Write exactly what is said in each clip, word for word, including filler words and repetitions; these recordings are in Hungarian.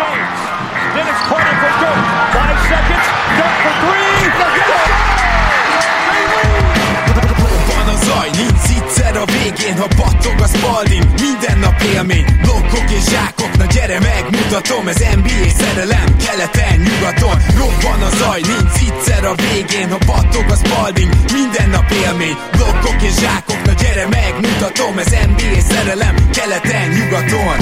James. Dennis corner for Dirk. Five seconds. Dirk for three. Van a zaj, nincs egyszer a végén, ha battog a Spalding. Minden nap élmény, blokkok és zsákok. Na gyere megmutatom, ez en bé á szerelem. Keleten, nyugaton, robban a zaj, nincs egyszer a végén, ha battog a Spalding. Minden nap élmény, blokkok és zsákok. Na gyere megmutatom, ez en bé á szerelem. Keleten, nyugaton.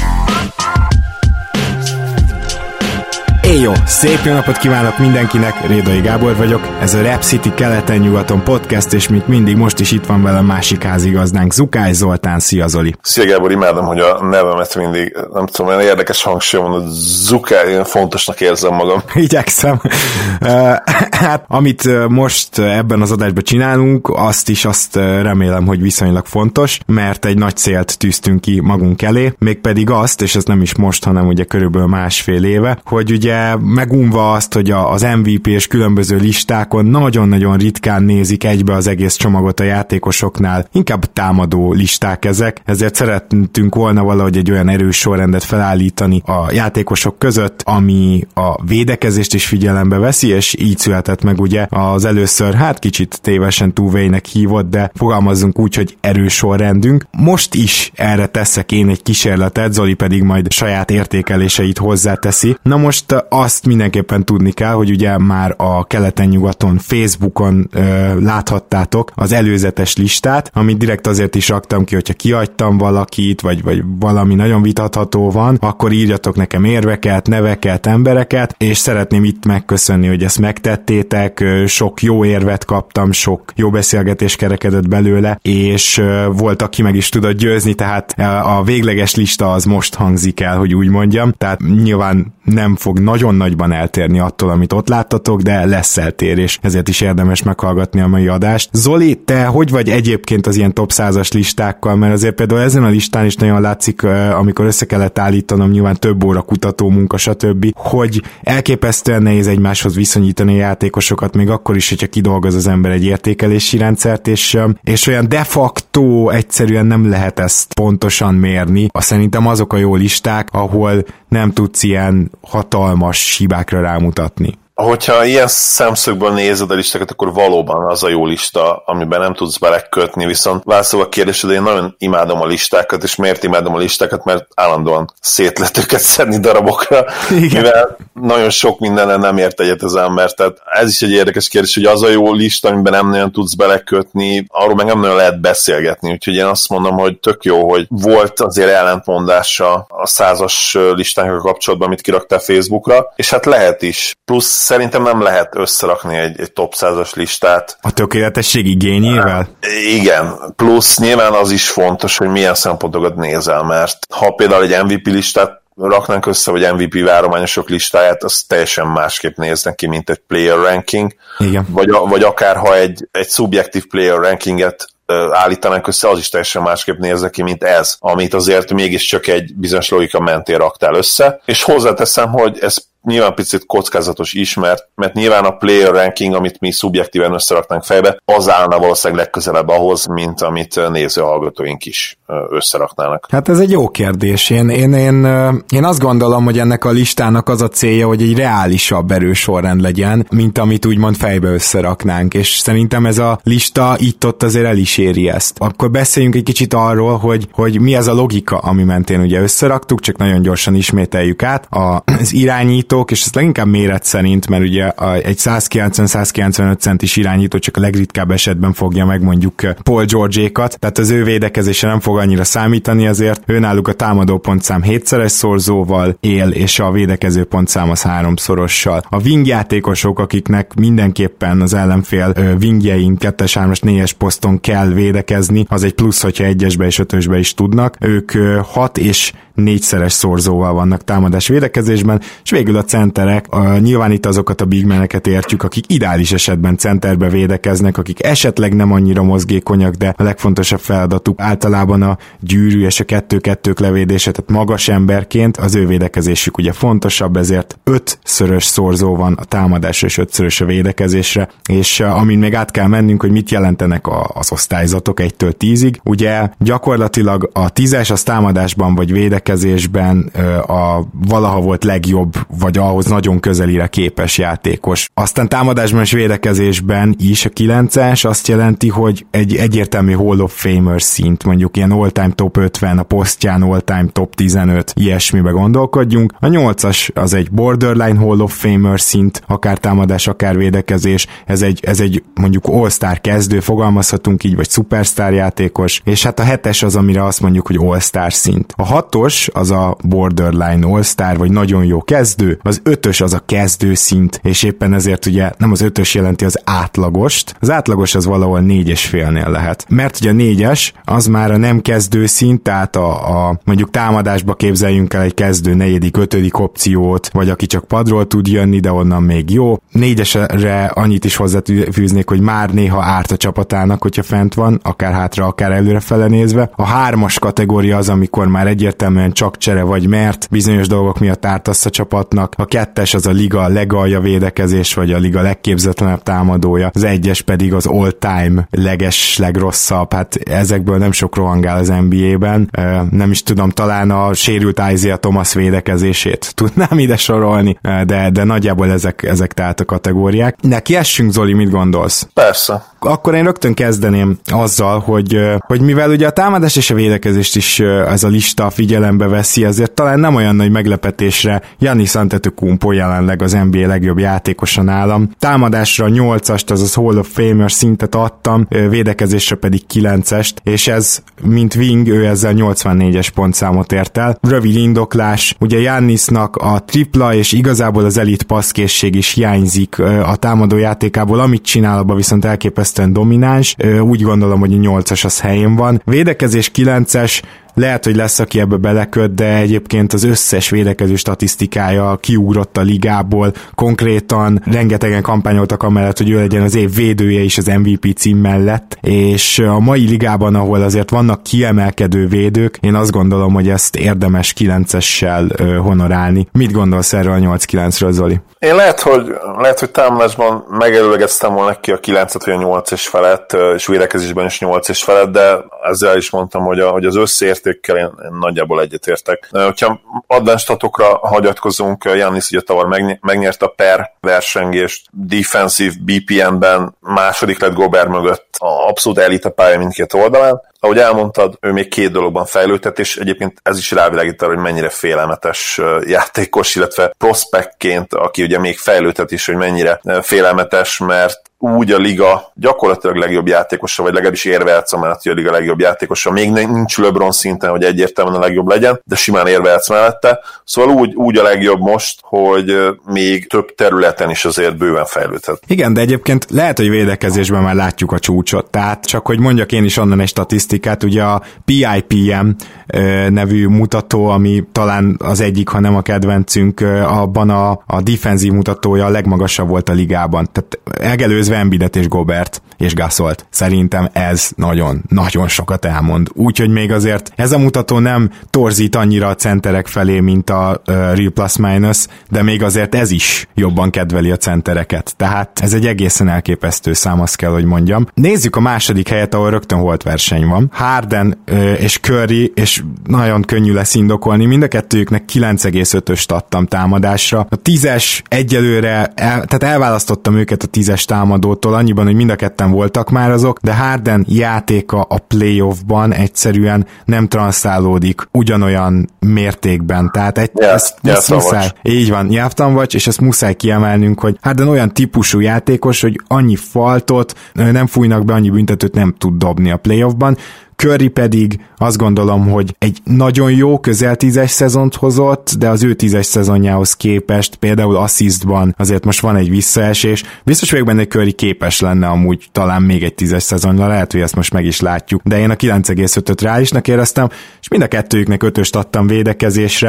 Éjjó! Szép jó napot kívánok mindenkinek, Rédai Gábor vagyok, ez a Rap City keleten-nyugaton podcast, és mint mindig most is itt van velem másik házigazdánk, Zukály Zoltán. Szia Zoli! Szia Gábor, imádom, hogy a nevemet mindig, nem tudom, olyan érdekes hangsúlyom van, hogy Zukály, én fontosnak érzem magam. Igyekszem. Hát, amit most ebben az adásban csinálunk, azt is azt remélem, hogy viszonylag fontos, mert egy nagy célt tűztünk ki magunk elé, mégpedig azt, és ez nem is most, hanem ugye körülbelül másfél éve, hogy ugye megunva azt, hogy az em vé pé és különböző listákon nagyon-nagyon ritkán nézik egybe az egész csomagot a játékosoknál, inkább támadó listák ezek, ezért szerettünk volna valahogy egy olyan erős sorrendet felállítani a játékosok között, ami a védekezést is figyelembe veszi, és így született meg ugye az először, hát kicsit tévesen two-way-nek hívott, de fogalmazzunk úgy, hogy erős sorrendünk. Most is erre teszek én egy kísérletet, Zoli pedig majd saját értékeléseit hozzáteszi. Na most azt mindenképpen tudni kell, hogy ugye már a keleten-nyugaton Facebookon ö, láthattátok az előzetes listát, amit direkt azért is raktam ki, hogyha kihagytam valakit, vagy, vagy valami nagyon vitatható van, akkor írjatok nekem érveket, neveket, embereket, és szeretném itt megköszönni, hogy ezt megtettétek, sok jó érvet kaptam, sok jó beszélgetés kerekedett belőle, és volt, aki meg is tudott győzni, tehát a végleges lista az most hangzik el, hogy úgy mondjam, tehát nyilván nem fog nagyon nagyban eltérni attól, amit ott láttatok, de lesz eltérés, ezért is érdemes meghallgatni a mai adást. Zoli, te hogy vagy egyébként az ilyen top százas listákkal, mert azért például ezen a listán is nagyon látszik, amikor össze kellett állítanom, nyilván több óra kutató munka, stb., hogy elképesztően nehéz egymáshoz viszonyítani a játékosokat, még akkor is, hogyha kidolgoz az ember egy értékelési rendszert, és, és olyan de facto egyszerűen nem lehet ezt pontosan mérni. Azt szerintem azok a jó listák, ahol nem tudsz ilyen hatalmas hibákra rámutatni. Hogyha ilyen szemszögből nézed a listákat, akkor valóban az a jó lista, amiben nem tudsz belekötni, viszont válaszolva a kérdésre, én nagyon imádom a listákat, és miért imádom a listákat, mert állandóan szét lehet őket szedni darabokra, igen. Mivel nagyon sok mindenen nem ért egyet az ember, tehát ez is egy érdekes kérdés, hogy az a jó lista, amiben nem nagyon tudsz belekötni, arról meg nem nagyon lehet beszélgetni, úgyhogy én azt mondom, hogy tök jó, hogy volt azért ellentmondása a százas listánkkal kapcsolatban, amit kiraktál Facebookra, és hát lehet is. Plusz szerintem nem lehet összerakni egy, egy top százas listát. A tökéletesség igényével? Igen, plusz nyilván az is fontos, hogy milyen szempontokat nézel, mert ha például egy em vé pé listát raknánk össze, vagy em vé pé várományosok listáját, az teljesen másképp néznek ki, mint egy player ranking. Igen. Vagy, vagy akár ha egy, egy szubjektív player rankinget állítanánk össze, az is teljesen másképp néznek ki, mint ez, amit azért mégiscsak egy bizonyos logika mentén raktál össze. És hozzáteszem, hogy ez nyilván picit kockázatos is, mert, mert nyilván a player ranking, amit mi szubjektíven összeraknánk fejbe, az állna valószínűleg legközelebb ahhoz, mint amit nézőhallgatóink is összeraknának. Hát ez egy jó kérdés. Én, én, én, én azt gondolom, hogy ennek a listának az a célja, hogy egy reálisabb erősorrend legyen, mint amit úgymond fejbe összeraknánk, és szerintem ez a lista itt-ott azért el is éri ezt. Akkor beszéljünk egy kicsit arról, hogy, hogy mi az a logika, ami mentén ugye összeraktuk, csak nagyon gyorsan ismételjük át. Az irányító, és ez leginkább méret szerint, mert ugye egy száz kilencven száz kilencvenöt centis irányító csak a legritkább esetben fogja meg mondjuk Paul George-ékat, tehát az ő védekezése nem fog annyira számítani, azért őnáluk a támadó pontszám hétszeres szorzóval él, és a védekező pontszám az háromszorossal. A wing játékosok, akiknek mindenképpen az ellenfél wingjein kettes, hármas, négyes poszton kell védekezni, az egy plusz, hogyha egyesbe és ötösbe is tudnak. Ők hat és négyszeres szorzóval vannak támadás védekezésben, és végül a centerek, a, nyilván itt azokat a bigmeneket értjük, akik ideális esetben centerbe védekeznek, akik esetleg nem annyira mozgékonyak, de a legfontosabb feladatuk általában a gyűrű és a kettő-kettők levédése, tehát magas emberként az ő védekezésük ugye fontosabb, ezért ötszörös szorzó van a támadásra és ötszörös a védekezésre, és amin még át kell mennünk, hogy mit jelentenek az osztályzatok egytől tízig, ugye gyakorlatilag a tízes az támadásban vagy védekezésben védekezésben a valaha volt legjobb, vagy ahhoz nagyon közelire képes játékos. Aztán támadásban és védekezésben is a kilences azt jelenti, hogy egy egyértelmű Hall of Famer szint, mondjuk ilyen all-time top ötven, a posztján all-time top tizenöt, ilyesmibe gondolkodjunk. A nyolcas az egy borderline Hall of Famer szint, akár támadás, akár védekezés, ez egy, ez egy mondjuk all-star kezdő, fogalmazhatunk így, vagy szupersztár játékos, és hát a hetes az, amire azt mondjuk, hogy all-star szint. A hatos az a borderline all-star, vagy nagyon jó kezdő, az ötös az a kezdő szint, és éppen ezért ugye nem az ötös jelenti az átlagost, az átlagos az valahol négy és félnél lehet. Mert ugye a négyes az már a nem kezdő szint, tehát a, a mondjuk támadásba képzeljünk el egy kezdő negyedik, ötödik opciót, vagy aki csak padról tud jönni, de onnan még jó. Négyesre annyit is hozzáfűznék, hogy már néha árt a csapatának, hogyha fent van, akár hátra, akár előrefele nézve. A hármas kategória az, amikor már egyértelműen csak csere vagy, mert bizonyos dolgok miatt ártasz a csapatnak. A kettes az a liga legalja védekezés, vagy a liga legképzetlenebb támadója. Az egyes pedig az all-time leges, legrosszabb. Hát ezekből nem sok rohangál az en bé á-ben. Nem is tudom, talán a sérült Isaiah Thomas védekezését tudnám ide sorolni, de, de nagyjából ezek, ezek tehát a kategóriák. De kiessünk, Zoli, mit gondolsz? Persze. Akkor én rögtön kezdeném azzal, hogy, hogy mivel ugye a támadás és a védekezést is ez a lista figyelembe veszi, ezért talán nem olyan nagy meglepetésre Giannis Antetokounmpo jelenleg az en bé á legjobb játékosa nálam. Támadásra nyolcast, azaz Hall of Famer szintet adtam, védekezésre pedig kilencest, és ez, mint wing, ő ezzel nyolcvannégyes pontszámot ért el. Rövid indoklás, ugye Giannisnak a tripla és igazából az elit passzkészség is hiányzik a támadó játékából, amit csinál, abban viszont elképesztően domináns. Úgy gondolom, hogy a nyolcas az helyén van. Védekezés kilences, lehet, hogy lesz, aki ebbe beleköt, de egyébként az összes védekező statisztikája kiugrott a ligából, konkrétan rengetegen kampányoltak amellett, hogy ő legyen az év védője is az em vé pé cím mellett, és a mai ligában, ahol azért vannak kiemelkedő védők, én azt gondolom, hogy ezt érdemes kilencessel honorálni. Mit gondolsz erről a nyolc kilencről, Zoli? Én lehet, hogy, lehet, hogy támadásban megelőlegeztem volna neki a kilencet, vagy a nyolc és felett, és védekezésben is nyolc és felett, de ezzel is mondtam, hogy, a, hogy az összeértékkel én, én nagyjából egyetértek. Hogyha advanced-statokra hagyatkozunk, Giannis ugye tavaly megnyerte a per versengést, defensive bé pé en-ben második lett Gobert mögött, a abszolút elite pálya mindkét oldalán. Ahogy elmondtad, ő még két dologban fejlődhet, és egyébként ez is rávilágít arra, hogy mennyire félelmetes játékos, illetve prospektként, aki ugye még fejlődhet is, hogy mennyire félelmetes, mert úgy a liga gyakorlatilag legjobb játékosa, vagy legalábbis érvehetsz amellett, hogy a liga legjobb játékosa. Még nincs LeBron szinten, hogy egyértelműen a legjobb legyen, de simán érvehetsz mellette. Szóval úgy, úgy a legjobb most, hogy még több területen is azért bőven fejlődhet. Igen, de egyébként lehet, hogy védekezésben már látjuk a csúcsot. Tehát csak, hogy mondjak én is onnan egy statisztikát, ugye a pé i pé em nevű mutató, ami talán az egyik, ha nem a kedvencünk, abban a, a defenzív mutatója a legmagasabb volt a ligában. Tehát megelőzve Embiidet és Gobert és Gasolt. Szerintem ez nagyon, nagyon sokat elmond. Úgyhogy még azért ez a mutató nem torzít annyira a centerek felé, mint a uh, Real Plus Minus, de még azért ez is jobban kedveli a centereket. Tehát ez egy egészen elképesztő szám, azt kell, hogy mondjam. Nézzük a második helyet, ahol rögtön holt verseny van. Harden uh, és Curry, és nagyon könnyű lesz indokolni, mind a kettőjüknek kilenc egész ötöst adtam támadásra. A tízes egyelőre, el, tehát elválasztottam őket a tízes támadótól, annyiban, hogy mind a ketten voltak már azok, de Harden játéka a playoffban egyszerűen nem transzálódik ugyanolyan mértékben. Tehát egy, yeah, ezt, ezt muszáj, így van, nyelvtan vagy, és ezt muszáj kiemelnünk, hogy Harden olyan típusú játékos, hogy annyi faltot nem fújnak be, annyi büntetőt nem tud dobni a playoffban. Curry pedig azt gondolom, hogy egy nagyon jó közel tízes szezont hozott, de az ő tízes szezonjához képest például assistban azért most van egy visszaesés. Biztos vagyok benne, hogy Curry képes lenne amúgy talán még egy tízes szezonra, lehet, hogy ezt most meg is látjuk, de én a kilenc egész ötöt reálisnak éreztem, és mind a kettőjüknek ötöst adtam védekezésre.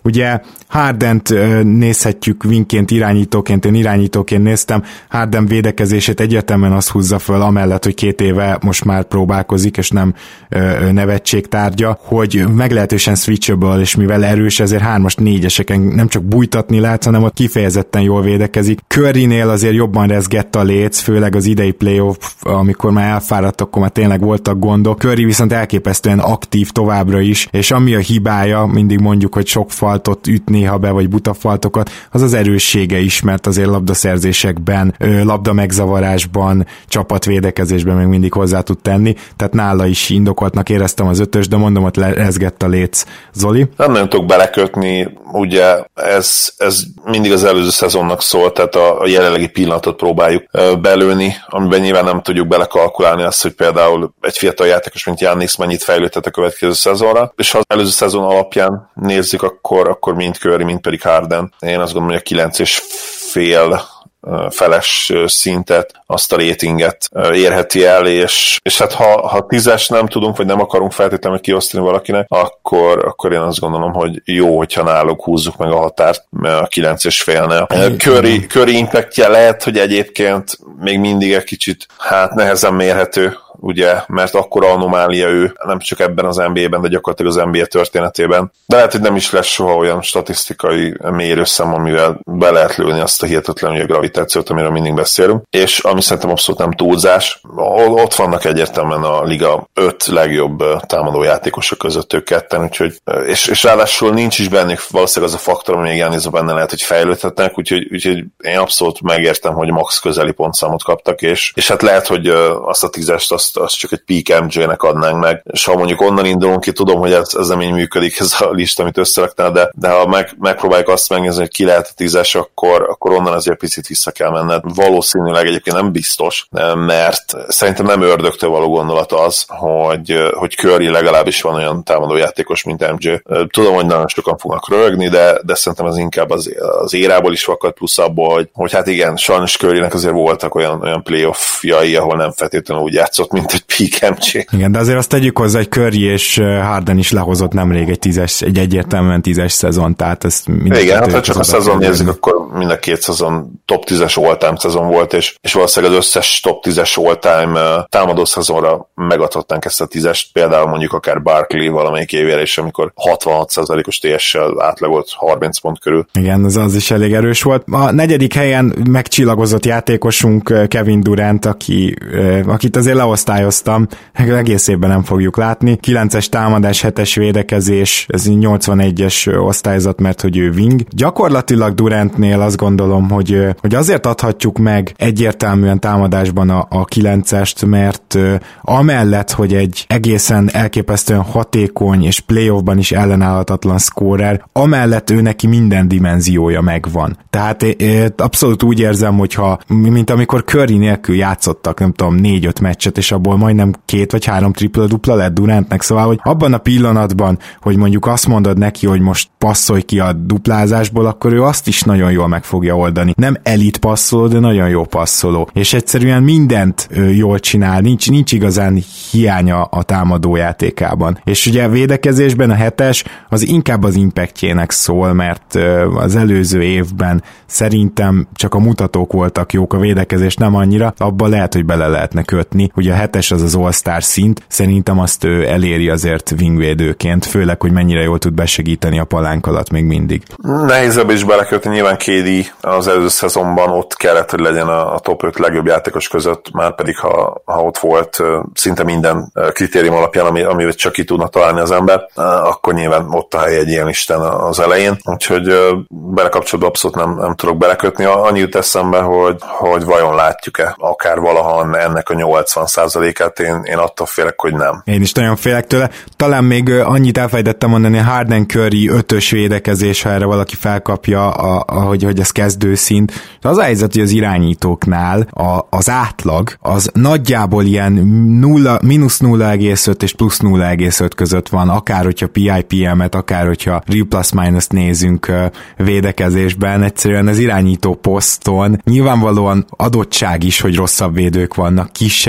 Ugye Hardent nézhetjük wingként, irányítóként, én irányítóként néztem, Harden védekezését egyértelműen azt húzza föl, amellett, hogy két éve most már próbálkozik, és nem ö, nevetség tárgya, hogy meglehetősen switchable, és mivel erős, ezért hármas, négyeseken nem csak bújtatni lehet, hanem ott kifejezetten jól védekezik. Currynél azért jobban rezgett a léc, főleg az idei playoff, amikor már elfáradt, akkor már tényleg voltak gondok. Curry viszont elképesztően aktív továbbra is, és ami a hibája, mindig mondjuk, hogy sok faltot üt néha be, vagy buta faltokat, az az erőssége is, mert azért labdaszerzésekben, labda megzavarásban, csapatvédekezésben még mindig hozzá tud tenni, tehát nála is indokoltnak éreztem az ötös, de mondom, ott rezgett a léc. Zoli? Nem nagyon tudok belekötni, ugye ez, ez mindig az előző szezonnak szól, tehát a, a jelenlegi pillanatot próbáljuk belőni, amiben nyilván nem tudjuk belekalkulálni azt, hogy például egy fiatal játékos, mint Giannis mennyit fejlődhet a következő szezonra, és ha az előző szezon alapján nézzük, akkor, akkor mind Curry, mind pedig Harden. Én azt gondolom, hogy a kilenc és fél feles szintet, azt a ratinget érheti el, és, és hát ha, ha tízes nem tudunk, vagy nem akarunk feltétlenül kiosztani valakinek, akkor, akkor én azt gondolom, hogy jó, hogyha náluk húzzuk meg a határt a kilenc és félnél. Curry, Curry impactje lehet, hogy egyébként még mindig egy kicsit hát nehezen mérhető, ugye, mert akkora anomália ő, nem csak ebben az en bé á-ben, de gyakorlatilag az en bé á történetében. De lehet, hogy nem is lesz soha olyan statisztikai mérőszám, amivel be lehet lőni azt a hihetetlen ugye, gravitációt, amiről mindig beszélünk. És ami szerintem abszolút nem túlzás, ott vannak egyértelműen a liga öt legjobb támadó játékosok között ők ketten, úgyhogy, és, és ráadásul nincs is bennük valószínűleg az a faktor, ami még Giannisban benne lehet, hogy fejlődhetnek, úgyhogy, úgyhogy én abszolút megértem, hogy max közeli pontszámot kaptak, és, és hát lehet, hogy azt a tízest azt, azt csak egy peak em jé-nek adnánk meg, és ha mondjuk onnan indulunk ki, tudom, hogy ez, ez nem így működik, ez a lista, amit összeraktál, de, de ha meg, megpróbáljuk azt megnézni, hogy ki lehet a tízes, akkor, akkor onnan azért picit vissza kell menned. Valószínűleg egyébként nem biztos, mert szerintem nem ördögtől való gondolat az, hogy, hogy Curry legalábbis van olyan támadójátékos, mint em jé. Tudom, hogy nagyon sokan fognak röhögni, de, de szerintem ez inkább az, az érából is fakad, plusz abból, hogy, hogy hát igen, sajnos Currynek azért voltak olyan, olyan playoffjai, ahol nem feltétlenül úgy játszott, mint egy peak em jé. Igen, de azért azt tegyük hozzá, hogy Curry és Harden is lehozott nemrég egy tízes, egy egyértelműen tízes szezon, tehát ezt minden. Igen, hát ha csak a szezon nézzük, akkor mind a két szezon top tízes all-time szezon volt, és, és valószínűleg az összes top tízes all-time támadó szezonra megadhatnánk ezt a tízest, például mondjuk akár Barkley valamelyik évére is, amikor hatvanhat százalékos té es-sel átlagolt harminc pont körül. Igen, az, az is elég erős volt. A negyedik helyen megcsillagozott játékosunk Kevin Durant, aki, akit azért leosztályoztam, egész évben nem fogjuk látni. kilences támadás, hetes védekezés, ez nyolcvanegyes osztályzat, mert hogy ő wing. Gyakorlatilag Durantnél azt gondolom, hogy, hogy azért adhatjuk meg egyértelműen támadásban a, a kilencest, mert amellett, hogy egy egészen elképesztően hatékony és playoffban is ellenállhatatlan scorer, amellett ő neki minden dimenziója megvan. Tehát abszolút úgy érzem, hogyha mint amikor Curry nélkül játszottak, nem tudom, négy-öt meccset, és abból majdnem két vagy három tripla-dupla lett Durantnek, szóval, hogy abban a pillanatban, hogy mondjuk azt mondod neki, hogy most passzolj ki a duplázásból, akkor ő azt is nagyon jól meg fogja oldani. Nem elit passzoló, de nagyon jó passzoló. És egyszerűen mindent jól csinál, nincs, nincs igazán hiánya a támadó játékában. És ugye a védekezésben a hetes az inkább az impactjének szól, mert az előző évben szerintem csak a mutatók voltak jók, a védekezés nem annyira, abban lehet, hogy bele lehetne kötni. Ugye a hetes az az all-star szint, szerintem azt ő eléri azért wingvédőként, főleg, hogy mennyire jól tud besegíteni a palánk alatt még mindig. Nehézebb is belekötni, nyilván ká dé az előző szezonban ott kellett, hogy legyen a top öt legjobb játékos között, már pedig ha, ha ott volt szinte minden kritérium alapján, ami, amivel csak ki tudna találni az ember, akkor nyilván ott a hely egy ilyen isten az elején, úgyhogy belekapcsolatban abszolút nem, nem tudok belekötni. Annyi jut eszembe, hogy, hogy vajon látjuk-e akár valaha ennek a nyolcvan százalékát, én, én attól félek, hogy nem. Én is nagyon félek tőle. Talán még annyit elfelejtettem mondani, Harden Curry ötös védekezés, ha erre valaki felkapja, a, a, hogy, hogy ez kezdőszint. Az a helyzet, hogy az irányítóknál a, az átlag az nagyjából ilyen nulla, mínusz nulla egész öt és plusz nulla egész öt között van, akár hogyha pé i pé em-et, akár hogyha real plus minus nézünk védekezésben, egyszerűen az irányító poszton nyilvánvalóan adottság is, hogy rosszabb védők vannak, kisebbek,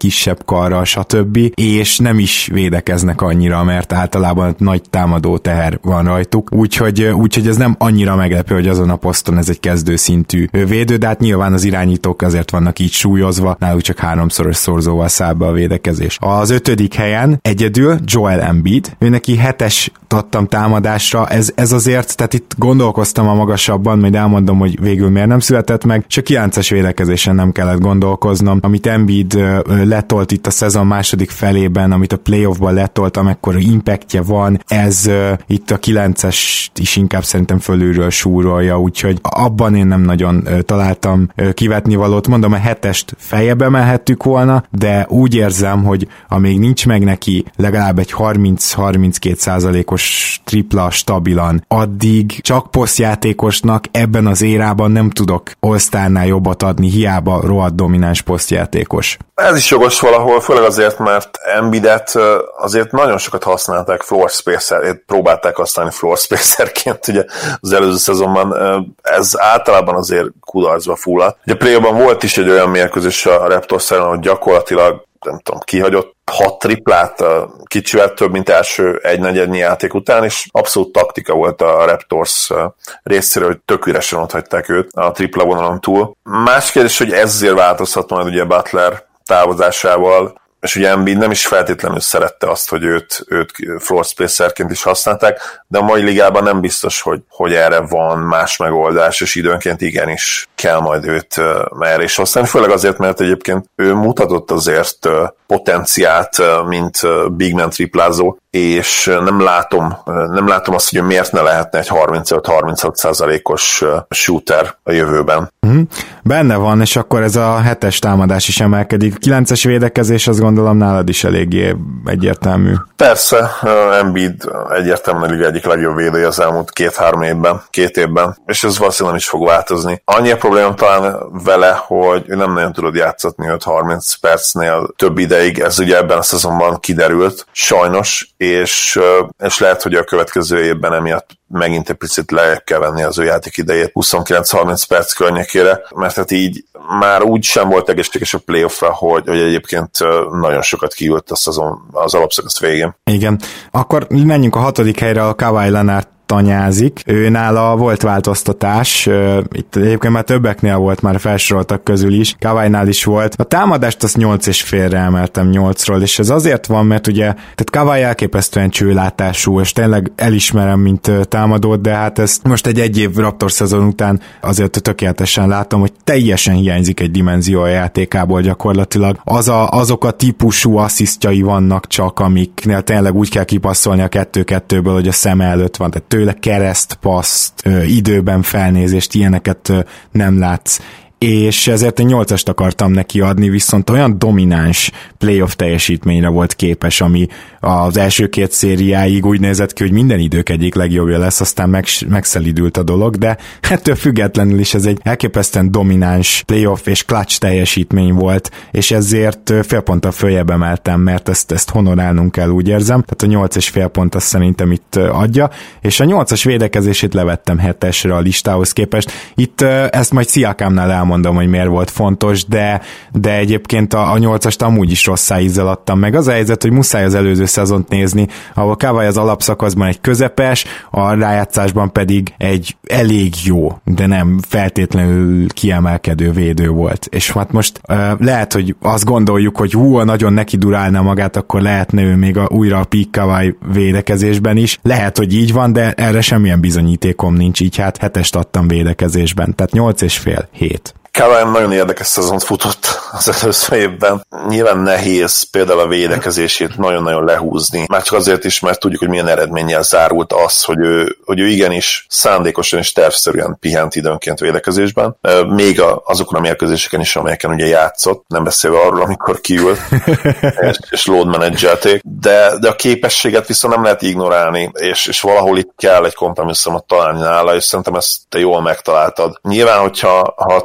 kisebb karral, stb. És nem is védekeznek annyira, mert általában nagy támadó teher van rajtuk, úgyhogy, úgyhogy ez nem annyira meglepő, hogy azon a poszton ez egy kezdőszintű védő, de hát nyilván az irányítók azért vannak így súlyozva, náluk csak háromszoros szorzóval száll be a védekezés. Az ötödik helyen egyedül Joel Embiid, ő neki hetes adtam támadásra, ez, ez azért, tehát itt gondolkoztam a magasabban, majd elmondom, hogy végül miért nem született meg, és a kilences védekezésen nem kellett gondolkoznom, amit Embiid letolt itt a szezon második felében, amit a playoffban letolt, amekkora impactje van, ez uh, itt a kilences is inkább szerintem fölülről súrolja, úgyhogy abban én nem nagyon uh, találtam uh, kivetni valót. Mondom, a hetest feljebb emelhettük volna, de úgy érzem, hogy amíg nincs meg neki legalább egy harminc-harminckét százalékos tripla stabilan, addig csak posztjátékosnak ebben az érában nem tudok All-Starnál jobbat adni, hiába rohadt domináns posztjátékos. Ez is jogos valahol, főleg azért, mert Embiidet azért nagyon sokat használták floor spacer, próbálták használni floor spacerként, ugye az előző szezonban ez általában azért kudarcba fulladt. Ugye a play-ban volt is egy olyan mérkőzés a Raptors ellen, hogy gyakorlatilag nem tudom, kihagyott hat triplát, kicsivel több, mint első egynegyednyi játék után, és abszolút taktika volt a Raptors részéről, hogy tök üresen ott hagyták őt a tripla vonalon túl. Más kérdés, hogy ezért változhat majd ugye Butler távozásával, és ugye Embiid nem is feltétlenül szerette azt, hogy őt, őt floor spacerként is használták, de a mai ligában nem biztos, hogy, hogy erre van más megoldás, és időnként igenis kell majd őt uh, erre is használni, főleg azért, mert egyébként ő mutatott azért uh, potenciált, uh, mint uh, big man triplázó, és uh, nem látom, uh, nem látom azt, hogy miért ne lehetne egy harmincöt-harminchat százalékos uh, shooter a jövőben. Mm-hmm. Benne van, és akkor ez a hetes támadás is emelkedik. kilences védekezés, azt gondolom nálad is eléggé egyértelmű. Persze, uh, Embiid egyértelműen a liga egyik legjobb védője az elmúlt két-három évben, két évben, és ez valószínűleg nem is fog változni. Annyi a probléma talán vele, hogy ő nem nagyon tudod játszatni öt-harminc percnél több ideig, ez ugye ebben a szezonban kiderült, sajnos, és, és lehet, hogy a következő évben emiatt megint egy picit le kell venni az ő játék idejét huszonkilenc-harminc perc környékére, mert hát így már úgy sem volt egészséges a playoffra, hogy, hogy egyébként nagyon sokat kiült a szezon az alapszakasz végén. Igen. Akkor menjünk a hatodik helyre, a Kawhi Leonard tanyázik. Ő nála volt változtatás, itt egyébként már többeknél volt, már felsoroltak közül is, Kawhinál is volt. A támadást azt nyolc és félre emeltem nyolcról, és ez azért van, mert ugye, tehát Kawhi elképesztően csőlátású, és tényleg elismerem, mint támadót, de hát ezt most egy egy év Raptors szezon után azért tökéletesen látom, hogy teljesen hiányzik egy dimenzió a játékából gyakorlatilag. Az a, azok a típusú asszisztjai vannak csak, amiknél tényleg úgy kell kipasszolni a kettő-kettőből, hogy a szem előtt van, tehát tőle keresztpaszt, időben felnézést, ilyeneket nem látsz. És ezért egy nyolcast akartam neki adni, viszont olyan domináns playoff teljesítményre volt képes, ami az első két szériáig úgy nézett ki, hogy minden idők egyik legjobbja lesz, aztán meg, megszelidült a dolog, de ettől függetlenül is ez egy elképesztően domináns playoff és clutch teljesítmény volt, és ezért fél ponttal följebb emeltem, mert ezt, ezt honorálnunk kell, úgy érzem, tehát a nyolc és fél pont azt szerintem itt adja, és a nyolcas védekezését levettem hetesre a listához képest. Itt ezt majd Sziakámnál el mondom, hogy miért volt fontos, de, de egyébként a, a nyolcast amúgy is rosszá ízzel adtam meg. Az a helyzet, hogy muszáj az előző szezont nézni, ahol Kawhi az alapszakaszban egy közepes, a rájátszásban pedig egy elég jó, de nem feltétlenül kiemelkedő védő volt. És hát most uh, lehet, hogy azt gondoljuk, hogy hú, nagyon neki durálna magát, akkor lehetne ő még a, újra a peak Kawhi védekezésben is. Lehet, hogy így van, de erre semmilyen bizonyítékom nincs, így hát hetest adtam védekezésben. Tehát nyolc és fél, hét. Kawhi nagyon érdekes szezont futott az előző évben. Nyilván nehéz például a védekezését nagyon-nagyon lehúzni. Már csak azért is, mert tudjuk, hogy milyen eredménnyel zárult az, hogy ő, hogy ő igenis szándékosan és tervszerűen pihent időnként védekezésben. Még azokon a mérkőzéseken is, amelyeken ugye játszott, nem beszélve arról, amikor kiült, és, és load menedzselték. De, de a képességet viszont nem lehet ignorálni, és, és valahol itt kell egy kompromisszumot találni nála, és szerintem ezt te jól megtaláltad. Nyilván, hogyha ha tényleg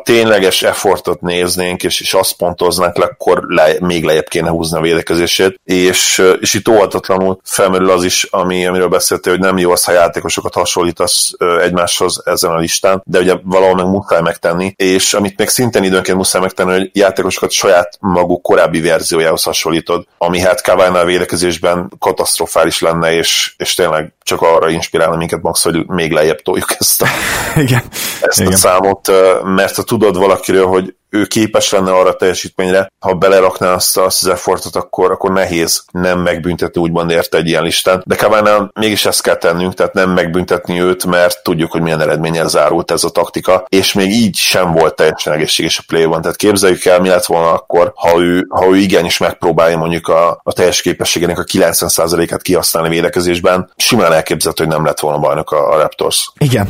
tényleges effortot néznénk, és, és azt pontoznánk le, akkor le, még lejjebb kéne húzni a védekezését, és, és itt óvatatlanul felmerül az is, ami, amiről beszéltél, hogy nem jó az, ha játékosokat hasonlítasz egymáshoz ezen a listán, de ugye valahol meg muszáj megtenni, és amit még szintén időnként muszáj megtenni, hogy játékosokat saját maguk korábbi verziójához hasonlítod, ami hát Kawhi-nál védekezésben katasztrofális lenne, és, és tényleg csak arra inspirálna minket max, hogy még lejjebb toljuk ezt a, Igen. ezt Igen. a számot, mert ha tudod valakiről, hogy ő képes lenne arra a teljesítményre, ha belerakná azt, azt az effortot, akkor, akkor nehéz nem megbüntetni úgymond érte egy ilyen listán. De Kawhi-nál mégis ezt kell tennünk, tehát nem megbüntetni őt, mert tudjuk, hogy milyen eredménnyel zárult ez a taktika, és még így sem volt teljesen egészséges a play-ban. Tehát képzeljük el, mi lett volna akkor, ha ő, ha ő igenis megpróbálja mondjuk a, a teljes képességének a kilencven százalékát kihasználni védekezésben, simán elképzelhető, hogy nem lett volna bajnok a, a Raptors. Igen.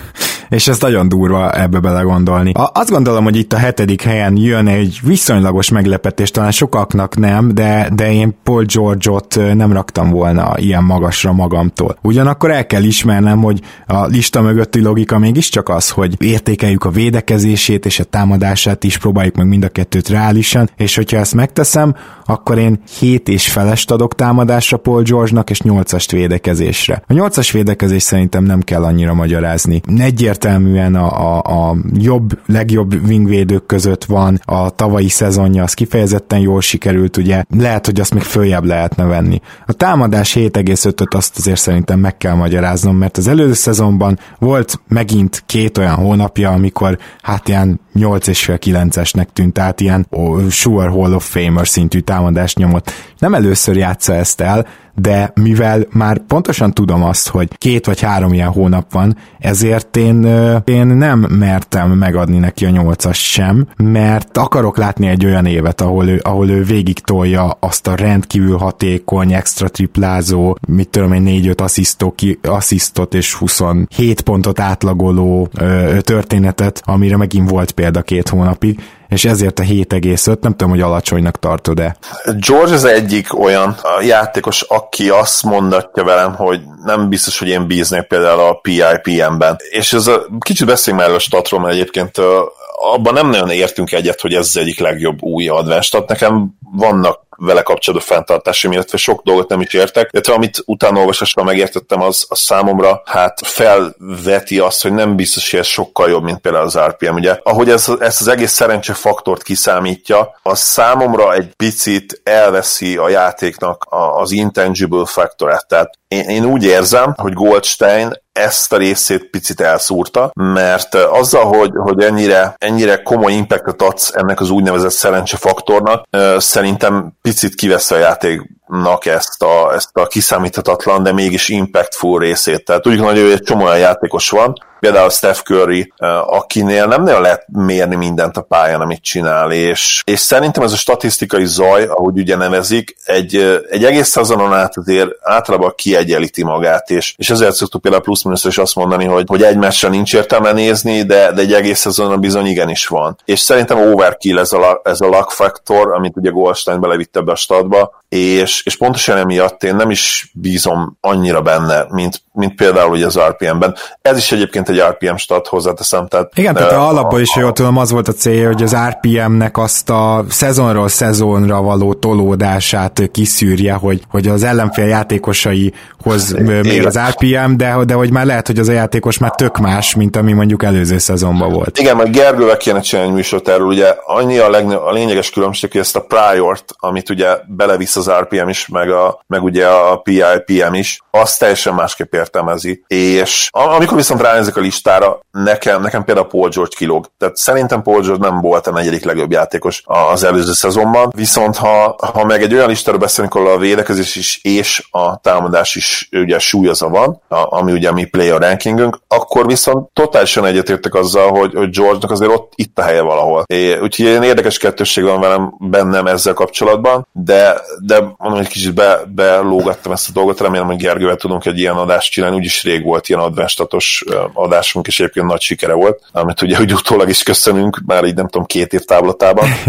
És ez nagyon durva ebbe belegondolni. A, azt gondolom, hogy itt a hetedik helyen jön egy viszonylagos meglepetés, talán sokaknak nem, de, de én Paul George-ot nem raktam volna ilyen magasra magamtól. Ugyanakkor el kell ismernem, hogy a lista mögötti logika mégiscsak az, hogy értékeljük a védekezését és a támadását is, próbáljuk meg mind a kettőt reálisan, és hogyha ezt megteszem, akkor én hét és felest adok támadásra Paul George-nak, és nyolcast védekezésre. A nyolcas védekezés szerintem nem kell annyira magyarázni. Egyértelműen a, a, a jobb, legjobb wingvédők között van, a tavalyi szezonja az kifejezetten jól sikerült, ugye lehet, hogy azt még följebb lehetne venni. A támadás hét egész ötöt azt azért szerintem meg kell magyaráznom, mert az előző szezonban volt megint két olyan hónapja, amikor hát ilyen nyolc és fél kilencesnek tűnt át, ilyen oh, sure Hall of Famer szintű támadást nyomott. Nem először játsza ezt el, de mivel már pontosan tudom azt, hogy két vagy három ilyen hónap van, ezért én, én nem mertem megadni neki a nyolcast sem, mert akarok látni egy olyan évet, ahol ő, ahol ő végig tolja azt a rendkívül hatékony, extra triplázó, mit tudom én, négy-öt asszisztot és huszonhét pontot átlagoló ö, történetet, amire megint volt példa két hónapig, és ezért a hét egész öt, nem tudom, hogy alacsonynak tartod-e. George az egyik olyan játékos, aki azt mondatja velem, hogy nem biztos, hogy én bíznék például a pé i pé em-ben. És ez a, kicsit beszéljünk már el a statról, mert egyébként abban nem nagyon értünk egyet, hogy ez az egyik legjobb új advanced stat. Nekem vannak vele kapcsolatban fenntartásom, illetve sok dolgot nem is értek, illetve amit utána olvasásra megértettem, az, az számomra hát felveti azt, hogy nem biztos, hogy ez sokkal jobb, mint például az er pé em. Ugye, ahogy ez, ezt az egész szerencse faktort kiszámítja, az számomra egy picit elveszi a játéknak az intangible faktorát. Tehát én, én úgy érzem, hogy Goldstein ezt a részét picit elszúrta, mert azzal, hogy, hogy ennyire, ennyire komoly impactot adsz ennek az úgynevezett szerencsefaktornak, szerintem picit kivesz a játéknak ezt a, ezt a kiszámíthatatlan, de mégis impactful részét. Tehát tudjuk, hogy egy csomó olyan játékos van, például Steph Curry, akinél nem nagyon lehet mérni mindent a pályán, amit csinál, és, és szerintem ez a statisztikai zaj, ahogy ugye nevezik, egy, egy egész szezonon át azért általában kiegyenlíti magát, és, és ezért szoktuk például plusz-minuszra is azt mondani, hogy, hogy egy meccsre nincs értelme nézni, de, de egy egész szezonon bizony igenis van. És szerintem overkill ez a, ez a luck factor, amit ugye Goldstein belevitte ebbe a statba, és, és pontosan emiatt én nem is bízom annyira benne, mint, mint például ugye az er pé em-ben. Ez is egyébként egy er pé em stat, hozzáteszem. Tehát, igen, tehát a, alapból is, ha jól tudom, az volt a célja, hogy az er pé em-nek azt a szezonról szezonra való tolódását kiszűrje, hogy, hogy az ellenfél játékosaihoz mér az er pé em, de, de hogy már lehet, hogy az a játékos már tök más, mint ami mondjuk előző szezonban volt. Igen, majd Gergővel kéne csinálni egy műsort erről, ugye annyi a, legne, a lényeges különbség, hogy ezt a priort, amit ugye belevisz az er pé em is, meg, a, meg ugye a pé i pé em is, azt teljesen másképp értelmezi. És amikor viszont ránézek a listára, nekem, nekem például Paul George kilóg. Tehát szerintem Paul George nem volt a negyedik legjobb játékos az előző szezonban, viszont ha, ha meg egy olyan listára beszélünk, ahol a védekezés is és a támadás is ugye súlyozva van, ami ugye a mi player rankingünk, akkor viszont totálisan egyetértek azzal, hogy, hogy George-nak azért ott itt a helye valahol. É, úgyhogy ilyen érdekes kettősség van velem bennem ezzel kapcsolatban, de, de mondom, hogy kicsit be, belógattam ezt a dolgot, remélem, hogy Gergővel tudunk egy ilyen adást csinálni, úgyis rég volt ilyen advanced-statos adásunk, és egyébként nagy sikere volt, amit ugye úgy utólag is köszönünk, már így nem tudom, két év távlatában. Igen.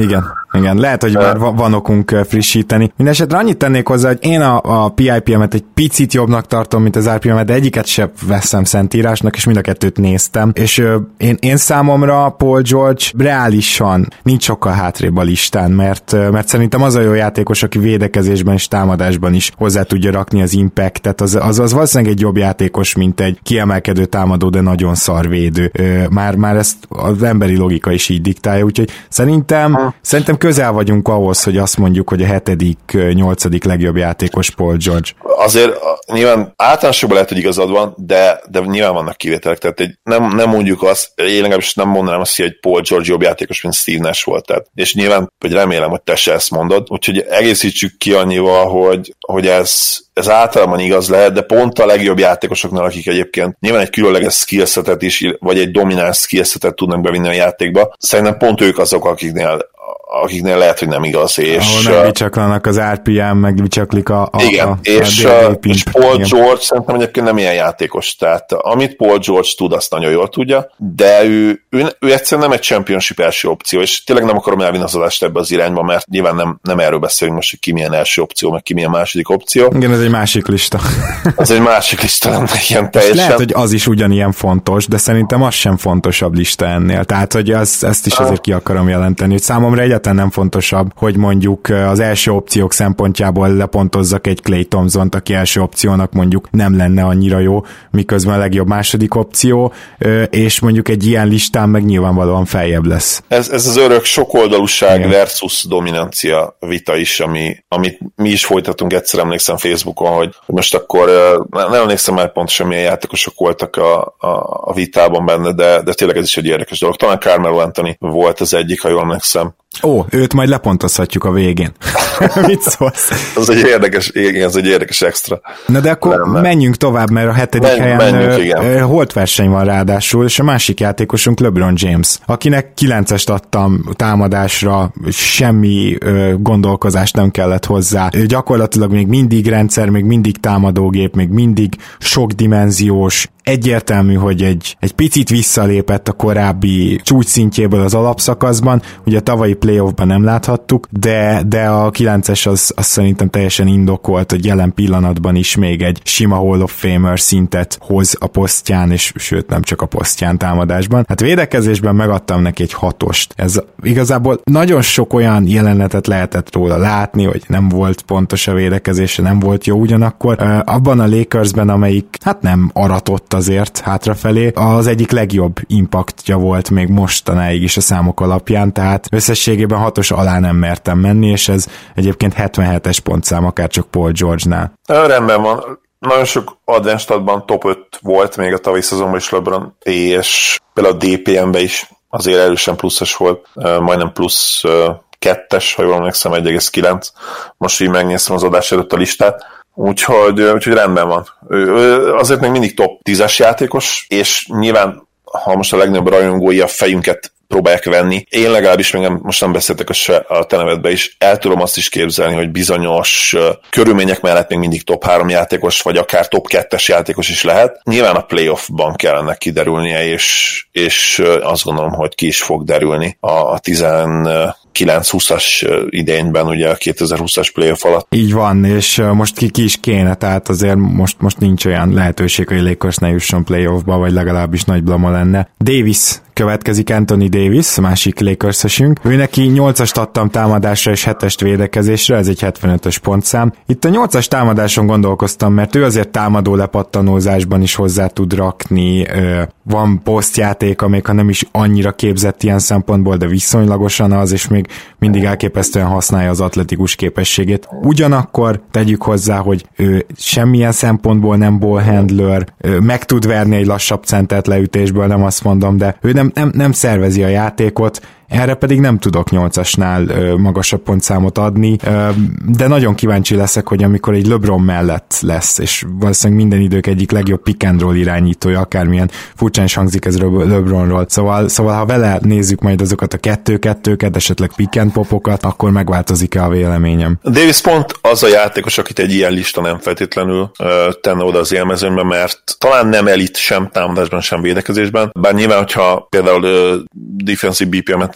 Igen, lehet, hogy már van okunk frissíteni. Mindenesetre annyit tennék hozzá, hogy én a, a pé i pé emet egy picit jobbnak tartom, mint az er pé emet, de egyiket sem veszem szentírásnak, és mind a kettőt néztem. És ö, én, én számomra Paul George reálisan nincs sokkal hátrébb a listán, mert, mert szerintem az a jó játékos, aki védekezésben és támadásban is hozzá tudja rakni az impactet, az, az, az valószínűleg egy jobb játékos, mint egy kiemelkedő támadó, de nagyon szarvédő. Már, már ezt az emberi logika is így diktálja, úgyhogy szerintem, ha. szerintem közel vagyunk ahhoz, hogy azt mondjuk, hogy a hetedik, nyolcadik legjobb játékos Paul George. Azért nyilván általánosabban lehet, hogy igazad van, de, de nyilván vannak kivételek, tehát egy, nem, nem mondjuk azt, én legalábbis nem mondanám azt, hogy egy Paul George jobb játékos, mint Steve Nash volt, tehát, és nyilván, hogy remélem, hogy te se ezt mondod, úgyhogy egészítsük ki annyival, hogy, hogy ez, ez általában igaz lehet, de pont a legjobb játékosoknál, akik egyébként nyilván egy különleges skillsetet is, vagy egy domináns skillsetet tudnak bevinni a játékba, szerintem pont ők azok, akiknél akiknél lehet, hogy nem igaz, és... Ahol megbicsaklanak az er pé em, megbicsaklik a... a igen, a, és, a és Paul igen. George szerintem egyébként nem ilyen játékos, tehát amit Paul George tud, azt nagyon jól tudja, de ő, ő, ő egyszerűen nem egy championship első opció, és tényleg nem akarom elvinni az adást ebbe az irányba, mert nyilván nem, nem erről beszélünk most, hogy ki milyen első opció, meg ki milyen második opció. Igen, ez egy másik lista. Ez egy másik lista, nem ilyen teljesen. És lehet, hogy az is ugyanilyen fontos, de szerintem az sem fontosabb lista ennél, tehát hogy az, ezt is azért ki akarom jelenteni, hogy számomra egyáltalán nem fontosabb, hogy mondjuk az első opciók szempontjából lepontozzak egy Klay Thompsont, aki első opciónak mondjuk nem lenne annyira jó, miközben a legjobb második opció, és mondjuk egy ilyen listán meg nyilvánvalóan feljebb lesz. Ez, ez az örök sokoldalúság igen. versus dominancia vita is, ami, amit mi is folytatunk, egyszer emlékszem Facebookon, hogy most akkor nem emlékszem már pontosan milyen játékosok voltak a, a, a vitában benne, de, de tényleg ez is egy érdekes dolog. Talán Carmelo Anthony volt az egyik, ha jól emlékszem. Ó, őt majd lepontozhatjuk a végén. Mit szólsz? Ez egy érdekes, igen, ez egy érdekes extra. Na de akkor Lenne. menjünk tovább, mert a hetedik Men, helyen menjünk, holtverseny van ráadásul, és a másik játékosunk LeBron James, akinek kilencest adtam támadásra, semmi ö, gondolkozást nem kellett hozzá. Ő gyakorlatilag még mindig rendszer, még mindig támadógép, még mindig sokdimenziós, egyértelmű, hogy egy, egy picit visszalépett a korábbi csúcsszintjéből az alapszakaszban, ugye a tavalyi playoffban nem láthattuk, de, de a kilences az, az szerintem teljesen indokolt, hogy jelen pillanatban is még egy sima Hall of Famer szintet hoz a posztján, és sőt nem csak a posztján támadásban. Hát védekezésben megadtam neki egy hatost. Ez igazából nagyon sok olyan jelenetet lehetett róla látni, hogy nem volt pontos a védekezése, nem volt jó, ugyanakkor uh, abban a Lakersben, amelyik hát nem aratott azért hátrafelé, az egyik legjobb impaktja volt még mostanáig is a számok alapján, tehát összességében hatos alá nem mertem menni, és ez egyébként hetvenhetes pontszám, akár csak Paul George-nál. Rendben van. Nagyon sok advanced statban top öt volt még a tavalyi szezonban is LeBron, és például a dé pé em-ben is azért erősen pluszos volt, majdnem plusz kettes, ha jól emlékszem, egy egész kilenc. Most így megnéztem az adás előtt a listát. Úgyhogy, úgyhogy rendben van. Azért még mindig top tízes játékos, és nyilván, ha most a legnagyobb rajongói a fejünket próbálják venni, én legalábbis még nem, most nem beszéltek a, a te nevedbe is, el tudom azt is képzelni, hogy bizonyos uh, körülmények mellett még mindig top három játékos, vagy akár top kettes játékos is lehet. Nyilván a playoffban kellene kiderülnie, és, és uh, azt gondolom, hogy ki is fog derülni a, a tizenkilenc húszas idényben, ugye a kétezer-húszas playoff alatt. Így van, és most ki, ki is kéne, tehát azért most, most nincs olyan lehetőség, hogy Lakers ne jusson playoffba, vagy legalábbis nagy blama lenne. Davis következik, Anthony Davis, másik Lakers-esünk. Ő neki nyolcast adtam támadásra és hetest védekezésre, ez egy hetvenötös pontszám. Itt a nyolcas támadáson gondolkoztam, mert ő azért támadó lepattanózásban is hozzá tud rakni, van posztjátéka, még ha nem is annyira képzett ilyen szempontból, de viszonylagosan az, és még mindig elképesztően használja az atletikus képességét. Ugyanakkor tegyük hozzá, hogy ő semmilyen szempontból nem ball handler, meg tud verni egy lassabb centert leütésből, nem azt mondom, de ő nem, nem, nem szervezi a játékot, erre pedig nem tudok nyolcasnál ö, magasabb pontszámot adni, ö, de nagyon kíváncsi leszek, hogy amikor egy LeBron mellett lesz, és valószínűleg minden idők egyik legjobb pick and roll irányítója, akármilyen furcsán is hangzik ez LeBronról. Szóval, szóval ha vele nézzük majd azokat a kettő-kettőket, esetleg pick and popokat, akkor megváltozik-e a véleményem. Davis pont az a játékos, akit egy ilyen lista nem feltétlenül ö, tenne oda az élmezőnybe, mert talán nem elit sem támadásban, sem védekezésben, bár nyilván, hogyha például ö, defensive bé pé em-et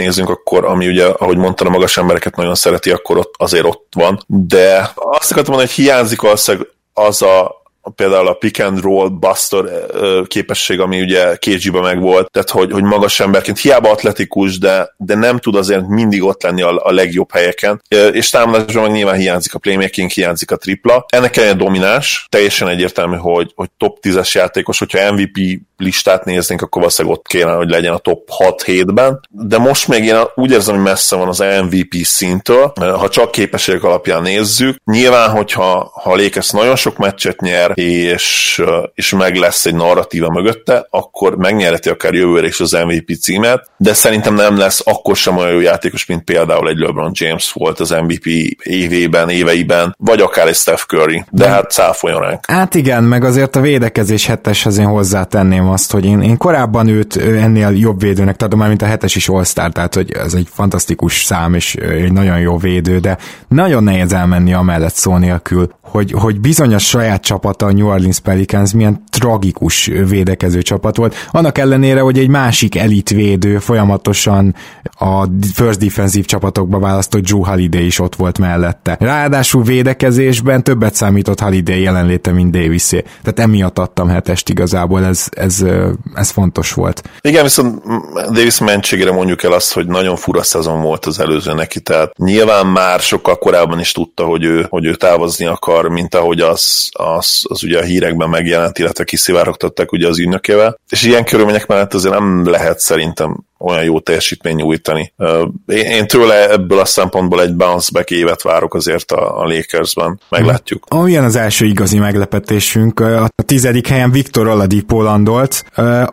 nézünk, akkor ami ugye, ahogy mondtam, a magas embereket nagyon szereti, akkor ott azért ott van. De azt akartam mondani, hogy hiányzik valószínűleg az a például a pick and roll buster képesség, ami ugye ká gé-ben megvolt, tehát hogy, hogy magas emberként hiába atletikus, de, de nem tud azért mindig ott lenni a, a legjobb helyeken, és támadásban meg nyilván hiányzik a playmaking, hiányzik a tripla. Ennek ellenére domináns, teljesen egyértelmű, hogy, hogy top tízes játékos, hogyha em vé pé listát néznénk, akkor valószínűleg ott kéne, hogy legyen a top hat-hétben, de most még én úgy érzem, hogy messze van az em vé pé szintől, ha csak képességek alapján nézzük. Nyilván, hogyha ha a Lakers nagyon sok meccset nyer, és, és meg lesz egy narratíva mögötte, akkor megnyerheti akár jövőre is az em vé pé címet, de szerintem nem lesz akkor sem olyan jó játékos, mint például egy LeBron James volt az em vé pé évében, éveiben, vagy akár egy Steph Curry, de hát cáfoljon ránk. Hát igen, meg azért a védekezés heteshez én hozzátenném azt, hogy én, én korábban őt ennél jobb védőnek tartom, már mint a hetes is All-Star, tehát hogy ez egy fantasztikus szám, és egy nagyon jó védő, de nagyon nehéz elmenni amellett szó nélkül, hogy, hogy bizony a saját csapata, a New Orleans Pelicans milyen tragikus védekező csapat volt. Annak ellenére, hogy egy másik elitvédő folyamatosan a first defensive csapatokba választott Drew Holiday is ott volt mellette. Ráadásul védekezésben többet számított Holiday jelenléte, mint Davisé. Tehát emiatt adtam hetest igazából, ez, ez, ez fontos volt. Igen, viszont Davis mentségére mondjuk el azt, hogy nagyon fura szezon volt az előző neki, tehát nyilván már sokkal korábban is tudta, hogy ő, hogy ő távozni akar, mint ahogy az, az, az ugye a hírekben megjelent, illetve kiszivárogtatták ugye az ügynökével, és ilyen körülmények mellett azért nem lehet szerintem olyan jó teljesítmény nyújtani. Én tőle ebből a szempontból egy bounce back évet várok azért a, a Lakersben. Meglátjuk. Olyan az első igazi meglepetésünk. A tizedik helyen Victor Oladipo landolt,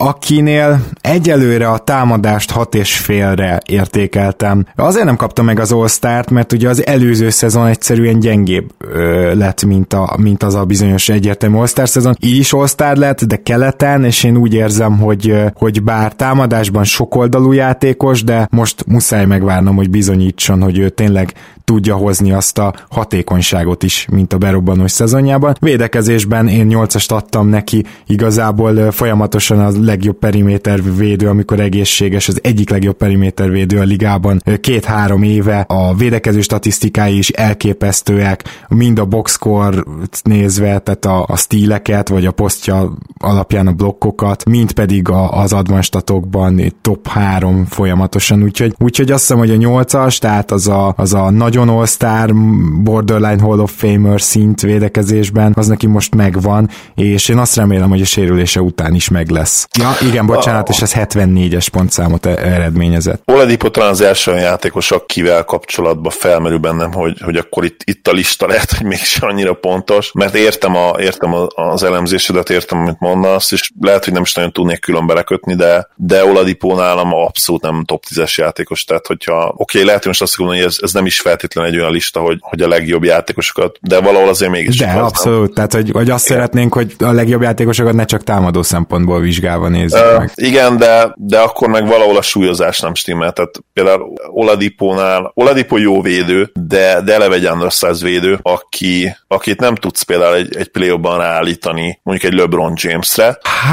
akinél egyelőre a támadást hat és félre értékeltem. Azért nem kapta meg az All-Start, mert ugye az előző szezon egyszerűen gyengébb lett, mint, a, mint az a bizonyos egyértelmű All-Star szezon. Így is All-Star lett, de keleten, és én úgy érzem, hogy, hogy bár támadásban sokoldalú játékos, de most muszáj megvárnom, hogy bizonyítson, hogy ő tényleg tudja hozni azt a hatékonyságot is, mint a berobbanós szezonjában. Védekezésben én nyolcast adtam neki, igazából folyamatosan a legjobb perimétervédő, amikor egészséges, az egyik legjobb perimétervédő a ligában két-három éve. A védekező statisztikái is elképesztőek, mind a boxscore nézve, tehát a, a stíleket, vagy a posztja alapján a blokkokat, mind pedig a, az advanstatokban top három folyamatosan, úgyhogy, úgyhogy azt hiszem, hogy a nyolcas, tehát az a, az a nagyon All-Star, borderline Hall of Famer szint védekezésben, az neki most megvan, és én azt remélem, hogy a sérülése után is meg lesz. Ja, igen, bocsánat, és ez hetvennégyes pontszámot eredményezett. Oladipo talán az első játékos, akivel kapcsolatban felmerül bennem, hogy, hogy akkor itt, itt a lista lehet, hogy mégsem annyira pontos, mert értem, a, értem az elemzésedet, értem, amit mondasz, és lehet, hogy nem is nagyon tudnék külön belekötni, de, de Oladipo nálam abszolút nem top tízes játékos, tehát hogyha, oké, okay, lehet, hogy most azt mondani, hogy ez, ez nem is feltétlenül egy olyan lista, hogy, hogy a legjobb játékosokat, de valahol azért mégis. De abszolút, nem. Tehát hogy, hogy azt igen. Szeretnénk, hogy a legjobb játékosokat ne csak támadó szempontból vizsgálva nézzük uh, meg. Igen, de, de akkor meg valahol a súlyozás nem stimmel, tehát például Oladipónál, Oladipo jó védő, de, de eleve egy undersize védő, aki, akit nem tudsz például egy, egy play-offban ráállítani, mondjuk egy LeBron Jamesre,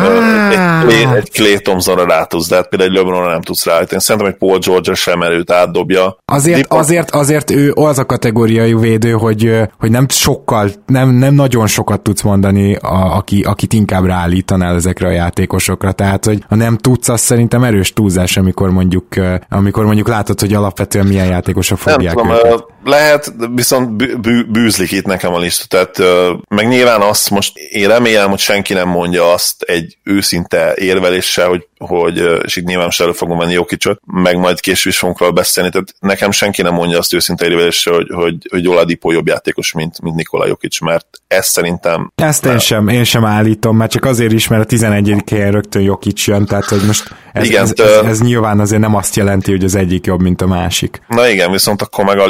egy, egy, egy Klay Thompsonra rá tudsz, de hát például egy LeBronra nem tudsz ráállítani. Szerintem egy Paul George sem erőt átdobja. Azért, Dipa... azért, azért ő az a kategóriai védő, hogy, hogy nem sokkal, nem, nem nagyon sokat tudsz mondani, a, aki, akit inkább ráállítanál ezekre a játékosokra. Tehát, hogy ha nem tudsz, az szerintem erős túlzás, amikor mondjuk, amikor mondjuk látod, hogy alapvetően milyen játékosok fogják nem tudom, őket. Lehet, viszont bű, bű, bűzlik itt nekem a lista. Tehát meg nyilván azt most én remélem, hogy senki nem mondja azt egy őszinte érveléssel, hogy, hogy és itt nyilván most elő fogom venni Jokicot, meg majd később is fogunk róla beszélni. Tehát nekem senki nem mondja azt őszinte érveléssel, hogy, hogy, hogy Oladipo jobb játékos, mint, mint Nikola Jokic, mert ez szerintem... Ezt én sem, én sem állítom, mert csak azért is, mert a tizenegyedik helyen rögtön Jokic jön, tehát hogy most ez, igen, ez, ez, ez, ez nyilván azért nem azt jelenti, hogy az egyik jobb, mint a másik. Na igen, viszont akkor meg a listánk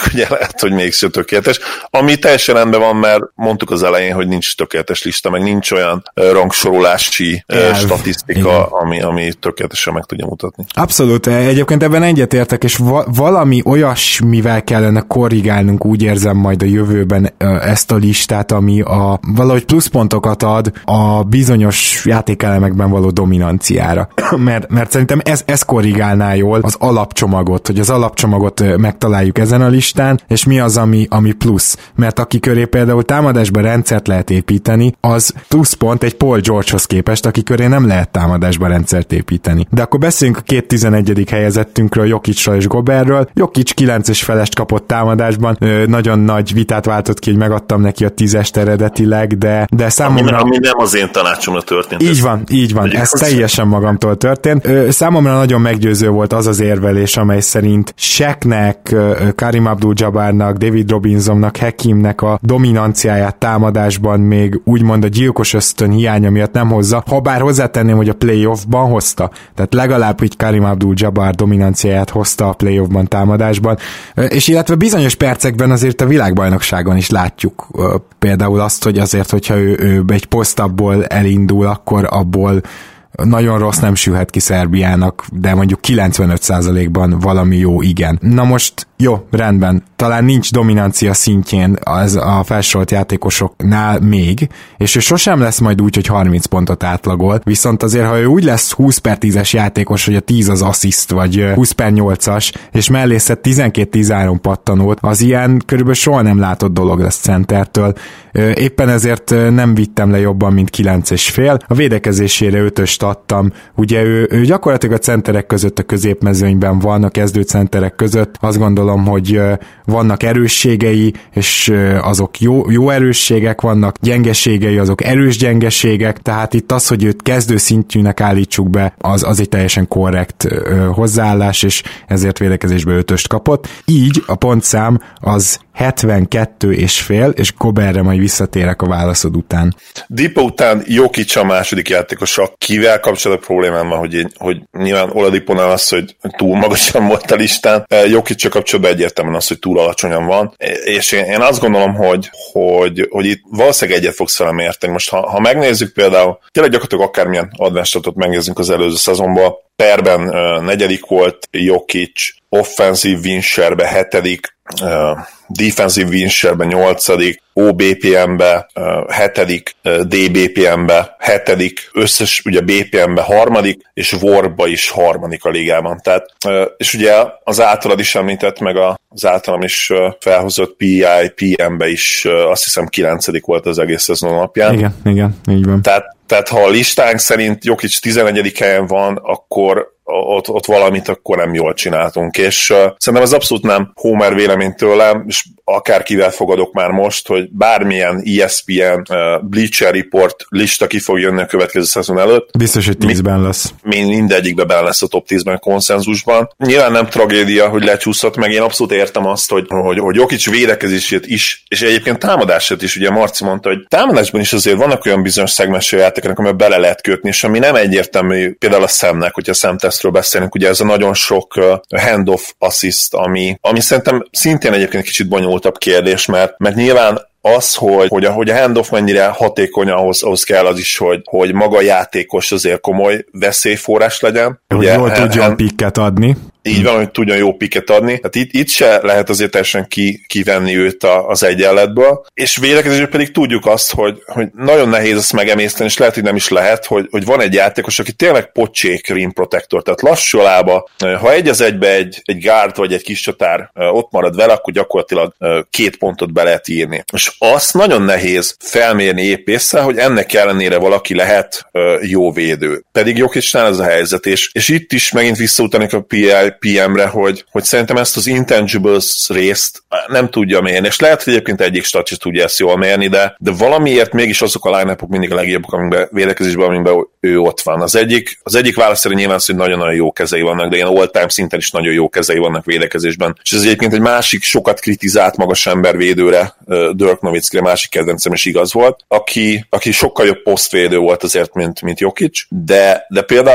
ugye lehet, hogy mégsem tökéletes. Ami teljesen rendben van, mert mondtuk az elején, hogy nincs tökéletes lista, meg nincs olyan rangsorolási Elv. statisztika, ami, ami tökéletesen meg tudja mutatni. Abszolút, egyébként ebben egyetértek, és va- valami olyasmivel kellene korrigálnunk, úgy érzem majd a jövőben ezt a listát, ami a valahogy pluszpontokat ad a bizonyos játékelemekben való dominanciára. mert, mert szerintem ez, ez korrigálná jól az alapcsomagot, hogy az alapcsomagot megtaláljuk ezen a listán, és mi az, ami, ami plusz. Mert aki köré például támadásban rendszert lehet építeni, az pluszpont egy Paul Georgehoz képest, aki köré nem lehet támadásban rendszert építeni. De akkor beszéljünk a két tizenegyedik helyezettünkről, Jokicról és Gobertről. Jokic kilences felest kapott támadásban, Ö, nagyon nagy vitát váltott ki, hogy megadtam neki a tízest eredetileg, de, de számomra... Ami, ami nem az én tanácsomra történt. Így van, így van, ez teljesen magamtól történt. Ö, számomra nagyon meggyőző volt az az érvelés, amely szerint Shaqnek, Karim Abdul-Jabbarnak, David Robinsonnak, Hakimnek a dominanciáját támadásban még úgymond a gyilkos ösztön hiánya miatt nem hozza, ha bár hozzátenném, hogy a playoffban hozta. Tehát legalább így Karim Abdul-Jabbar dominanciáját hozta a playoffban támadásban, és illetve bizonyos percekben azért a világbajnokságon is látjuk például azt, hogy azért, hogyha ő, ő egy posztabból elindul, akkor abból nagyon rossz nem sülhet ki Szerbiának, de mondjuk kilencvenöt százalékban valami jó igen. Na most jó, rendben, talán nincs dominancia szintjén az a felsorolt játékosoknál még, és ő sosem lesz majd úgy, hogy harminc pontot átlagol, viszont azért, ha ő úgy lesz húsz per tízes játékos, hogy a tíz az assziszt, vagy húsz per nyolcas, és mellé szed tizenkét tizenhárom pattanót, az ilyen körülbelül soha nem látott dolog lesz centertől. Éppen ezért nem vittem le jobban, mint kilenc és fél. A védekezésére ötöst adtam. Ugye ő, ő gyakorlatilag a centerek között a középmezőnyben van, a kezdőcenterek között. Azt gondolom, hogy vannak erősségei, és azok jó, jó erősségek vannak, gyengeségei, azok erős gyengeségek, tehát itt az, hogy őt kezdőszintűnek állítsuk be, az, az egy teljesen korrekt hozzáállás, és ezért védekezésbe ötöst kapott. Így a pontszám az hetvenkettő és fél, és Gobertre majd visszatérek a válaszod után. Dipo után Jokic a második játékos, akivel kapcsolatban problémám van, hogy, én, hogy nyilván Oladiponál az, hogy túl magasan volt a listán, Jokic kapcsolatban egyértelműen az, hogy túl alacsonyan van, és én, én azt gondolom, hogy, hogy, hogy itt valószínűleg egyet fogsz velem érteni. Most ha, ha megnézzük például, tényleg gyakorlatilag akármilyen advanced-statot megnézzünk az előző szezonban, perben uh, negyedik volt Jokic, offensive win share-be hetedik, uh, defensive win share-ben nyolcadik, o bé pé em-be uh, hetedik, uh, dé bé pé em-be hetedik, összes ugye bé pé em-be harmadik, és war-ba is harmadik a ligában. Tehát, uh, és ugye az általad is említett, meg az általam is uh, felhozott pé i pé em-be is uh, azt hiszem kilencedik volt az egész szezon alapján. Igen, igen, így van. Tehát Tehát ha a listánk szerint Jokic tizenegyedik helyen van, akkor ott, ott valamit akkor nem jól csináltunk, és uh, szerintem ez abszolút nem Homer vélemény tőlem, és akárkivel fogadok már most, hogy bármilyen é es pé en, uh, Bleacher Report lista ki fog jönni a következő szezon előtt. Biztos, hogy tízben lesz. Mind, mindegyikben benne lesz a top tízben konszenzusban. Nyilván nem tragédia, hogy lecsúszott, meg én abszolút értem azt, hogy, hogy, hogy Jokic védekezését is, és egyébként támadását is, ugye Marci mondta, hogy támadásban is azért vannak olyan bizonyos szegmensű játékok, amiben bele lehet kötni, és ami nem egyértelmű, például a Samnek, hogyha a Sam-tesztről beszélünk, ugye ez a nagyon sok uh, handoff assist, ami, ami szerintem szintén egyébként kicsit bonyolultabb kérdés, mert, mert nyilván az, hogy, hogy, a, hogy a handoff mennyire hatékony, ahhoz, ahhoz kell az is, hogy, hogy maga a játékos azért komoly veszélyforrás legyen. Hogy ugye, jól tudjon pikket adni. Így van, hogy tudjon jó piket adni. Tehát itt, itt se lehet azért teljesen ki, kivenni őt a, az egyenletből. És védekezésben pedig tudjuk azt, hogy, hogy nagyon nehéz ezt megemészteni, és lehet, hogy nem is lehet, hogy, hogy van egy játékos, aki tényleg pocsék rim protector, tehát lassú lába. Ha egy az egybe egy, egy guard vagy egy kis csatár ott marad vele, akkor gyakorlatilag két pontot be lehet írni. És azt nagyon nehéz felmérni épp észre, hogy ennek ellenére valaki lehet jó védő. Pedig Jokicnál ez a helyzet, és, és itt is megint visszautanik a pé em-re, hogy, hogy szerintem ezt az intangibles részt nem tudja mérni, és lehet, hogy egyébként egyik stat is tudja ezt jól mérni, de, de valamiért mégis azok a line-upok mindig a legjobbak, amikben védekezésben, amikben ő ott van. Az egyik, az egyik válasz szerint nyilván, hogy nagyon-nagyon jó kezei vannak, de ilyen all-time szinten is nagyon jó kezei vannak védekezésben. És ez egyébként egy másik sokat kritizált magas ember védőre, Dirk Nowitzkire, másik kedvencem is igaz volt, aki, aki sokkal jobb posztvédő volt azért, mint, mint Jokic, de, de például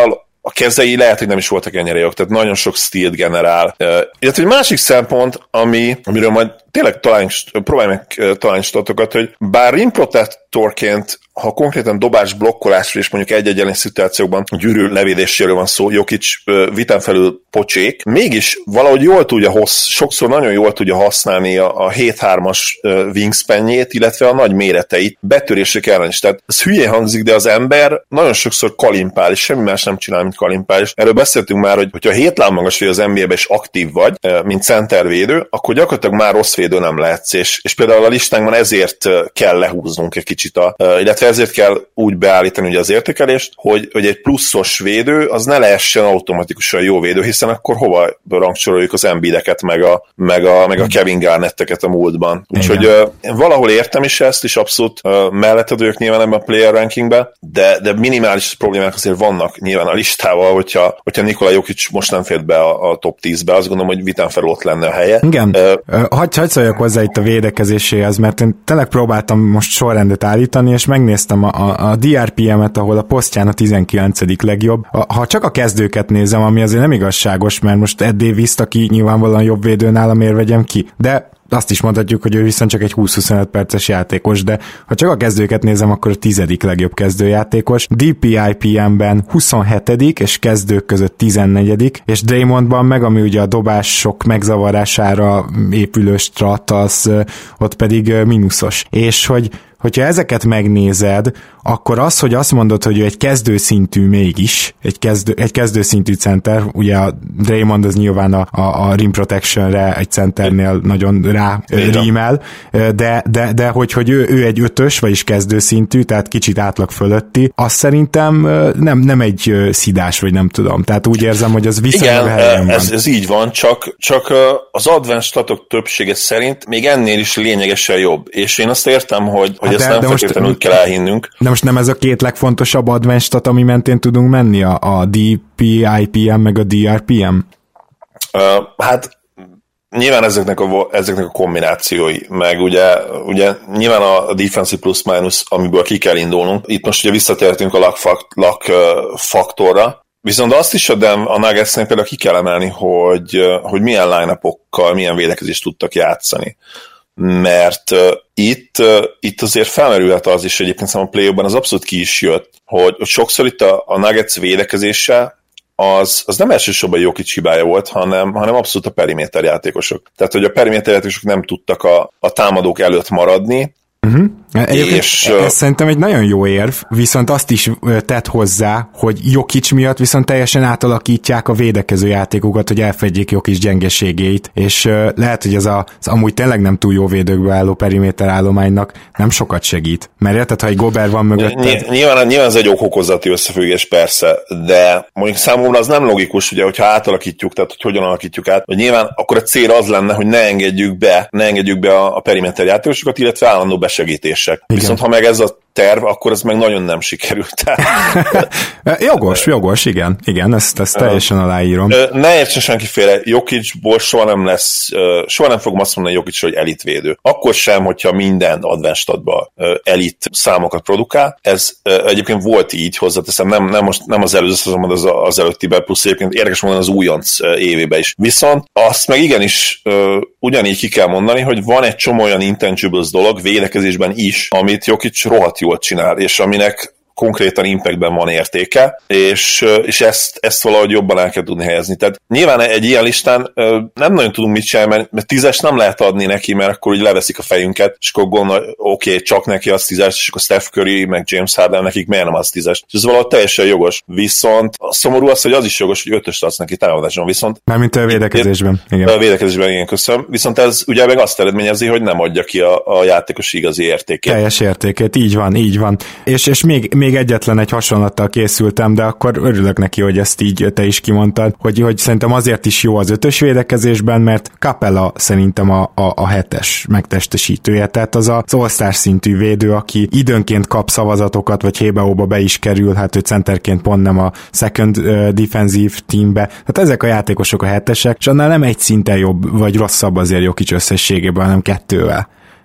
a kezei lehet, hogy nem is voltak ennyire jók, tehát nagyon sok stílt generál. Illetve egy másik szempont, ami, amiről majd tényleg talán, próbálj meg találni statokat, hogy bár rim protectorként, ha konkrétan dobás blokkolásról és mondjuk egy-egy ellen szituációkban gyűrű levédéséről van szó, Jokic vitán felül pocsék, mégis valahogy jól tudja hossz, sokszor nagyon jól tudja használni a, a hét hármas wingspanjét, illetve a nagy méreteit betörések ellen is. Tehát ez hülyén hangzik, de az ember nagyon sokszor kalimpál, és semmi más nem csinál, mint kalimpál. És erről beszéltünk már, hogy hogyha hét láb magas vagy az en bé á-ben is aktív vagy, mint centervédő, akkor gyakorlatilag már rossz védő nem lehetsz, és, és például a listánkban ezért kell lehúznunk egy kicsit, a, illetve ezért kell úgy beállítani ugye az értékelést, hogy, hogy egy pluszos védő az ne lehessen automatikusan jó védő, hiszen akkor hova rangsoroljuk az Embiideket, meg a, meg a, meg a Kevin Garnetteket a múltban. Úgyhogy uh, valahol értem is ezt, és abszolút uh, melletted vagyok nyilván ebben a player rankingben, de, de minimális problémák azért vannak nyilván a listával, hogyha, hogyha Nikola Jokic most nem fér be a, a top tízbe, azt gondolom, hogy vitán felül ott lenne a helye. Igen, uh, hagyj hagy szóljak hozzá itt a védekezéséhez, mert én tényleg próbáltam most sorrendet állítani, és megnéztem a, a, a dé er pé em-et, ahol a posztján a tizenkilencedik legjobb. A, ha csak a kezdőket nézem, ami azért nem igazságos, mert most Ed Davis-t, aki nyilvánvalóan jobb védő nálam, miért vegyem ki, de azt is mondhatjuk, hogy ő viszont csak egy húsz-huszonöt perces játékos, de ha csak a kezdőket nézem, akkor a tizedik legjobb kezdőjátékos. dé pé i pé em-ben huszonhetedik és kezdők között tizennegyedik, és Draymondban meg, ami ugye a dobások megzavarására épülő strat, az ott pedig mínuszos. És hogy hogyha ezeket megnézed, akkor az, hogy azt mondod, hogy ő egy kezdőszintű mégis, egy, kezdő, egy kezdőszintű center, ugye a Draymond az nyilván a, a, a rim protectionre egy centernél nagyon rá rímel, de, de, de hogy, hogy ő, ő egy ötös, vagyis kezdőszintű, tehát kicsit átlag fölötti, az szerintem nem, nem egy szidás, vagy nem tudom. Tehát úgy érzem, hogy az viszonylag helyen van. Ez, ez így van, csak, csak az advanced statok többsége szerint még ennél is lényegesen jobb. És én azt értem, hogy, hogy hát ezt de, nem de feltétlenül úgy kell elhinnünk. De most nem ez a két legfontosabb advanced stat, ami mentén tudunk menni? A, a dé pé i pé em meg a dé er pé em? Uh, hát nyilván ezeknek a, ezeknek a kombinációi, meg ugye, ugye nyilván a defensive plus-minus, amiből ki kell indulnunk. Itt most ugye visszatértünk a luck, fakt, luck uh, faktorra, viszont azt is a, a Nuggetsnél például ki kell emelni, hogy, hogy milyen line-upokkal, milyen védekezést tudtak játszani. Mert uh, itt, uh, itt azért felmerülhet az is, hogy egyébként szerintem a play-ban az abszolút ki is jött, hogy, hogy sokszor itt a, a Nuggets védekezése az, az nem elsősorban Jokic hibája volt, hanem, hanem abszolút a periméter játékosok. Tehát, hogy a periméter játékosok nem tudtak a, a támadók előtt maradni, Uh-huh. És, ez szerintem egy nagyon jó érv, viszont azt is tett hozzá, hogy Jokic miatt viszont teljesen átalakítják a védekező játékokat, hogy elfedjék Jokic gyengeségét, és lehet, hogy ez a, az amúgy tényleg nem túl jó védőkbe álló periméter állománynak nem sokat segít. Mert érted, ha egy Gobert van mögötted... Nyilván, nyilván ez egy okokozati összefüggés persze, de mondjuk számomra az nem logikus, ugye, hogyha átalakítjuk, tehát hogy hogyan alakítjuk át, hogy nyilván akkor a cél az lenne, hogy ne engedjük be, ne engedjük be a, a periméter játékosokat, illetve állandó besegítések. Igen. Viszont ha meg ez a terv, akkor ez meg nagyon nem sikerült. jogos, jogos, igen, igen, ezt, ezt teljesen aláírom. Ne értsen senkiféle, Jokicból soha nem lesz, soha nem fogom azt mondani Jokic, hogy elitvédő. Akkor sem, hogyha minden advanced statban elit számokat produkál. Ez egyébként volt így, hozzáteszem, nem, nem, most, nem az előző szezonban, az, az előttiben, plusz egyébként érdekes mondani az újonc évében is. Viszont azt meg igenis ugyanígy ki kell mondani, hogy van egy csomó olyan intangibles dolog védekezésben is, amit Jokic rohadt jól csinál, és aminek konkrétan impactben van értéke, és, és ezt, ezt valahogy jobban el kell tudni helyezni. Tehát nyilván egy ilyen listán nem nagyon tudunk mit csinálni, mert, mert tízes nem lehet adni neki, mert akkor úgy leveszik a fejünket, és akkor gondol, oké, okay, csak neki az tízes, és akkor Steph Curry, meg James Harden, nekik miért nem az tízes. És ez valahogy teljesen jogos. Viszont a szomorú az, hogy az is jogos, hogy ötöst adsz neki támadáson. Viszont mármint a védekezésben. Igen. A védekezésben, igen, köszönöm. Viszont ez ugye meg azt eredményezi, hogy nem adja ki a, a játékos igazi értékét. Teljes értékét, így van, így van. És, és még, még egyetlen egy hasonlattal készültem, de akkor örülök neki, hogy ezt így te is kimondtad, hogy, hogy szerintem azért is jó az ötös védekezésben, mert Capella szerintem a, a, a hetes megtestesítője, tehát az az all-star szintű védő, aki időnként kap szavazatokat, vagy hébe-óba be is kerül, hát ő centerként pont nem a second uh, defensive teambe, tehát ezek a játékosok a hetesek, és annál nem egy szinten jobb, vagy rosszabb azért Jokic összességében, hanem kettővel.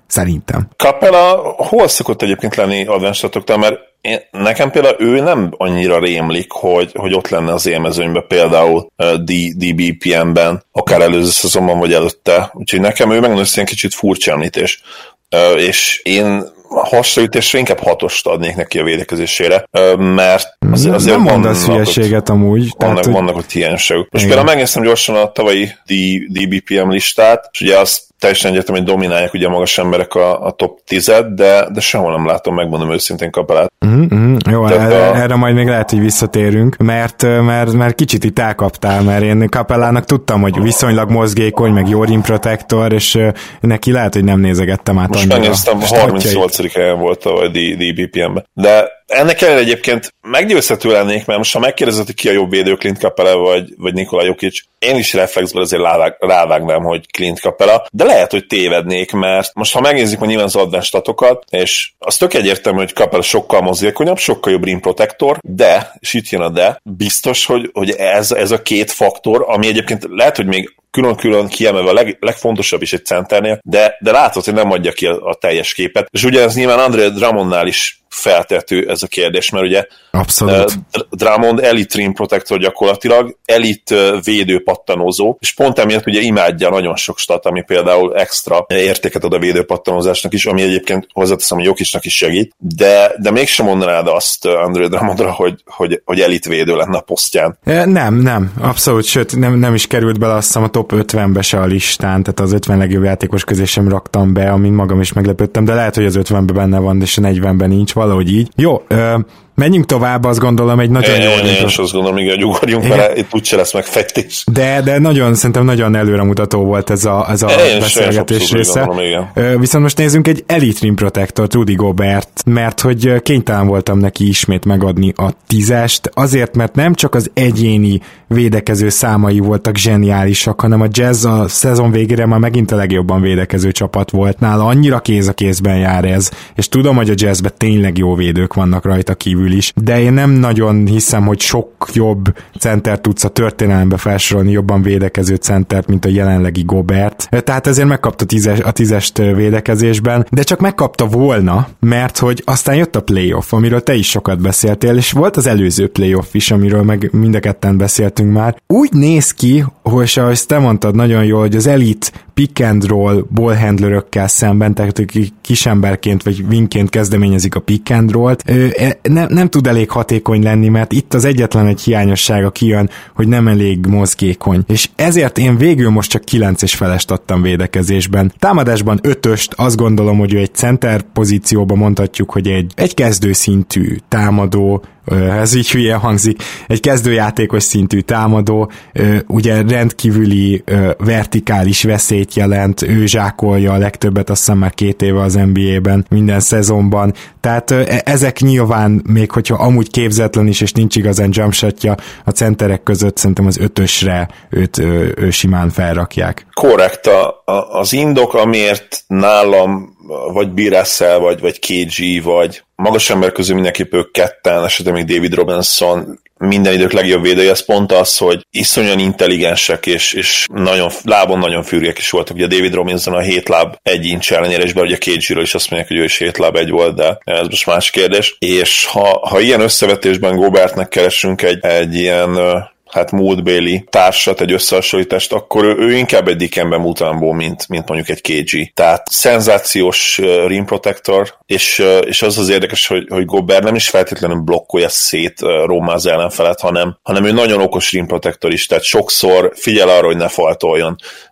Szerintem. Capella hol szokott egyébként lenni advanced-atoktól, mert én, nekem például ő nem annyira rémlik, hogy, hogy ott lenne az élmezőnyben, például uh, D B P M-ben, akár előző szezonban, vagy előtte. Úgyhogy nekem ő megmondom, hogy kicsit furcsa említés. Uh, és én hasraütésre inkább hatost adnék neki a védekezésére, uh, mert azért, azért nem mondasz hülyeséget amúgy. Vannak, tehát, vannak ott hiányosságok. Most például megnéztem gyorsan a tavalyi D B P M listát, és ugye azt teljesen egyértelmű, hogy dominálják ugye a magas emberek a, a top tízet, de, de sehol nem látom, megmondom őszintén Capellát. Mm-hmm. Jó, erre, a... erre majd még lehet, hogy visszatérünk, mert, mert, mert kicsit itt elkaptál, mert én Capellának tudtam, hogy viszonylag mozgékony, meg jó rim protector, és neki lehet, hogy nem nézegettem át most annyira. Most megnéztem, harmincnyolcadik helyen volt a D B P M-ben. De ennek ellenére egyébként meggyőzhető lennék, mert most ha megkérdezed, hogy ki a jobb védő, Clint Capella vagy, vagy Nikola Jokic, én is reflexből azért rávág, rávágnám, hogy Clint Capella, de lehet, hogy tévednék, mert most ha megnézzük hogy nyilván az advanced statokat, és az tök egyértelmű, hogy Capella sokkal mozgékonyabb, sokkal jobb rim protector, de, és itt jön a de, biztos, hogy, hogy ez, ez a két faktor, ami egyébként lehet, hogy még külön-külön kiemelve a leg, legfontosabb is egy centernél, de, de látod, hogy nem adja ki a, a teljes képet. És ugye ez nyilván Andre Drummondnál is feltető ez a kérdés, mert ugye Abszolút. Drummond elite rim protector gyakorlatilag, elite védőpattanózó, és pont emiatt ugye imádja nagyon sok stat, ami például extra értéket ad a védőpattanózásnak is, ami egyébként hozzáteszem, hogy Jokicnak is segít, de, de mégsem mondanád azt Andre Drummondra, hogy, hogy, hogy elite védő lenne a posztján. Nem, nem, abszolút, sőt nem, nem is került bele azt hiszem a top ötvenbe se a listán, tehát az ötven legjobb játékos közé sem raktam be, amin magam is meglepődtem, de lehet, hogy az ötvenben benne van, és a negyvenben nincs, valahogy így. Jó, ö, menjünk tovább, azt gondolom egy nagyon jó... Én, én is azt gondolom, hogy ugorjunk, mert itt úgyse lesz megfejtés. De, de nagyon, szerintem nagyon előremutató volt ez a, ez a beszélgetés része. Gondolom, viszont most nézzünk egy Elite Rim Protector, Rudy Gobert, mert hogy kénytelen voltam neki ismét megadni a tízest, azért, mert nem csak az egyéni védekező számai voltak zseniálisak, hanem a Jazz a szezon végére már megint a legjobban védekező csapat volt nála, annyira kéz a kézben jár ez, és tudom, hogy a Jazzben tényleg jó védők vannak rajta kívül is, de én nem nagyon hiszem, hogy sok jobb center tudsz a történelembe felsorolni, jobban védekező centert, mint a jelenlegi Gobert. Tehát ezért megkapta tízes, a tízest védekezésben, de csak megkapta volna, mert hogy aztán jött a playoff, amiről te is sokat beszéltél, és volt az előző playoff is, amiről meg mind a ketten beszéltünk már. Úgy néz ki, hogy ahogy te mondtad nagyon jól, hogy az elite pick and roll ballhandlerökkel szemben, tehát akik kisemberként vagy wingként kezdeményezik a pick and rollt, nem, nem tud elég hatékony lenni, mert itt az egyetlen egy hiányossága kijön, hogy nem elég mozgékony. És ezért én végül most csak kilenc és felest adtam védekezésben. Támadásban ötöst, azt gondolom, hogy egy center pozícióban mondhatjuk, hogy egy, egy kezdőszintű támadó, ez így hülye hangzik, egy kezdőjátékos szintű támadó, ugye rendkívüli vertikális veszélyt jelent, ő zsákolja a legtöbbet, azt hiszem már két éve az en bé á-ben, minden szezonban, tehát ezek nyilván, még hogyha amúgy képzetlen is, és nincs igazán jumpshotja, a centerek között szerintem az ötösre őt ő, ő simán felrakják. Korrekt, a, az indok, amiért nálam vagy Bill Russell, vagy, vagy ká gé, vagy magas ember közül mindenképp ők ketten, esetleg még David Robinson, minden idők legjobb védője, ez pont az, hogy iszonyan intelligensek, és, és nagyon, lábon nagyon fürgek is voltak. Ugye David Robinson a hét láb egy incs ellenére, és bár ugye ká gé-ről is azt mondják, hogy ő is hét láb egy volt, de ez most más kérdés. És ha, ha ilyen összevetésben Gobertnek keresünk egy, egy ilyen hát múltbéli társat, egy összehasonlítást, akkor ő, ő inkább egy Dikembe Mutombo, mint, mint mondjuk egy ká gé. Tehát szenzációs uh, rim protector, és, uh, és az az érdekes, hogy, hogy Gobert nem is feltétlenül blokkolja szét uh, Róma az ellenfelet, hanem, hanem ő nagyon okos rim protector is, tehát sokszor figyel arra, hogy ne faltoljon,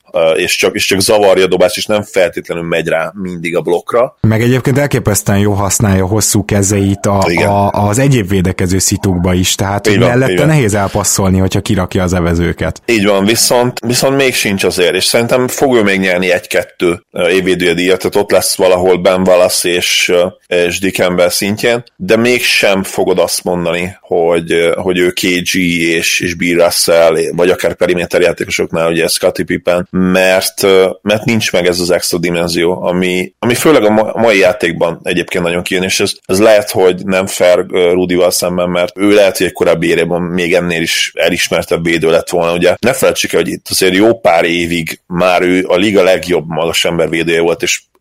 és csak, és csak zavarja a dobást, és nem feltétlenül megy rá mindig a blokkra. Meg egyébként elképesztően jó használja hosszú kezeit a, a, az egyéb védekező szitukba is, tehát így mellette van, nehéz elpasszolni, hogyha kirakja az evezőket. Így van, viszont, viszont még sincs azért, és szerintem fog ő még nyerni egy-kettő évvédője díjat, tehát ott lesz valahol Ben Wallace és, és Dikembe szintjén, de mégsem fogod azt mondani, hogy, hogy ő ká gé és, és Bill Russell, vagy akár periméter játékosoknál, ugye Scottie Pippen, mert, mert nincs meg ez az extra dimenzió, ami, ami főleg a mai játékban egyébként nagyon kijön, és ez, ez lehet, hogy nem fair Rudival szemben, mert ő lehet, hogy egy korábbi érében még ennél is elismertebb védő lett volna, ugye. Ne felejtsük el, hogy itt azért jó pár évig már ő a liga legjobb magas ember védője volt, és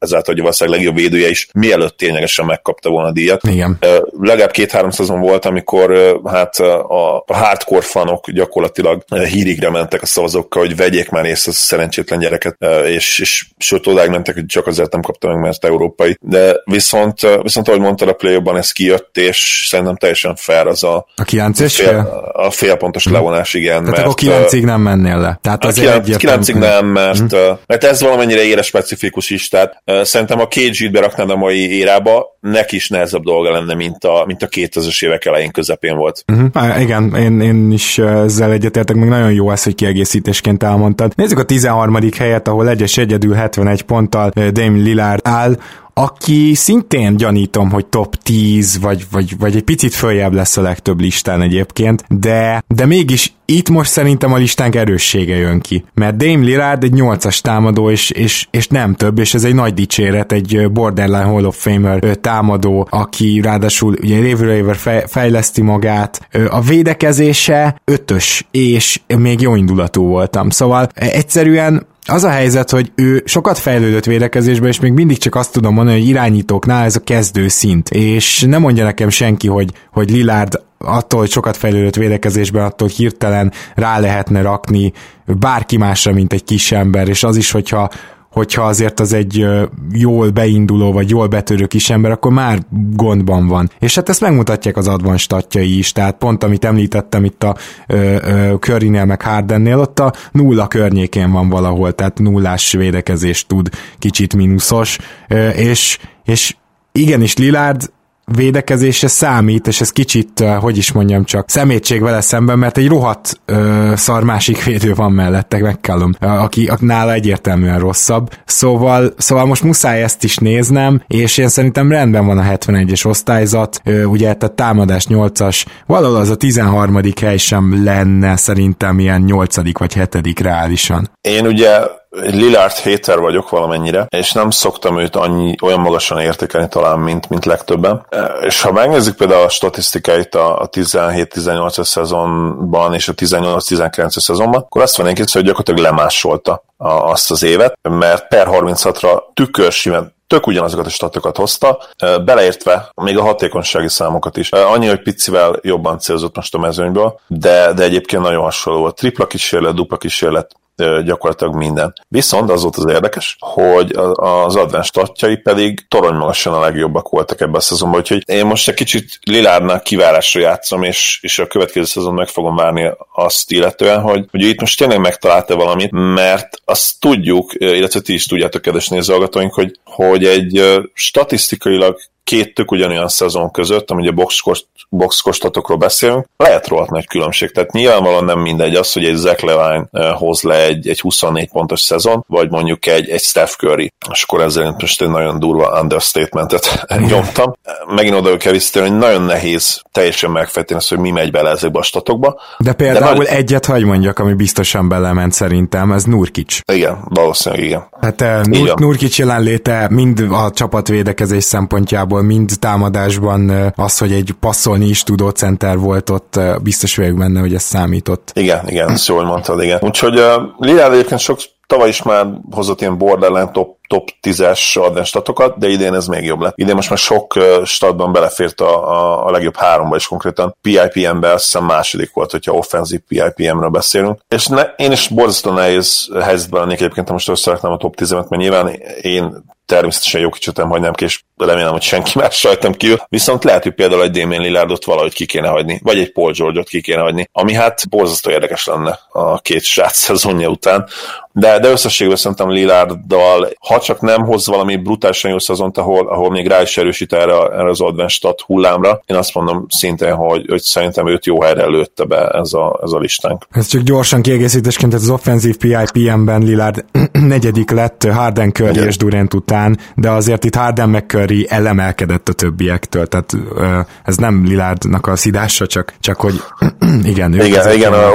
ezáltal, hogy valószínűleg legjobb védője is, mielőtt ténylegesen megkapta volna a díjat. Igen. Legalább két-három szezon volt, amikor hát a, a hardcore fanok gyakorlatilag hírigre mentek a szavazókkal, hogy vegyék már észre a szerencsétlen gyereket, és, és sőt odáig mentek, hogy csak azért nem kapta meg, mert európai. De viszont, viszont ahogy mondtad, a play-ban ez kijött, és szerintem teljesen fair az a a kilences fél, a félpontos levonás, igen. Tehát mert, akkor kilencig nem mennél le. Tehát az kilencig nem, mert, mm. mert ez valamennyire ére specifikus is, tehát szerintem a két zsít beraknád a mai érába, neki is nehezebb dolga lenne, mint a, mint a kétezres évek elején közepén volt. Uh-huh. Há, igen, én, én is ezzel egyetértek, meg nagyon jó ez, hogy kiegészítésként elmondtad. Nézzük a tizenharmadik helyet, ahol egyes egyedül hetvenegy ponttal Dame Lillard áll, aki szintén gyanítom, hogy top tíz, vagy, vagy, vagy egy picit följebb lesz a legtöbb listán egyébként, de, de mégis itt most szerintem a listánk erőssége jön ki, mert Dame Lillard egy nyolcas támadó, és, és, és nem több, és ez egy nagy dicséret, egy borderline Hall of Famer támadó, aki ráadásul ugye évről évre fejleszti magát, a védekezése ötös, és még jó indulatú voltam, szóval egyszerűen az a helyzet, hogy ő sokat fejlődött védekezésben, és még mindig csak azt tudom mondani, hogy irányítóknál ez a kezdő szint. És nem mondja nekem senki, hogy, hogy Lillard attól, hogy sokat fejlődött védekezésben, attól hirtelen rá lehetne rakni bárki másra, mint egy kis ember, és az is, hogyha hogyha azért az egy jól beinduló, vagy jól betörő kis ember, akkor már gondban van. És hát ezt megmutatják az advanced statjai is, tehát pont amit említettem itt a Currynél meg Hardennél, ott a nulla környékén van valahol, tehát nullás védekezést tud, kicsit mínuszos, és, és igenis Lillard védekezése számít, és ez kicsit, hogy is mondjam csak, szemétség vele szemben, mert egy rohadt ö, szar másik védő van mellette, McCallum, aki nála egyértelműen rosszabb. Szóval, szóval most muszáj ezt is néznem, és én szerintem rendben van a hetvenegyes osztályzat, ö, ugye a támadás nyolcas, valahol az a tizenharmadik hely sem lenne szerintem ilyen nyolcadik vagy hetedik reálisan. Én ugye Lillard hater vagyok valamennyire, és nem szoktam őt annyi, olyan magasan értékelni talán, mint, mint legtöbben. És ha megnézzük például a statisztikáit a, a tizenhét-tizennyolcas szezonban és a tizennyolc-tizenkilences szezonban, akkor azt van észre, hogy gyakorlatilag lemásolta a, azt az évet, mert per harmincatra tükörsimán tök ugyanazokat a statokat hozta, beleértve még a hatékonysági számokat is. Annyi, hogy picivel jobban célzott most a mezőnyből, de, de egyébként nagyon hasonló volt. Tripla kísérlet, dupla kísérlet, gyakorlatilag minden. Viszont az volt az érdekes, hogy az advanced statjai pedig toronymagasan a legjobbak voltak ebben a szezonban, úgyhogy én most egy kicsit Lillardnál kivárásra játszom, és, és a következő szezon meg fogom várni azt illetően, hogy, hogy itt most tényleg megtalálta valamit, mert azt tudjuk, illetve ti is tudjátok, kedves nézőhallgatóink, hogy, hogy egy statisztikailag két tök ugyanolyan szezon között, amíg a boxkostatokról beszélünk, lehet rohadt nagy különbség. Tehát nyilvánvalóan nem mindegy az, hogy egy Zach Levine hoz le egy, egy huszonnégy pontos szezon, vagy mondjuk egy, egy Steph Curry. És akkor ezzel most egy nagyon durva understatementet nyomtam. Megint oda kell visszatérni, hogy nagyon nehéz teljesen megfejteni azt, hogy mi megy bele ezekbe a statokba. De például De egyet hagy mondjak, ami biztosan belement szerintem, ez Nurkic. Igen, valószínűleg igen. Hát Nur- Nurkic jelenléte mind a csapatvédekezés szempontjából, mind támadásban az, hogy egy passzolni is tudó center volt ott, biztos vagyok benne, hogy ez számított. Igen, igen, ezt jól mondtad, igen. Úgyhogy uh, Lillard egyébként sok tavaly is már hozott ilyen borderline top, top tízes advanced statokat, de idén ez még jobb lett. Idén most már sok uh, statban belefért a, a, a legjobb háromba is konkrétan. pé i pé em-ben azt hiszem második volt, hogyha offenzív pé i pé em-ről beszélünk. És ne, én is borzasztó nehéz helyzetben lennék egyébként, most összeraknám a top tízemet, mert nyilván én természetesen jó kicsit nem hagynám ki, és remélem, hogy senki más sajtam ki. Viszont lehet, hogy például egy Damian Lillardot valahogy ki kéne hagyni, vagy egy Paul George-ot ki kéne hagyni, ami hát borzasztó érdekes lenne a két srác szezonja után. De, de összességben szerintem Lillarddal, ha csak nem hoz valami brutálisan jó szezont, ahol, ahol még rá is erősít erre, erre az advanced stat hullámra, én azt mondom szintén, hogy, hogy szerintem őt jó helyre előtte be ez a, ez a listánk. Ez csak gyorsan kiegészítésként, az offenzív pé i pé em-ben Lillard negyedik lett Harden, Curry igen. és Durant után, de azért itt Harden meg Curry elemelkedett a többiektől, tehát ez nem Lillardnak a szidása, csak, csak hogy igen. Igen, igen a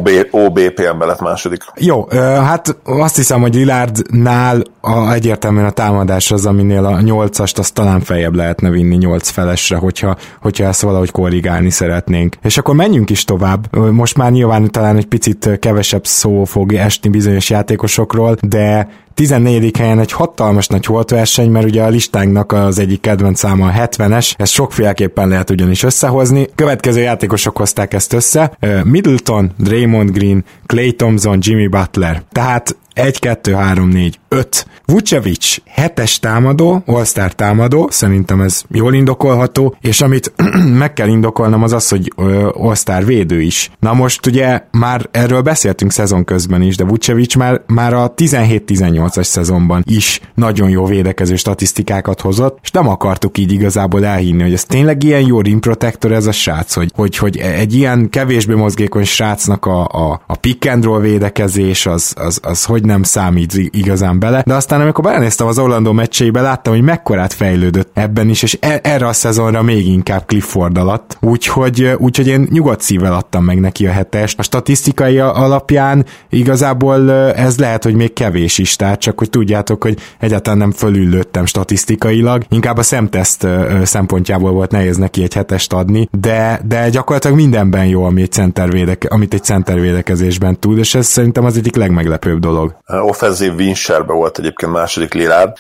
o bé pé em-ben lett második. Jó, hát azt hiszem, hogy Lillardnál a, egyértelműen a támadás az, aminél a nyolcast azt talán feljebb lehetne vinni nyolc felesre, hogyha, hogyha ezt valahogy korrigálni szeretnénk. És akkor menjünk is tovább. Most már nyilván talán egy picit kevesebb szó fog esni bizonyos játékosokról, de tizennegyedik helyen egy hatalmas nagy holtverseny, mert ugye a listánknak az egyik kedvenc száma a hetvenes, ezt sokféleképpen lehet ugyanis összehozni. Következő játékosok hozták ezt össze, Middleton, Draymond Green, Klay Thompson, Jimmy Butler. Tehát egy, kettő, három, négy, öt. Vucevic, hetes támadó, All-Star támadó, szerintem ez jól indokolható, és amit meg kell indokolnom az az, hogy All-Star védő is. Na most ugye már erről beszéltünk szezon közben is, de Vucevic már, már a tizenhét tizennyolcas szezonban is nagyon jó védekező statisztikákat hozott, és nem akartuk így igazából elhinni, hogy ez tényleg ilyen jó rim protector ez a srác, hogy, hogy, hogy egy ilyen kevésbé mozgékony srácnak a, a, a pick and roll védekezés az, az, az hogy nem számít igazán bele, de aztán amikor belenéztem az Orlando meccseibe, láttam, hogy mekkorát fejlődött ebben is, és e- erre a szezonra még inkább Clifford alatt, úgyhogy, úgyhogy én nyugodt szívvel adtam meg neki a hetest. A statisztikai alapján igazából ez lehet, hogy még kevés is, tehát csak hogy tudjátok, hogy egyáltalán nem fölüllődtem statisztikailag, inkább a szemteszt szempontjából volt nehéz neki egy hetest adni, de, de gyakorlatilag mindenben jó, ami egy centervédeke, amit egy centervédekezésben tud, és ez szerintem az egyik legmeglepőbb dolog. Offenzív Winsherbe volt egyébként második Lillard.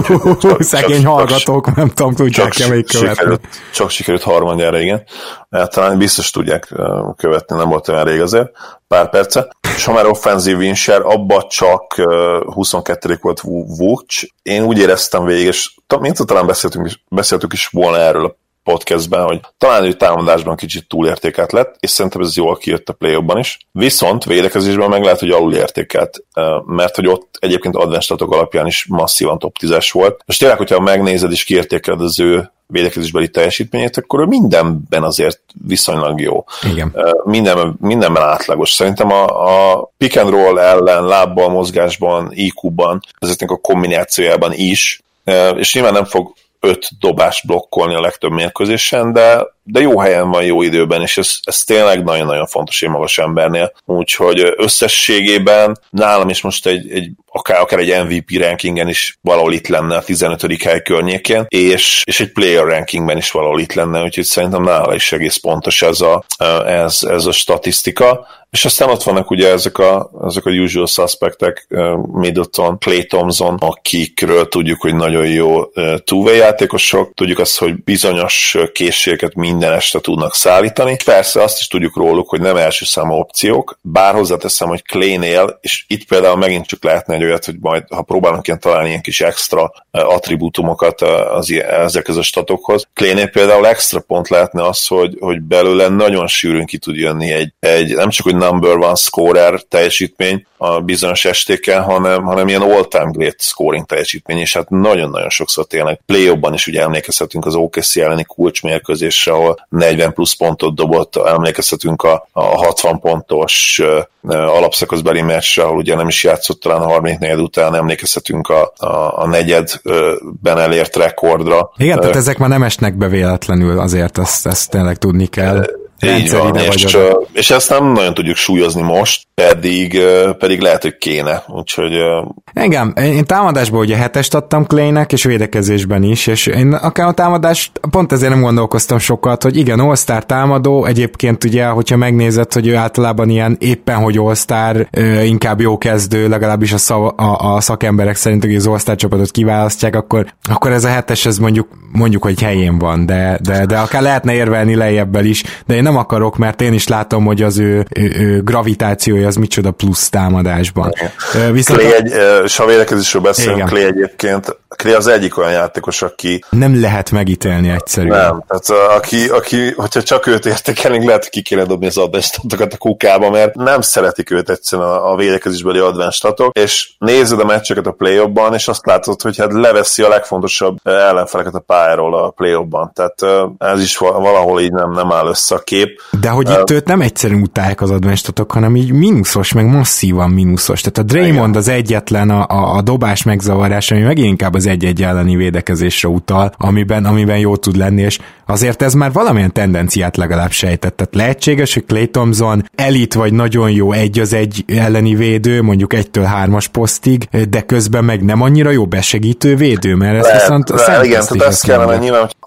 Szegény hallgatók, nem tudom, tudják-e még követni. Csak sikerült harmadjára, igen. Talán biztos tudják követni, nem volt olyan rég azért, pár perce. És ha már offenzív Winsher, abba csak huszonkettő volt Vooch. Én úgy éreztem végig, és mint talán beszéltünk, beszéltük is volna erről a podcastben, hogy talán ő támadásban kicsit túlértékelt lett, és szerintem ez jól kijött a play-offban is. Viszont védekezésben meg lehet, hogy alulértékelt, mert hogy ott egyébként advanced statok alapján is masszívan top tízes volt. Most tényleg, hogyha megnézed és kiértékeled az ő védekezésbeli teljesítményét, akkor ő mindenben azért viszonylag jó. Igen. Minden, mindenben átlagos. Szerintem a, a pick and roll ellen, lábbal, mozgásban, í kú-ban, ezeknek a kombinációjában is, és nyilván nem fog öt dobást blokkolni a legtöbb mérkőzésen, de, de jó helyen van, jó időben, és ez, ez tényleg nagyon-nagyon fontos egy magas embernél. Úgyhogy összességében nálam is most egy, egy akár, akár egy em vé pé rankingen is valahol itt lenne a tizenötödik hely környékén, és, és egy player rankingben is valahol itt lenne, úgyhogy szerintem nála is egész pontos ez a, ez, ez a statisztika. És aztán ott vannak ugye ezek a, ezek a usual suspectek, Middleton, Klay Thompson, akikről tudjuk, hogy nagyon jó two-way játékosok, tudjuk azt, hogy bizonyos készségeket minden este tudnak szállítani. Persze azt is tudjuk róluk, hogy nem első számú opciók, bár hozzáteszem, hogy Klaynél, és itt például megint csak lehetne egy olyat, hogy majd, ha próbálunk ilyen találni ilyen kis extra attribútumokat az, ezekhez a statokhoz, Klaynél például extra pont lehetne az, hogy, hogy belőle nagyon sűrűn ki tud jönni egy, egy nem csak, hogy number one scorer teljesítmény a bizonyos estéken, hanem, hanem ilyen all-time great scoring teljesítmény, és hát nagyon-nagyon sokszor tényleg play-offban is ugye emlékezhetünk az o ká cé elleni kulcsmérkőzésre, ahol negyven plusz pontot dobott, emlékezhetünk a, a hatvan pontos uh, alapszakaszbeli meccsre, ahol ugye nem is játszott talán a harmadik negyed után, emlékezhetünk a, a, a negyedben elért rekordra. Igen, tehát ezek már nem esnek be véletlenül, azért ezt, ezt tényleg tudni kell. Így van, és, és ezt nem nagyon tudjuk súlyozni most, pedig, pedig lehet, hogy kéne, úgyhogy... Engem, én támadásban ugye hetest adtam Klaynek, és védekezésben is, és én akár a támadást pont ezért nem gondolkoztam sokat, hogy igen, All-Star támadó, egyébként ugye, hogyha megnézed, hogy ő általában ilyen éppen, hogy All-Star, inkább jó kezdő, legalábbis a, szav, a, a szakemberek szerint, hogy az All-Star csapatot kiválasztják, akkor, akkor ez a hetes, ez mondjuk, mondjuk, hogy helyén van, de, de, de akár lehetne érvelni lejjebbel is, de én nem akarok, mert én is látom, hogy az ő, ő, ő gravitációja az micsoda plusz támadásban. Viszont Klay egy, és ha védekezésről beszélünk, Klay egyébként, Klay az egyik olyan játékos, aki... Nem lehet megítélni egyszerűen. Nem, tehát aki, aki hogyha csak őt értékelünk, lehet, hogy ki kéne dobni az advanced-statokat a kukába, mert nem szeretik őt egyszerűen a, a védekezésbeli advanced-statok, és nézed a meccseket a play-offban, és azt látod, hogy hát leveszi a legfontosabb ellenfeleket a pályáról a play-offban. Tehát ez is valahol így nem, nem áll össze a kép. De hogy itt uh, őt nem egyszerűen utálják az advanced-statok, hanem így mínuszos, meg masszívan mínuszos. Tehát a Draymond az egyetlen a, a, a dobás megzavarás, ami meg inkább az egy-egy elleni védekezésre utal, amiben, amiben jó tud lenni, és azért ez már valamilyen tendenciát legalább sejtett. Tehát lehetséges, hogy Klay Thompson elit vagy nagyon jó egy az egy elleni védő, mondjuk egytől hármas posztig, de közben meg nem annyira jó besegítő védő, mert ez lehet, viszont a le, igen, tehát ezt kellene, mert nyilván,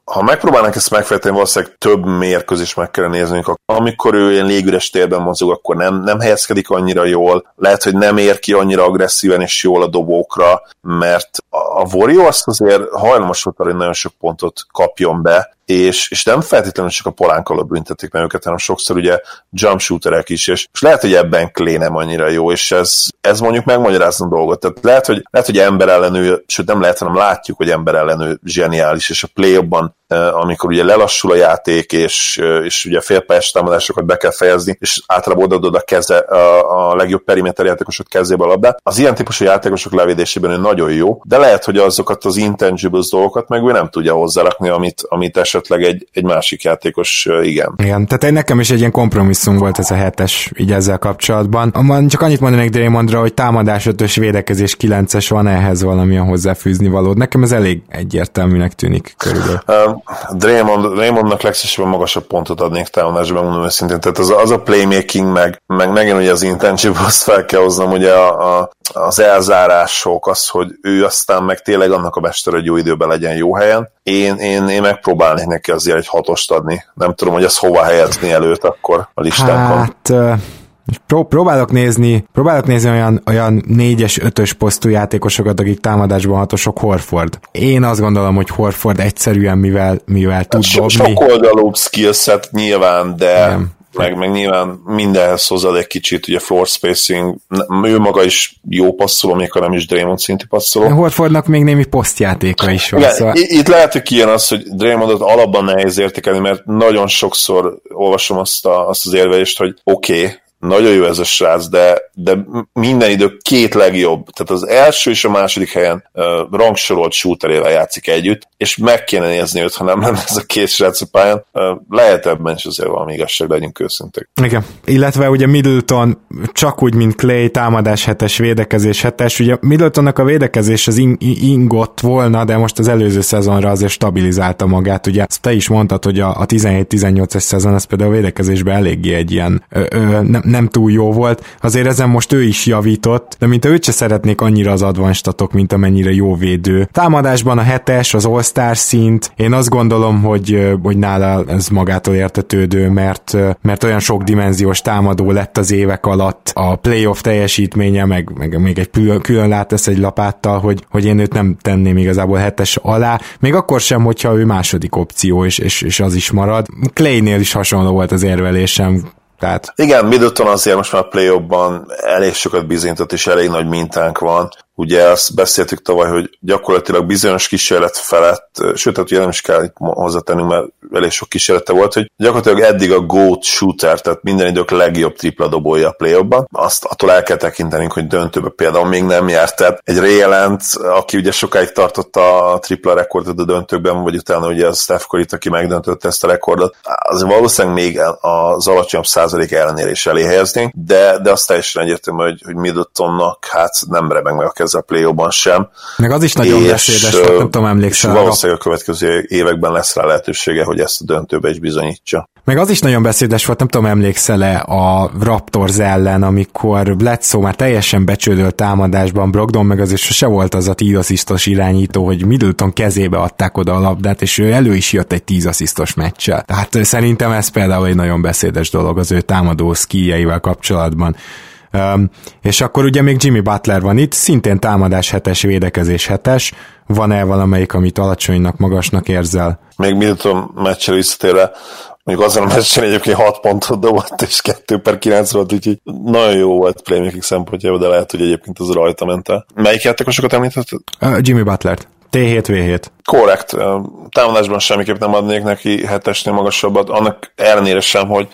ha megpróbálnánk ezt megfejteni, valószínűleg több mérkőzést meg kell néznünk. Amikor ő ilyen légüres térben mozog, akkor nem, nem helyezkedik annyira jól, lehet, hogy nem ér ki annyira agresszíven és jól a dobókra, mert a Warriors azért hajlamos volt arra, hogy nagyon sok pontot kapjon be, és, és nem feltétlenül csak a palánk alatt büntetik meg őket, hanem sokszor ugye jump shooterek is, és, és lehet, hogy ebben Clay nem annyira jó, és ez, ez mondjuk megmagyarázna dolgot. Tehát lehet, hogy, lehet, hogy ember ellenő, sőt nem lehet, hanem látjuk, hogy ember ellenő zseniális, és a play-offban, amikor ugye lelassul a játék, és, és ugye félpályás támadásokat be kell fejezni, és általában odaadod a, keze, a, a legjobb periméter játékosok kezébe a labdát. Az ilyen típusú játékosok levédésében ő nagyon jó, de lehet, hogy azokat az intangibles dolgokat meg ő nem tudja hozzárakni, amit, amit esetleg egy, egy másik játékos igen. Igen, tehát nekem is egy ilyen kompromisszum volt ez a hetes így ezzel kapcsolatban. Csak annyit mondanék Draymondra, hogy támadás ötös, védekezés kilences, van ehhez valamilyen hozzáfűzni valód. Nekem ez elég egyértelműnek tűnik körülbelül. Um, Draymond, Draymondnak legszívesebben magasabb pontot adnék támadásban, mondom őszintén. Tehát az, az a playmaking, meg, meg megint ugye az intangibles fel kell hoznom, ugye a, a, az elzárások, az, hogy ő aztán meg tényleg annak a mester, hogy jó időben legyen jó helyen. Én, én, én megpróbálnék neki azért egy hatost adni. Nem tudom, hogy ezt hova helyezni előtt akkor a listánkon. Hát... Uh... Pró- próbálok nézni, próbálok nézni olyan, olyan négyes, ötös posztú játékosokat, akik támadásban hatosok. Horford. Én azt gondolom, hogy Horford egyszerűen, mivel, mivel tud so, dobni. Sok oldalúbb skillset nyilván, de meg, meg nyilván mindenhez hozzád egy kicsit, ugye floor spacing, ő maga is jó passzoló, még ha nem is Draymond szintű passzoló. Horfordnak még némi posztjátéka is van. Igen, szóval... Itt lehet, hogy kijön az, hogy Draymondot alapban nehéz értékelni, mert nagyon sokszor olvasom azt, a, azt az érvelést, hogy oké, okay, nagyon jó ez a srác, de, de minden idő két legjobb. Tehát az első és a második helyen uh, rangsorolt shooterével játszik együtt, és meg kéne nézni őt, ha nem lenne ez a két srác a pályán. Uh, lehet ebben is azért valami igazság, legyünk őszinték. Igen. Illetve ugye Middleton csak úgy, mint Clay, támadás hetes, védekezés hetes. Ugye Middletonnak a védekezés az in- ingott volna, de most az előző szezonra azért stabilizálta magát. Ugye azt te is mondtad, hogy a, a tizenhét tizennyolcas szezon az például a védekezésben eléggé egy ilyen ö, ö, nem, nem túl jó volt. Azért ezen most ő is javított, de mint őt se szeretnék annyira az advanstatok, mint amennyire jó védő. Támadásban a hetes, az All-Star szint. Én azt gondolom, hogy, hogy nála ez magától értetődő, mert, mert olyan sok dimenziós támadó lett az évek alatt. A playoff teljesítménye, meg, meg még egy külön, külön látesz egy lapáttal, hogy, hogy én őt nem tenném igazából hetes alá. Még akkor sem, hogyha ő második opció, és, és, és az is marad. Claynél is hasonló volt az érvelésem. Tehát... Igen, Middleton azért most már a play-offban elég sokat bizonyított, és elég nagy mintánk van. Ugye azt beszéltük tavaly, hogy gyakorlatilag bizonyos kísérlet felett, sőt, hát ugye nem is kell hozzátennünk, mert elég sok kísérlete volt, hogy gyakorlatilag eddig a GOAT shooter, tehát minden idők legjobb tripla dobója a play-offban. Azt attól el kell tekintenünk, hogy döntőbe például még nem járt. Tehát egy Ray Allen, aki ugye sokáig tartotta a tripla rekordot a döntőkben, vagy utána ugye a Steph Curryt, aki megdöntötte ezt a rekordot, az valószínűleg még az alacsonyabb százalék ellenére is elé helyeznénk, de, de azt teljesen egyértelmű, hogy, hogy Middletonnak hát nem rebeg meg a ezzel a play-offban sem. Meg az is nagyon és, beszédes volt, nem tudom, emlékszel. És valószínűleg a következő években lesz rá lehetősége, hogy ezt a döntőbe is bizonyítsa. Meg az is nagyon beszédes volt, nem tudom, emlékszel-e a Raptors ellen, amikor Bledsoe már teljesen becsődölt támadásban, Brogdon meg azért sose volt az a tíz asszisztos irányító, hogy Middleton kezébe adták oda a labdát, és ő elő is jött egy tíz asszisztos meccsel. Tehát szerintem ez például egy nagyon beszédes dolog az ő támadó skilljeivel kapcsolatban. Um, és akkor ugye még Jimmy Butler van itt, szintén támadás hetes, védekezés hetes. Van-e valamelyik, amit alacsonynak, magasnak érzel? Még Middleton meccsre visszatérve, mondjuk azon a meccsen egyébként hat pontot dobott, és kettő per kilenc volt, úgyhogy nagyon jó volt playmaking szempontjából, de lehet, hogy egyébként az rajta ment el. Melyik játékosokat említetted? Uh, Jimmy Butlert. té hét vé hét. Korrekt. Támadásban semmiképp nem adnék neki hetesnél magasabbat, annak ellenére sem, hogy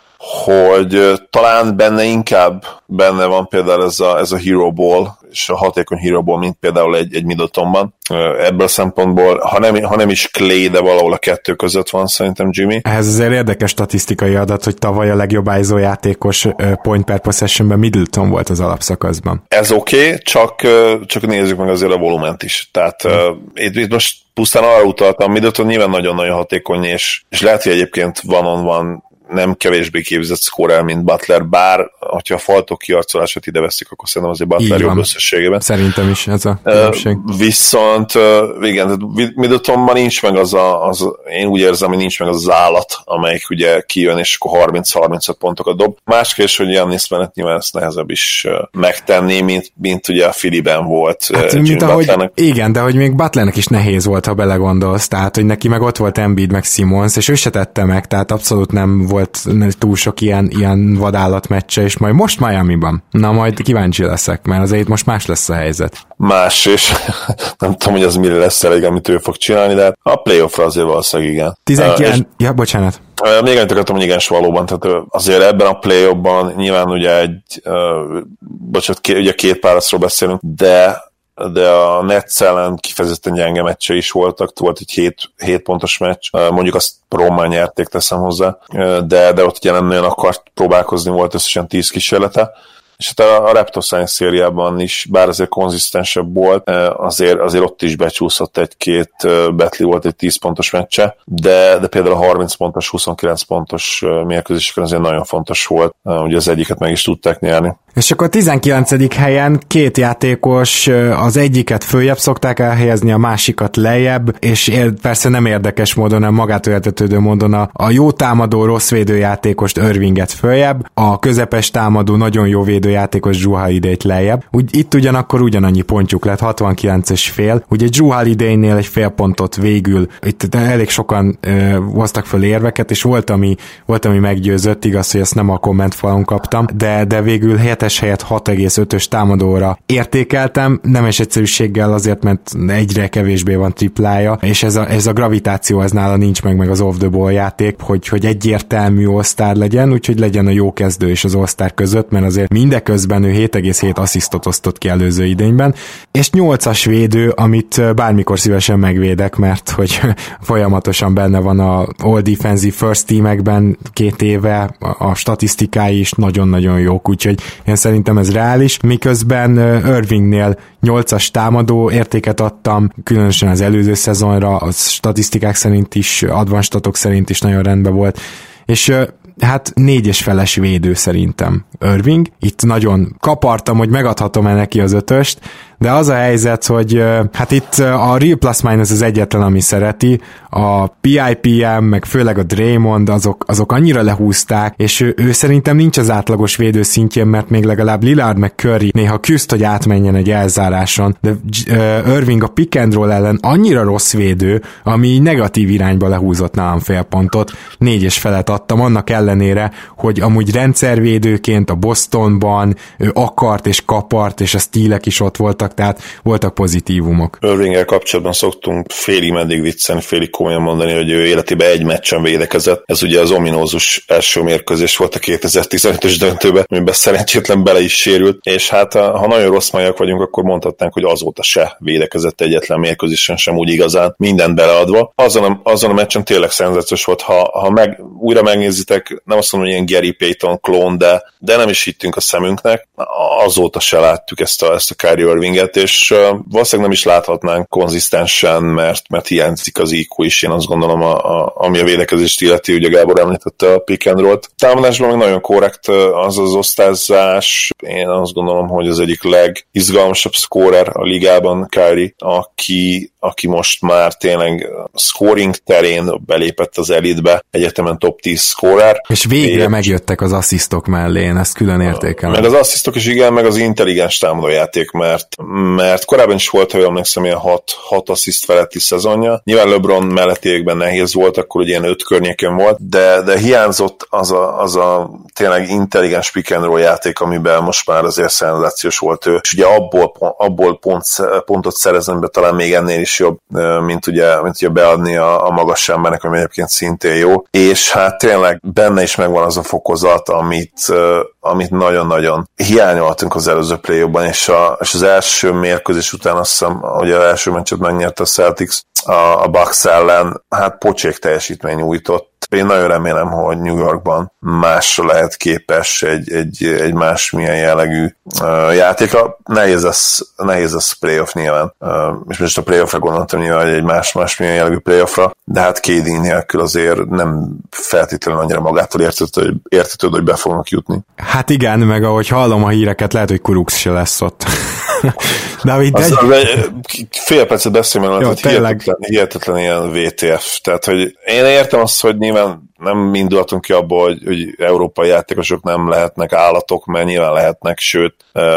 hogy talán benne inkább benne van például ez a, ez a hero ball, és a hatékony hero ball, mint például egy, egy Middletonban. Ebből a szempontból, ha nem, ha nem is Clay, de valahol a kettő között van szerintem Jimmy. Ehhez azért érdekes statisztikai adat, hogy tavaly a legjobb i es o játékos point per possessionben Middleton volt az alapszakaszban. Ez oké, okay, csak, csak nézzük meg azért a volument is. Tehát hmm. uh, itt, itt most pusztán arra utaltam, Middleton nyilván nagyon-nagyon hatékony, és, és lehet, hogy egyébként van-on van nem kevésbé képzett scorer, mint Butler, bár hogyha a faltok kiarcolását ide veszik, akkor szerintem azért Butler jobb összességében. Szerintem is ez a különbség. Uh, viszont uh, igen, Middletonban nincs meg az a, az, én úgy érzem, hogy nincs meg az, az állat, amelyik ugye kijön, és akkor harminc-harmincöt pontokat dob. Más kérdés, hogy Giannis mellett nyilván ezt nehezebb is uh, megtenni, mint, mint ugye a Phillyben volt. Hát, uh, mint ahogy, igen, de hogy még Butlernek is nehéz volt, ha belegondolsz, tehát, hogy neki meg ott volt Embiid, meg Simmons, és ő se tette meg, tehát abszolút nem volt túl sok ilyen, ilyen vadállatmeccse, és majd most Miamiban. Na, majd kíváncsi leszek, mert azért most más lesz a helyzet. Más, és nem tudom, hogy az mire lesz elég, amit ő fog csinálni, de a playoffra azért valószínűleg igen. tizenkilenc Uh, ja, bocsánat. Uh, még annyit akartam, hogy igen, valóban, tehát azért ebben a play-offban nyilván ugye egy, uh, bocsánat, ké, ugye két páraszról beszélünk, de de a Nets ellen kifejezetten gyenge meccse is voltak, volt egy hét pontos meccs, mondjuk azt rommá nyerték, teszem hozzá, de, de ott ugye nem nagyon akart próbálkozni, volt összesen tíz kísérlete, és hát a, a Raptors szériában is, bár azért konzisztensebb volt, azért, azért ott is becsúszott egy-két betli, volt egy tíz pontos meccse, de, de például a harminc pontos, huszonkilenc pontos mérkőzéseken azért nagyon fontos volt, ugye az egyiket meg is tudták nyerni. És akkor a tizenkilencedik helyen két játékos, az egyiket följebb szokták elhelyezni, a másikat lejjebb, és persze nem érdekes módon, hanem magától értetődő módon a, a jó támadó, rossz védőjátékost, Irvinget följebb, a közepes támadó, nagyon jó védőjátékos Jrue Holiday-t lejjebb. Úgy, itt ugyanakkor ugyanannyi pontjuk lett, hatvankilenc és fél. Ugye Jrue Holiday-nél egy fél pontot végül, itt elég sokan ö, hoztak föl érveket, és volt ami, volt, ami meggyőzött, igaz, hogy ezt nem a kommentfalon kaptam, de, de végül hetes helyett hat egész ötös támadóra értékeltem, nemes egyszerűséggel azért, mert egyre kevésbé van triplája, és ez a, ez a gravitáció, ez nála nincs meg, meg az off the ball játék, hogy, hogy egyértelmű all-star legyen, úgyhogy legyen a jó kezdő és az all-star között, mert azért mindeközben ő hét egész hét asszisztot osztott ki előző idényben, és nyolcas védő, amit bármikor szívesen megvédek, mert hogy folyamatosan benne van a All Defensive First Teamekben két éve, a statisztikái is nagyon-nagyon jók, úgyhogy én szerintem ez reális, miközben Irvingnél nyolcas támadó értéket adtam, különösen az előző szezonra, a statisztikák szerint is, advanstatok szerint is nagyon rendben volt, és hát négyes feles védő szerintem Irving. Itt nagyon kapartam, hogy megadhatom-e neki az ötöst, de az a helyzet, hogy hát itt a Real Plus Minus az egyetlen, ami szereti, a pé i pé em, meg főleg a Draymond, azok, azok annyira lehúzták, és ő, ő szerintem nincs az átlagos védő szintjén, mert még legalább Lillard meg Curry néha küzd, hogy átmenjen egy elzáráson, de uh, Irving a pick and roll ellen annyira rossz védő, ami negatív irányba lehúzott nálam fél pontot, négyes felet adtam, annak ellenére, hogy amúgy rendszervédőként a Bostonban ő akart és kapart, és a stílek is ott voltak, tehát voltak pozitívumok. Irvinggel kapcsolatban szoktunk félig meddig viccelni, félig komolyan mondani, hogy ő életében egy meccsen védekezett. Ez ugye az ominózus első mérkőzés volt a kétezer-tizenötös döntőben, amiben szerencsétlen bele is sérült, és hát ha nagyon rossz majak vagyunk, akkor mondhatnánk, hogy azóta se védekezett egyetlen mérkőzésen sem úgy igazán, mindent beleadva. Azon a, azon a meccsen tényleg szenzációs volt, ha, ha meg, újra megnézitek, nem azt mondom, hogy ilyen Gary Payton klón, de, de nem is hittünk a szemünknek, azóta se láttuk ezt a, ezt a Kyrie Irvinget, és uh, valószínűleg nem is láthatnánk konzisztensen, mert, mert hiányzik az í kú is, én azt gondolom, a, a, ami a védekezést illeti, ugye Gábor említette a pick and roll-t. Támadásban meg nagyon korrekt az az osztályzás, én azt gondolom, hogy az egyik legizgalmasabb scorer a ligában Kyrie, aki, aki most már tényleg scoring terén belépett az elitbe, egyetemen top tíz scorer. És végre és megjöttek az asszisztok mellé, én ezt külön értékelem. Meg az asszisztok is igen, meg az intelligens támadójáték, mert mert korábban is volt, ha jól emlékszem, ilyen hat, hat assziszt feletti szezonja. Nyilván LeBron melletti években nehéz volt, akkor ugye ilyen öt környéken volt, de, de hiányzott az a, az a tényleg intelligens pick and roll játék, amiben most már azért szenzációs volt ő, és ugye abból, abból pont, pontot szerezni, be talán még ennél is jobb, mint ugye, mint ugye beadni a, a magas embernek, ami egyébként szintén jó, és hát tényleg benne is megvan az a fokozat, amit, amit nagyon-nagyon hiányoltunk az előző play-ban, és, a, és az első mérkőzés után azt hiszem, hogy az első meccset megnyerte a Celtics a, a Bucks ellen, hát pocsék teljesítmény nyújtott, én nagyon remélem, hogy New Yorkban másra lehet képes egy, egy, egy másmilyen jellegű uh, játéka. Nehéz ez, nehéz ez playoff nyilván, uh, és most a playoffra gondoltam nyilván, hogy egy más, másmilyen jellegű playoffra, de hát ká dé nélkül azért nem feltétlenül annyira magától értető, hogy, értető, hogy be fognak jutni. Hát igen, meg ahogy hallom a híreket, lehet, hogy Kurux se lesz ott. David, az, az egy, fél percet beszélni, mert hogy hihetetlen, hihetetlen ilyen vé té ef. Tehát, hogy én értem azt, hogy nyilván nem indulhatunk ki abból, hogy, hogy európai játékosok nem lehetnek állatok, mert nyilván lehetnek, sőt,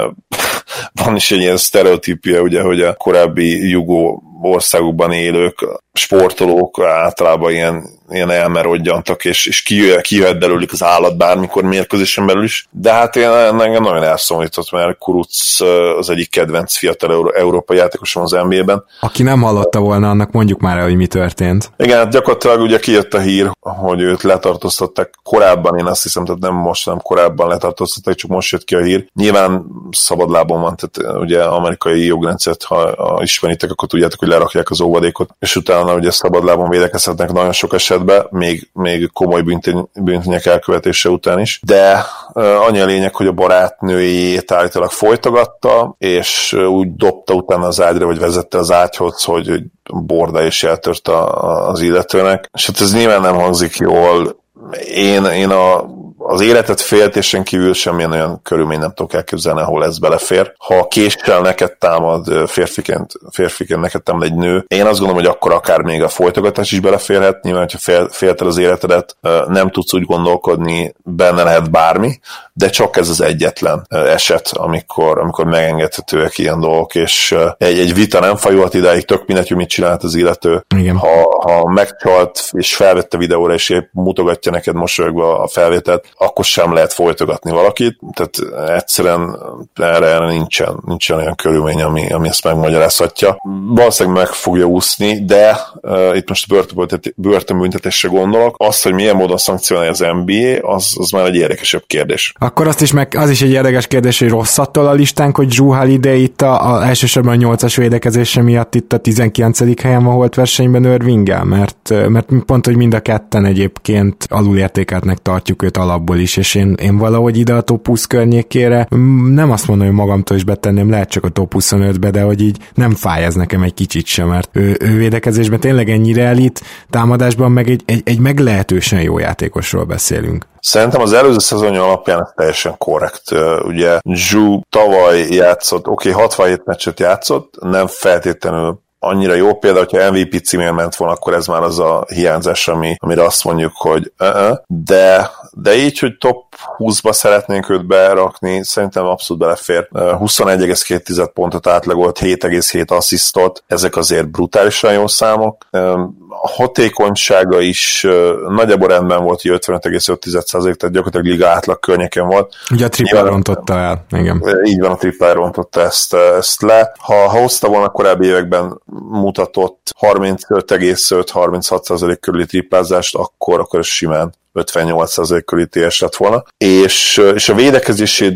van is egy ilyen sztereotípia, ugye, hogy a korábbi jugó országokban élők, sportolók általában ilyen, ilyen elmerodjantak, és, és kijöhet belőlük az állat bármikor mérkőzésen belül is. De hát én engem nagyon elszomlított, mert Kuruc az egyik kedvenc fiatal európai játékosom az en bé á-ben. Aki nem hallotta volna, annak mondjuk már el, hogy mi történt. Igen, hát gyakorlatilag ugye kijött a hír, hogy őt letartóztatták korábban, én azt hiszem, tehát nem most, nem korábban letartóztatták, csak most jött ki a hír. Nyilván szabadlábon van, tehát ugye amerikai jogrendszert, ha, ha ismeritek, akkor tudjátok, hogy lerakják az óvadékot, és utána ugye szabadlábon védekezhetnek nagyon sok esetben, még, még komoly büntény, bűntények elkövetése után is. De uh, annyi a lényeg, hogy a barátnőjét állítólag folytogatta, és uh, úgy dobta utána az ágyra, vagy vezette az ágyhoz, hogy, hogy borda is eltört a, az illetőnek. És hát ez nyilván nem hangzik jól. Én, én a az életet féltésen kívül semmilyen olyan körülmény nem tudok elképzelni, ahol ez belefér. Ha a késsel neked támad férfiként, férfiként neked támad egy nő, én azt gondolom, hogy akkor akár még a folytogatás is beleférhet. Nyilván, hogyha fél, félted az életedet, nem tudsz úgy gondolkodni, benne lehet bármi, de csak ez az egyetlen eset, amikor, amikor megengedhetőek ilyen dolgok, és egy, egy vita nem fajult idáig, tök mindegy, hogy mit csinált az illető. Igen. Ha, ha megcsalt és felvette videóra, és épp mutogatja neked mosolyogva a felvételt, akkor sem lehet folytogatni valakit, tehát egyszerűen erre, erre nincsen, nincsen olyan körülmény, ami, ami ezt megmagyarázhatja. Valószínűleg meg fogja úszni, de uh, itt most a börtönbüntetésre gondolok. Azt, hogy milyen módon szankcionálja az en bé á, az, az már egy érdekesebb kérdés. Akkor azt is meg, az is egy érdekes kérdés, hogy rossz attól a listánk, hogy Jrue Holiday itt a, a, elsősorban a nyolcas védekezése miatt itt a tizenkilencedik helyen van holt versenyben Irvinggel, mert, mert pont, hogy mind a ketten egyébként alulértékeltnek tartjuk őt alapból is, és én, én valahogy ide a top húsz környékére nem azt mondom, hogy magamtól is betenném, lehet csak a top huszonötbe, de hogy így nem fáj ez nekem egy kicsit sem, mert ő, ő védekezésben tényleg ennyire elit, támadásban meg egy, egy, egy meglehetősen jó játékosról beszélünk. Szerintem az előző szezonja alapján ez teljesen korrekt. Ugye Jrue tavaly játszott, oké, okay, hatvanhét meccset játszott, nem feltétlenül annyira jó, például, hogyha em vé pé címén ment volna, akkor ez már az a hiányzás, ami, amire azt mondjuk, hogy uh-uh. de, de így, hogy top húszba szeretnénk őt berakni, szerintem abszolút belefér. huszonegy egész két pontot átlagolt, hét egész hét asszisztot, ezek azért brutálisan jó számok. A hatékonysága is nagyjából rendben volt, hogy ötvenöt egész öt százalék, tehát gyakorlatilag liga átlag környéken volt. Ugye a tripla rontotta el, igen. Így van, a tripla rontotta ezt, ezt le. Ha, ha hozta volna korábbi években mutatott harmincöt egész öt harminchat százalék körüli triplázást, akkor, akkor ez simán ötvennyolc százalék körüli té es lett volna, és, és a védekezését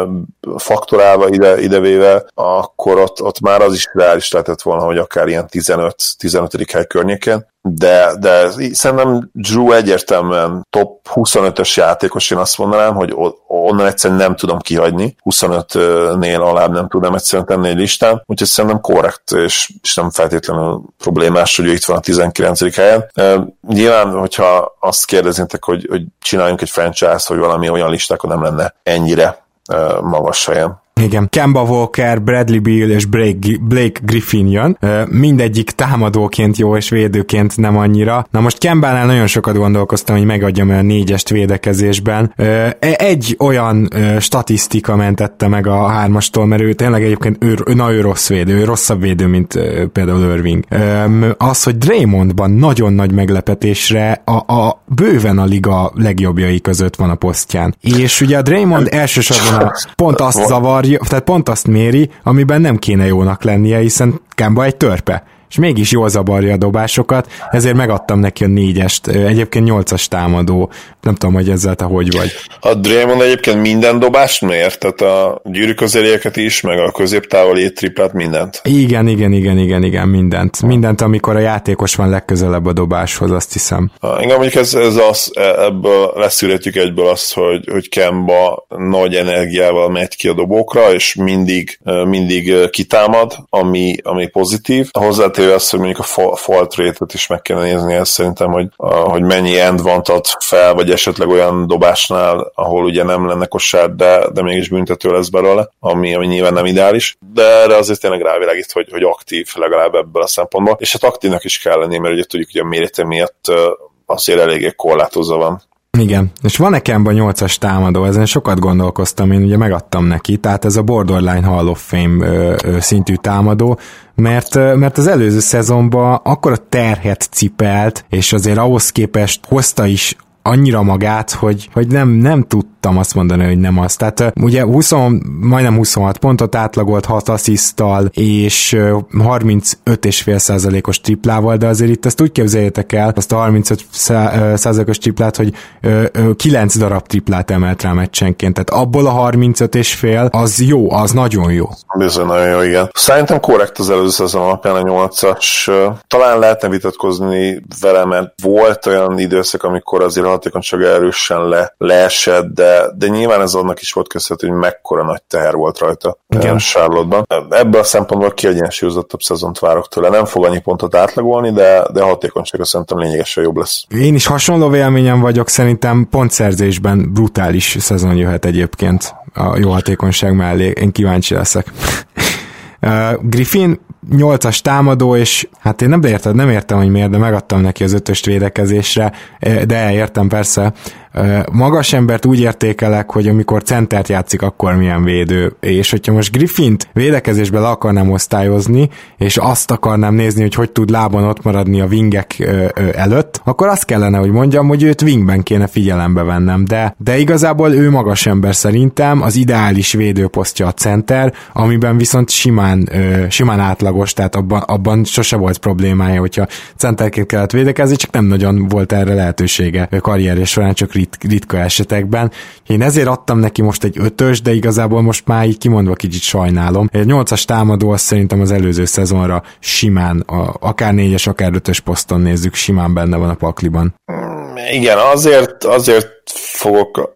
faktorálva ide, idevéve, akkor ott, ott már az is reális lehetett volna, hogy akár ilyen tizenöt hely környékén, de, de szerintem Jrue egyértelműen top huszonötös játékos, én azt mondanám, hogy onnan egyszerűen nem tudom kihagyni, huszonötnél alább nem tudom egyszerűen tenni egy listán, úgyhogy szerintem korrekt, és, és nem feltétlenül problémás, hogy itt van a tizenkilencedik helyen. Nyilván, hogyha azt kérdezintek, hogy, hogy csináljunk egy franchise, hogy valami olyan listákon nem lenne ennyire magas helyen. Igen, Kemba Walker, Bradley Beal és Blake Griffin jön. Mindegyik támadóként jó, és védőként nem annyira. Na most Kembánál nagyon sokat gondolkoztam, hogy megadjam el négyest védekezésben. Egy olyan statisztika mentette meg a hármastól, mert ő tényleg egyébként ő, na, ő rossz védő, ő rosszabb védő, mint például Irving. Az, hogy Draymondban nagyon nagy meglepetésre a, a bőven a liga legjobbjai között van a posztján. És ugye a Draymond elsősorban a, pont azt zavar, tehát pont azt méri, amiben nem kéne jónak lennie, hiszen Kemba egy törpe. és mégis jól zavarja a dobásokat, ezért megadtam neki a négyest, egyébként nyolcas támadó, nem tudom, hogy ezzel te hogy vagy. A Draymond egyébként minden dobást mért, tehát a gyűrű közelieket is, meg a középtávoli triplát, mindent. Igen, igen, igen, igen, igen, mindent. Mindent, amikor a játékos van legközelebb a dobáshoz, azt hiszem. Engem mondjuk ez, ez az, ebből leszűrhetjük egyből azt, hogy, hogy Kemba nagy energiával megy ki a dobókra, és mindig, mindig kitámad, ami, ami pozitív. Hozzátéve azt, hogy mondjuk a fault rate-et is meg kell nézni, ezt szerintem, hogy, hogy mennyi end van ad fel, vagy esetleg olyan dobásnál, ahol ugye nem lenne kosár, de, de mégis büntető lesz belőle, ami, ami nyilván nem ideális, de erre azért tényleg rávilágít, hogy, hogy aktív legalább ebből a szempontból, és hát aktívnak is kell lenni, mert ugye tudjuk, hogy a mérete miatt azért eléggé korlátozva van. Igen, és van nekem a nyolcas támadó, ezen sokat gondolkoztam, én ugye megadtam neki, tehát ez a borderline Hall of Fame ö, ö, szintű támadó, mert, mert az előző szezonban akkor a terhet cipelt, és azért ahhoz képest hozta is annyira magát, hogy, hogy nem, nem tudtam azt mondani, hogy nem az. Tehát ugye húsz, majdnem huszonhat pontot átlagolt hat assziszttal, és harmincöt egész öt százalékos triplával, de azért itt ezt úgy képzeljétek el, azt a harmincöt százalékos triplát, hogy kilenc darab triplát emelt rá meccsenként. Tehát abból a harmincöt egész öt az jó, az nagyon jó. Bizony, nagyon jó, igen. Szerintem korrekt az előző szezon alapján a nyolcas. Talán lehetne vitatkozni vele, mert volt olyan időszak, amikor azért hatékonyság erősen le, leesett, de, de nyilván ez annak is volt köszönhető, hogy mekkora nagy teher volt rajta Charlotte-ban. Ebből a szempontból kiegyensúlyozottabb szezont várok tőle. Nem fog annyi pontot átlagolni, de, de hatékonysága szerintem lényegesen jobb lesz. Én is hasonló véleményem vagyok, szerintem pontszerzésben brutális szezon jöhet egyébként a jó hatékonyság mellé. Én kíváncsi leszek. uh, Griffin nyolcas támadó, és hát én nem értem, nem értem, hogy miért, de megadtam neki az ötöst védekezésre, de értem persze. Magas embert úgy értékelek, hogy amikor centert játszik, akkor milyen védő, és hogyha most Griffint védekezésbe le akarnám osztályozni, és azt akarnám nézni, hogy hogy tud lábon ott maradni a wingek előtt, akkor azt kellene, hogy mondjam, hogy őt wingben kéne figyelembe vennem, de, de igazából ő magas ember szerintem, az ideális védőposztja a center, amiben viszont simán, simán átlagos, tehát abban, abban sose volt problémája, hogyha centerként kellett védekezni, csak nem nagyon volt erre lehetősége karrierje során, csak rit, ritka esetekben. Én ezért adtam neki most egy ötös, de igazából most már így kimondva kicsit sajnálom. Egy nyolcas támadó az szerintem az előző szezonra simán, a, akár négyes, akár ötös poszton nézzük, simán benne van a pakliban. Igen, azért, azért fogok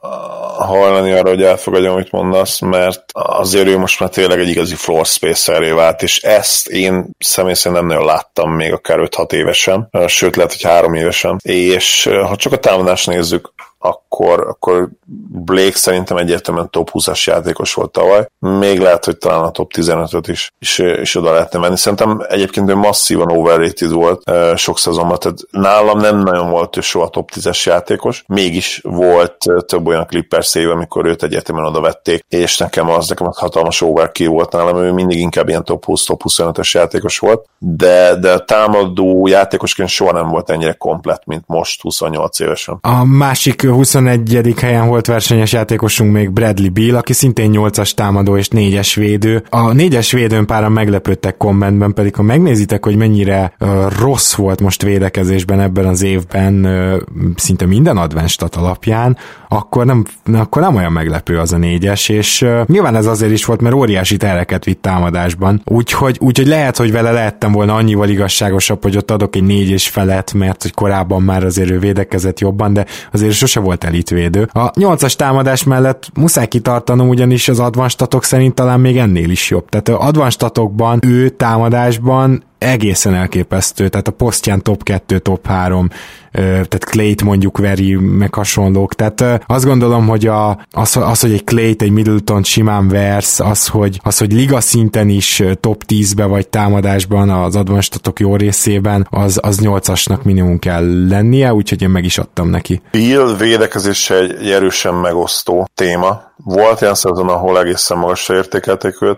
hajlani arra, hogy elfogadjam, amit mondasz, mert azért ő most már tényleg egy igazi floor spacerré vált, és ezt én személy szerint nem nagyon láttam még akár öt-hat évesen, sőt lehet, hogy három évesen, és ha csak a támadást nézzük, akkor, akkor Blake szerintem egyértelműen top húszas játékos volt tavaly. Még lehet, hogy talán a top tizenötöt is, is, is oda lehetne venni. Szerintem egyébként ő masszívan overrated volt uh, sok szezonban, tehát nálam nem nagyon volt ő soha top tízes játékos, mégis volt uh, több olyan Clippers év, amikor őt egyértelműen oda vették, és nekem az, nekem az hatalmas overkill volt nálam, ő mindig inkább ilyen top húsz, top huszonötös játékos volt, de, de támadó játékosként soha nem volt ennyire komplett, mint most huszonnyolc évesen. A másik huszonegyedik helyen volt versenyes játékosunk még Bradley Beal, aki szintén nyolcas támadó és négyes védő. A négyes védőn páran meglepődtek kommentben, pedig ha megnézitek, hogy mennyire uh, rossz volt most védekezésben ebben az évben uh, szinte minden advanced stat alapján, akkor nem, akkor nem olyan meglepő az a négyes, és uh, nyilván ez azért is volt, mert óriási tereket vitt támadásban. Úgyhogy, úgyhogy lehet, hogy vele lehettem volna annyival igazságosabb, hogy ott adok egy négy és felett, mert hogy korábban már azért ő védekezett jobban, de azért sose volt elitvédő. A nyolcas támadás mellett muszáj kitartanom, ugyanis az advanstatok szerint talán még ennél is jobb. Tehát az advanstatokban ő támadásban egészen elképesztő, tehát a posztján top kettő, top három, tehát Clayt mondjuk veri, meg hasonlók, tehát azt gondolom, hogy a, az, az, hogy egy Clayt, egy Middleton simán versz, az, hogy, az, hogy liga szinten is top tízbe vagy támadásban az advanstatok jó részében, az, az nyolcasnak minimum kell lennie, úgyhogy én meg is adtam neki. Bill védekezése egy erősen megosztó téma. Volt olyan szezon, ahol egészen magasra értékelték őt,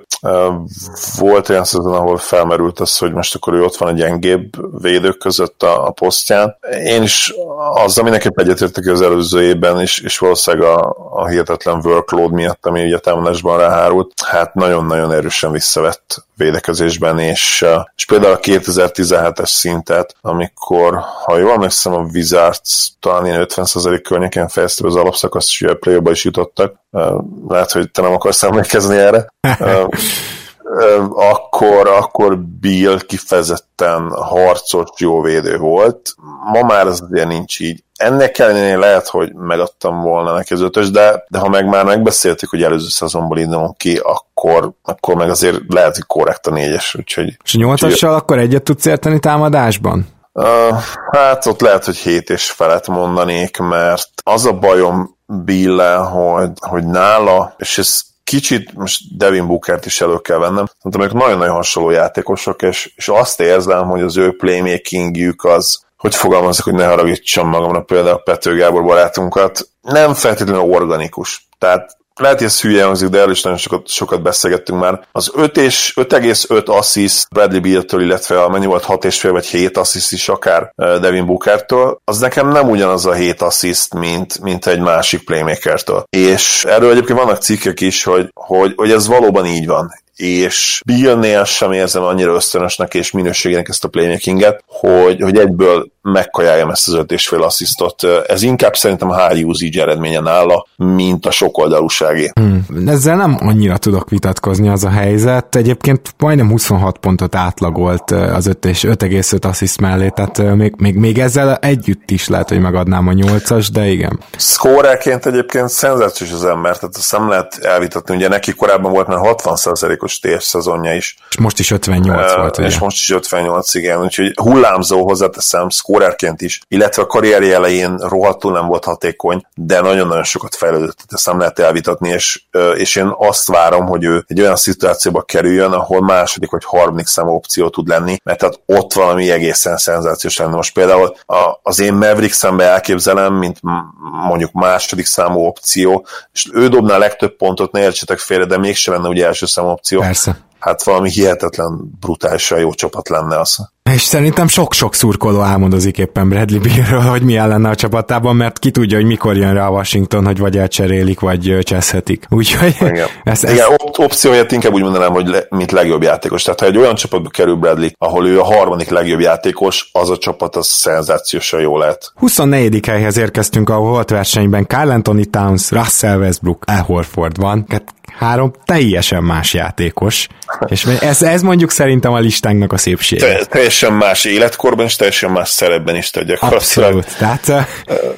volt olyan szezon, ahol felmerült az, hogy most akkor ő ott van a gyengébb védők között a, a posztján. Én is azzal mindenképp egyetértek az előző évben, és, és valószínűleg a, a hihetetlen workload miatt, ami ugye a támadásban ráhárult, hát nagyon-nagyon erősen visszavett védekezésben, és, és például a kétezer-tizenhetes szintet, amikor, ha jól emlékszem, a Wizards talán ilyen ötven százalék környéken fejezte az alapszakaszt, és ugye a play-offba is jutottak. Lehet, hogy te nem akarsz emlékezni erre. Akkor, akkor Bill kifejezetten harcos, jó védő volt. Ma már ez ugye nincs így. Ennek ellenére lehet, hogy megadtam volna neki az ötös, de, de ha meg már megbeszéltük, hogy előző szezonból indulunk ki, akkor, akkor meg azért lehet, hogy korrekt a négyes. Úgyhogy, és a nyolcassal úgy, akkor egyet tudsz érteni támadásban? Uh, hát ott lehet, hogy hét és felett mondanék, mert az a bajom Bill-lel, hogy, hogy nála, és ez kicsit, most Devin Bookert is elő kell vennem, szerintem ők nagyon-nagyon hasonló játékosok, és, és azt érzem, hogy az ő playmakingjük az, hogy fogalmazok, hogy ne haragítsam magamra például Pető Gábor barátunkat, nem feltétlenül organikus. Tehát lehet, hogy ez hülye hangzik, de erről is nagyon sokat, sokat beszélgettünk már. Az öt egész öt assziszt Bradley Beal-től, illetve mennyi volt hat és fél vagy hét assziszt is akár Devin Bookertől, az nekem nem ugyanaz a hét assziszt, mint, mint egy másik playmakertől. És erről egyébként vannak cikkek is, hogy, hogy, hogy ez valóban így van. És Billnél sem érzem annyira ösztönösnek és minőségének ezt a playmakinget, hogy, hogy egyből megkajáljam ezt az öt és fél asszisztot. Ez inkább szerintem a high usage eredménye nála, mint a sokoldalúságé. Hmm. Ezzel nem annyira tudok vitatkozni, az a helyzet. Egyébként majdnem huszonhat pontot átlagolt az öt egész öt assziszt mellé, tehát még, még, még ezzel együtt is lehet, hogy megadnám a nyolcas, de igen. Scorerként egyébként szenzációs az ember, tehát azt nem lehet elvitatni. Ugye neki korábban volt már hatvan százalékos té es szezonja is. És most is ötvennyolc uh, volt, ugye? És most is ötvennyolc, igen. Úgyhogy hullámzó, hozzáteszem, scorerként is, illetve a karrierje elején rohadtul nem volt hatékony, de nagyon-nagyon sokat fejlődött, tehát ezt nem lehet elvitatni, és, és én azt várom, hogy ő egy olyan szituációba kerüljön, ahol második vagy harmadik számú opció tud lenni, mert tehát ott valami egészen szenzációs lenne. Most például az én Mavericks-embe elképzelem, mint mondjuk második számú opció, és ő dobná a legtöbb pontot, ne értsetek félre, de mégsem lenne ugye első számú opció. Persze. Hát valami hihetetlen, brutálisan jó csapat lenne az. És szerintem sok-sok szurkoló álmodozik éppen Bradley Bealről, hogy milyen lenne a csapatában, mert ki tudja, hogy mikor jön rá a Washington, hogy vagy elcserélik, vagy cseszhetik. Úgyhogy... Igen, ez, ez... Igen op- opcióját inkább úgy mondanám, hogy le, mint legjobb játékos. Tehát ha egy olyan csapatba kerül Bradley, ahol ő a harmadik legjobb játékos, az a csapat az szenzációsan jó lehet. huszonnegyedik helyhez érkeztünk a volt versenyben. Karl Anthony Towns, Russell Westbrook, Al Horford van. Három teljesen más játékos. És ez, ez mondjuk szerintem a listánknak a szépsége. Te, teljesen más életkorban, és teljesen más szerepben is tegyek. Abszolút. Tehát, uh,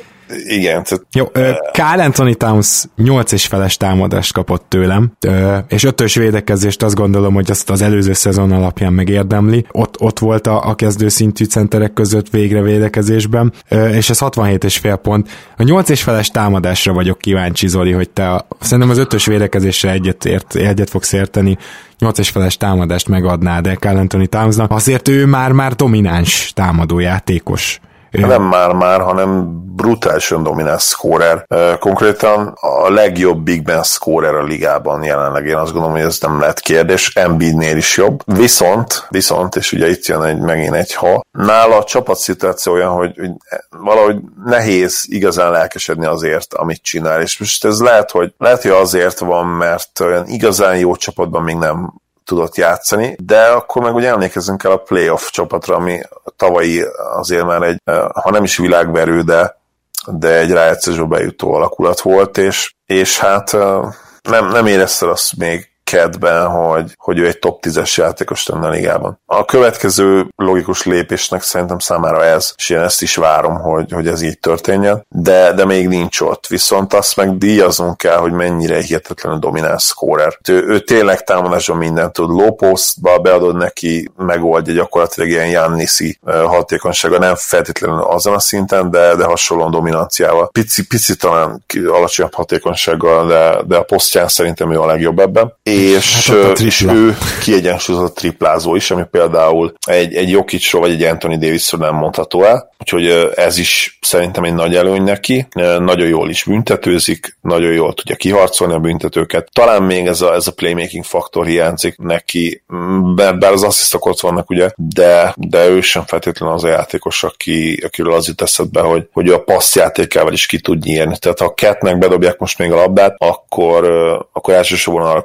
igen. Tehát, jó, uh, Karl Anthony Towns nyolc és feles támadást kapott tőlem, uh, és ötös védekezést azt gondolom, hogy azt az előző szezon alapján megérdemli. Ott, ott volt a, a kezdőszintű centerek között végre védekezésben, uh, és ez hatvanhét és fél pont. A nyolc és feles támadásra vagyok kíváncsi, Zoli, hogy te a, szerintem az ötös védekezésre egyet, ért, egyet fogsz érteni, nyolc és feles támadást megadnád el Karl Anthony Townsnak. Azért ő már-már domináns támadójátékos. Nem már-már, hanem brutálisan domináns scorer. Konkrétan a legjobb big man scorer a ligában jelenleg. Én azt gondolom, hogy ez nem lehet kérdés. Embiidnél is jobb. Viszont, viszont, és ugye itt jön egy, megint egy ha, nála a csapatszituáció olyan, hogy, hogy valahogy nehéz igazán lelkesedni azért, amit csinál. És most ez lehet, hogy, lehet, hogy azért van, mert olyan igazán jó csapatban még nem tudott játszani, de akkor meg ugye emlékezzünk el a playoff csapatra, ami tavalyi azért már egy, ha nem is világverő, de, de egy rájátszásba bejutó alakulat volt, és, és hát nem, nem érezted azt még kedben, hogy, hogy ő egy top tízes játékos lenne a ligában. A következő logikus lépésnek szerintem számára ez, és én ezt is várom, hogy, hogy ez így történjen, de, de még nincs ott. Viszont azt meg díjaznunk kell, hogy mennyire hihetetlenül domináns scorer. Ő, ő tényleg támadásban mindent tud. Low postba beadod neki, megoldja gyakorlatilag ilyen Gianniszi hatékonysága, nem feltétlenül azon a szinten, de, de hasonlóan dominanciával. Pici, pici talán alacsonyabb hatékonysággal, de, de a posztján szerintem ő a legjobb ebben. És, hát és ő kiegyensúlyozott triplázó is, ami például egy, egy Jokicról vagy egy Anthony Davisról nem mondható el, úgyhogy ez is szerintem egy nagy előny neki, nagyon jól is büntetőzik, nagyon jól tudja kiharcolni a büntetőket, talán még ez a, ez a playmaking faktor hiányzik neki, bár az asszisztok ott vannak ugye, de, de ő sem feltétlenül az a játékos, aki, akiről az jut eszedbe, hogy, hogy a passzjátékával is ki tud nyírni, tehát ha a Catnek bedobják most még a labdát, akkor, akkor elsősorban arra koncentrál,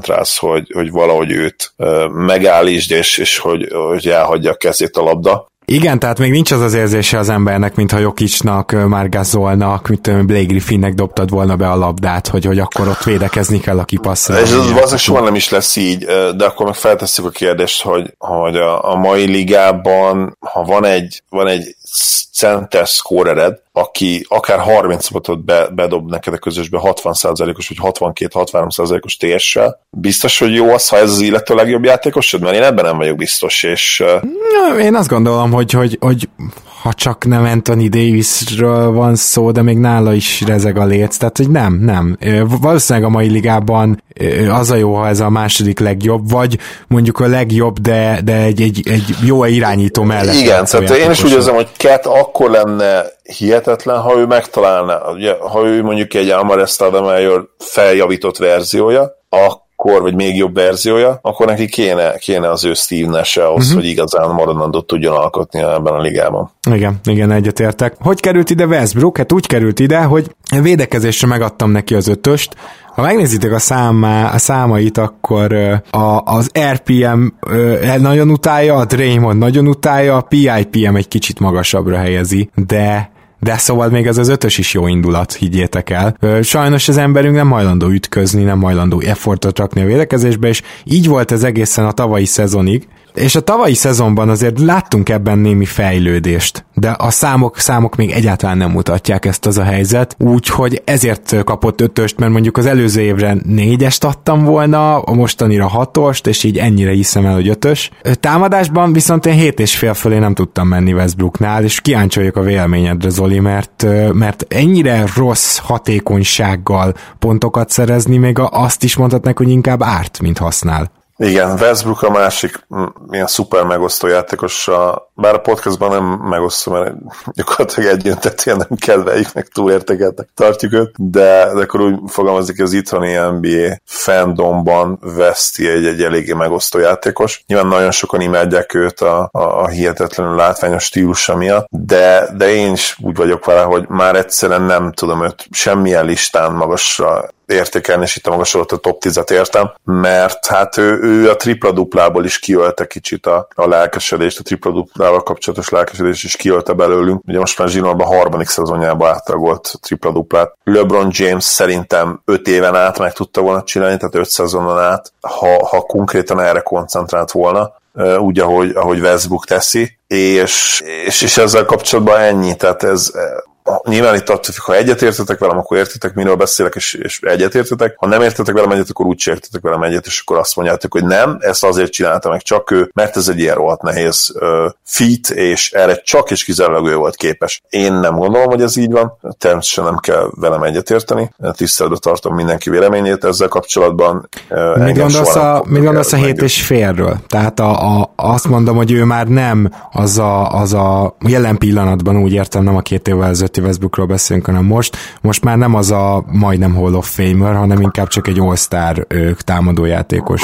koncentrálsz, hogy, hogy valahogy őt megállítsd, és, és hogy, hogy elhagyja a kezét a labda. Igen, tehát még nincs az az érzése az embernek, mintha Jokicnak, Margasolnak, mint Blake Griffinnek dobtad volna be a labdát, hogy, hogy akkor ott védekezni kell a kipasszra. És ez valószínűleg soha nem is lesz így, de akkor meg feltesszük a kérdést, hogy, hogy a, a mai ligában, ha van egy, van egy center scorered, aki akár harminc pontot be, bedob neked a közösbe hatvan százalékos vagy hatvankét-hatvanhárom százalékos té es-sel, biztos, hogy jó az, ha ez az illető legjobb játékosod? Mert én ebben nem vagyok biztos, és... Na, én azt gondolom, hogy, hogy, hogy ha csak nem Anthony Davisről van szó, de még nála is rezeg a léc, tehát hogy nem, nem. Valószínűleg a mai ligában az a jó, ha ez a második legjobb, vagy mondjuk a legjobb, de, de egy, egy, egy jó irányító mellett. Igen, tehát én is úgy érzem, hogy Cat akkor lenne hihetetlen, ha ő megtalálná, ugye, ha ő mondjuk egy Amare Stoudemire feljavított verziója, akkor, vagy még jobb verziója, akkor neki kéne, kéne az ő Steve Nash ahhoz, uh-huh. hogy igazán maradandót tudjon alkotni ebben a ligában. Igen, igen, egyetértek. Hogy került ide Westbrook? Hát úgy került ide, hogy védekezésre megadtam neki az ötöst. Ha megnézitek a, számá, a számait, akkor a, az er pé em nagyon utálja, a Draymond nagyon utálja, a pé i pé em egy kicsit magasabbra helyezi, de de szóval még ez az ötös is jó indulat, higgyétek el. Sajnos az emberünk nem hajlandó ütközni, nem hajlandó effortot rakni a védekezésbe, és így volt ez egészen a tavalyi szezonig, és a tavalyi szezonban azért láttunk ebben némi fejlődést, de a számok, számok még egyáltalán nem mutatják ezt az a helyzet, úgyhogy ezért kapott ötöst, mert mondjuk az előző évre négyest adtam volna, a mostanira hatost, és így ennyire hiszem el, hogy ötös. Támadásban viszont én hét és fél fölé nem tudtam menni Westbrooknál, és kíváncsi a véleményedre, Zoli, mert, mert ennyire rossz hatékonysággal pontokat szerezni, még azt is mondhatnak, hogy inkább árt, mint használ. Igen, Westbrook a másik ilyen szuper megosztó játékos, bár a podcastban nem megosztó, mert gyakorlatilag egyöntetően nem kedveljük, meg túlértékeltek tartjuk őt, de, de akkor úgy fogalmazik, hogy az itthoni en bé á fandomban Westi egy, egy eléggé megosztó játékos. Nyilván nagyon sokan imádják őt a, a, a hihetetlenül látványos stílusa miatt, de, de én is úgy vagyok vele, hogy már egyszerűen nem tudom őt semmilyen listán magasra értékelni, és itt a magasodat a top tízet értem, mert hát ő, ő a tripla-duplából is kiölte kicsit a, a lelkesedést, a tripla-duplával kapcsolatos lelkesedést is kiölte belőlünk. Ugye most már Zsinórban a harmadik szezonjában átragolt tripla-duplát. LeBron James szerintem öt éven át meg tudta volna csinálni, tehát öt szezonon át, ha, ha konkrétan erre koncentrált volna, úgy, ahogy, ahogy Westbrook teszi, és, és, és ezzel kapcsolatban ennyi, tehát ez nyilván itt attól, ha egyetértetek velem, akkor értitek, miről beszélek, és, és egyetértetek. Ha nem értetek velem egyet, akkor úgy értetek velem egyet, és akkor azt mondjátok, hogy nem, ezt azért csinálta meg csak ő, mert ez egy ilyen rohadt nehéz uh, feat, és erre csak és kizárólag ő volt képes. Én nem gondolom, hogy ez így van, természetesen nem kell velem egyetérteni, tiszteletbe tartom mindenki véleményét ezzel kapcsolatban. Uh, mit gondolsz a, mit gondolsz a hét és félről? Tehát a, a, azt mondom, hogy ő már nem az a, az a jelen pillanatban, úgy értem, nem a két évvel ezelőtti Westbrookról beszélünk, hanem most. Most már nem az a majdnem Hall of Famer, hanem inkább csak egy all-star támadójátékos.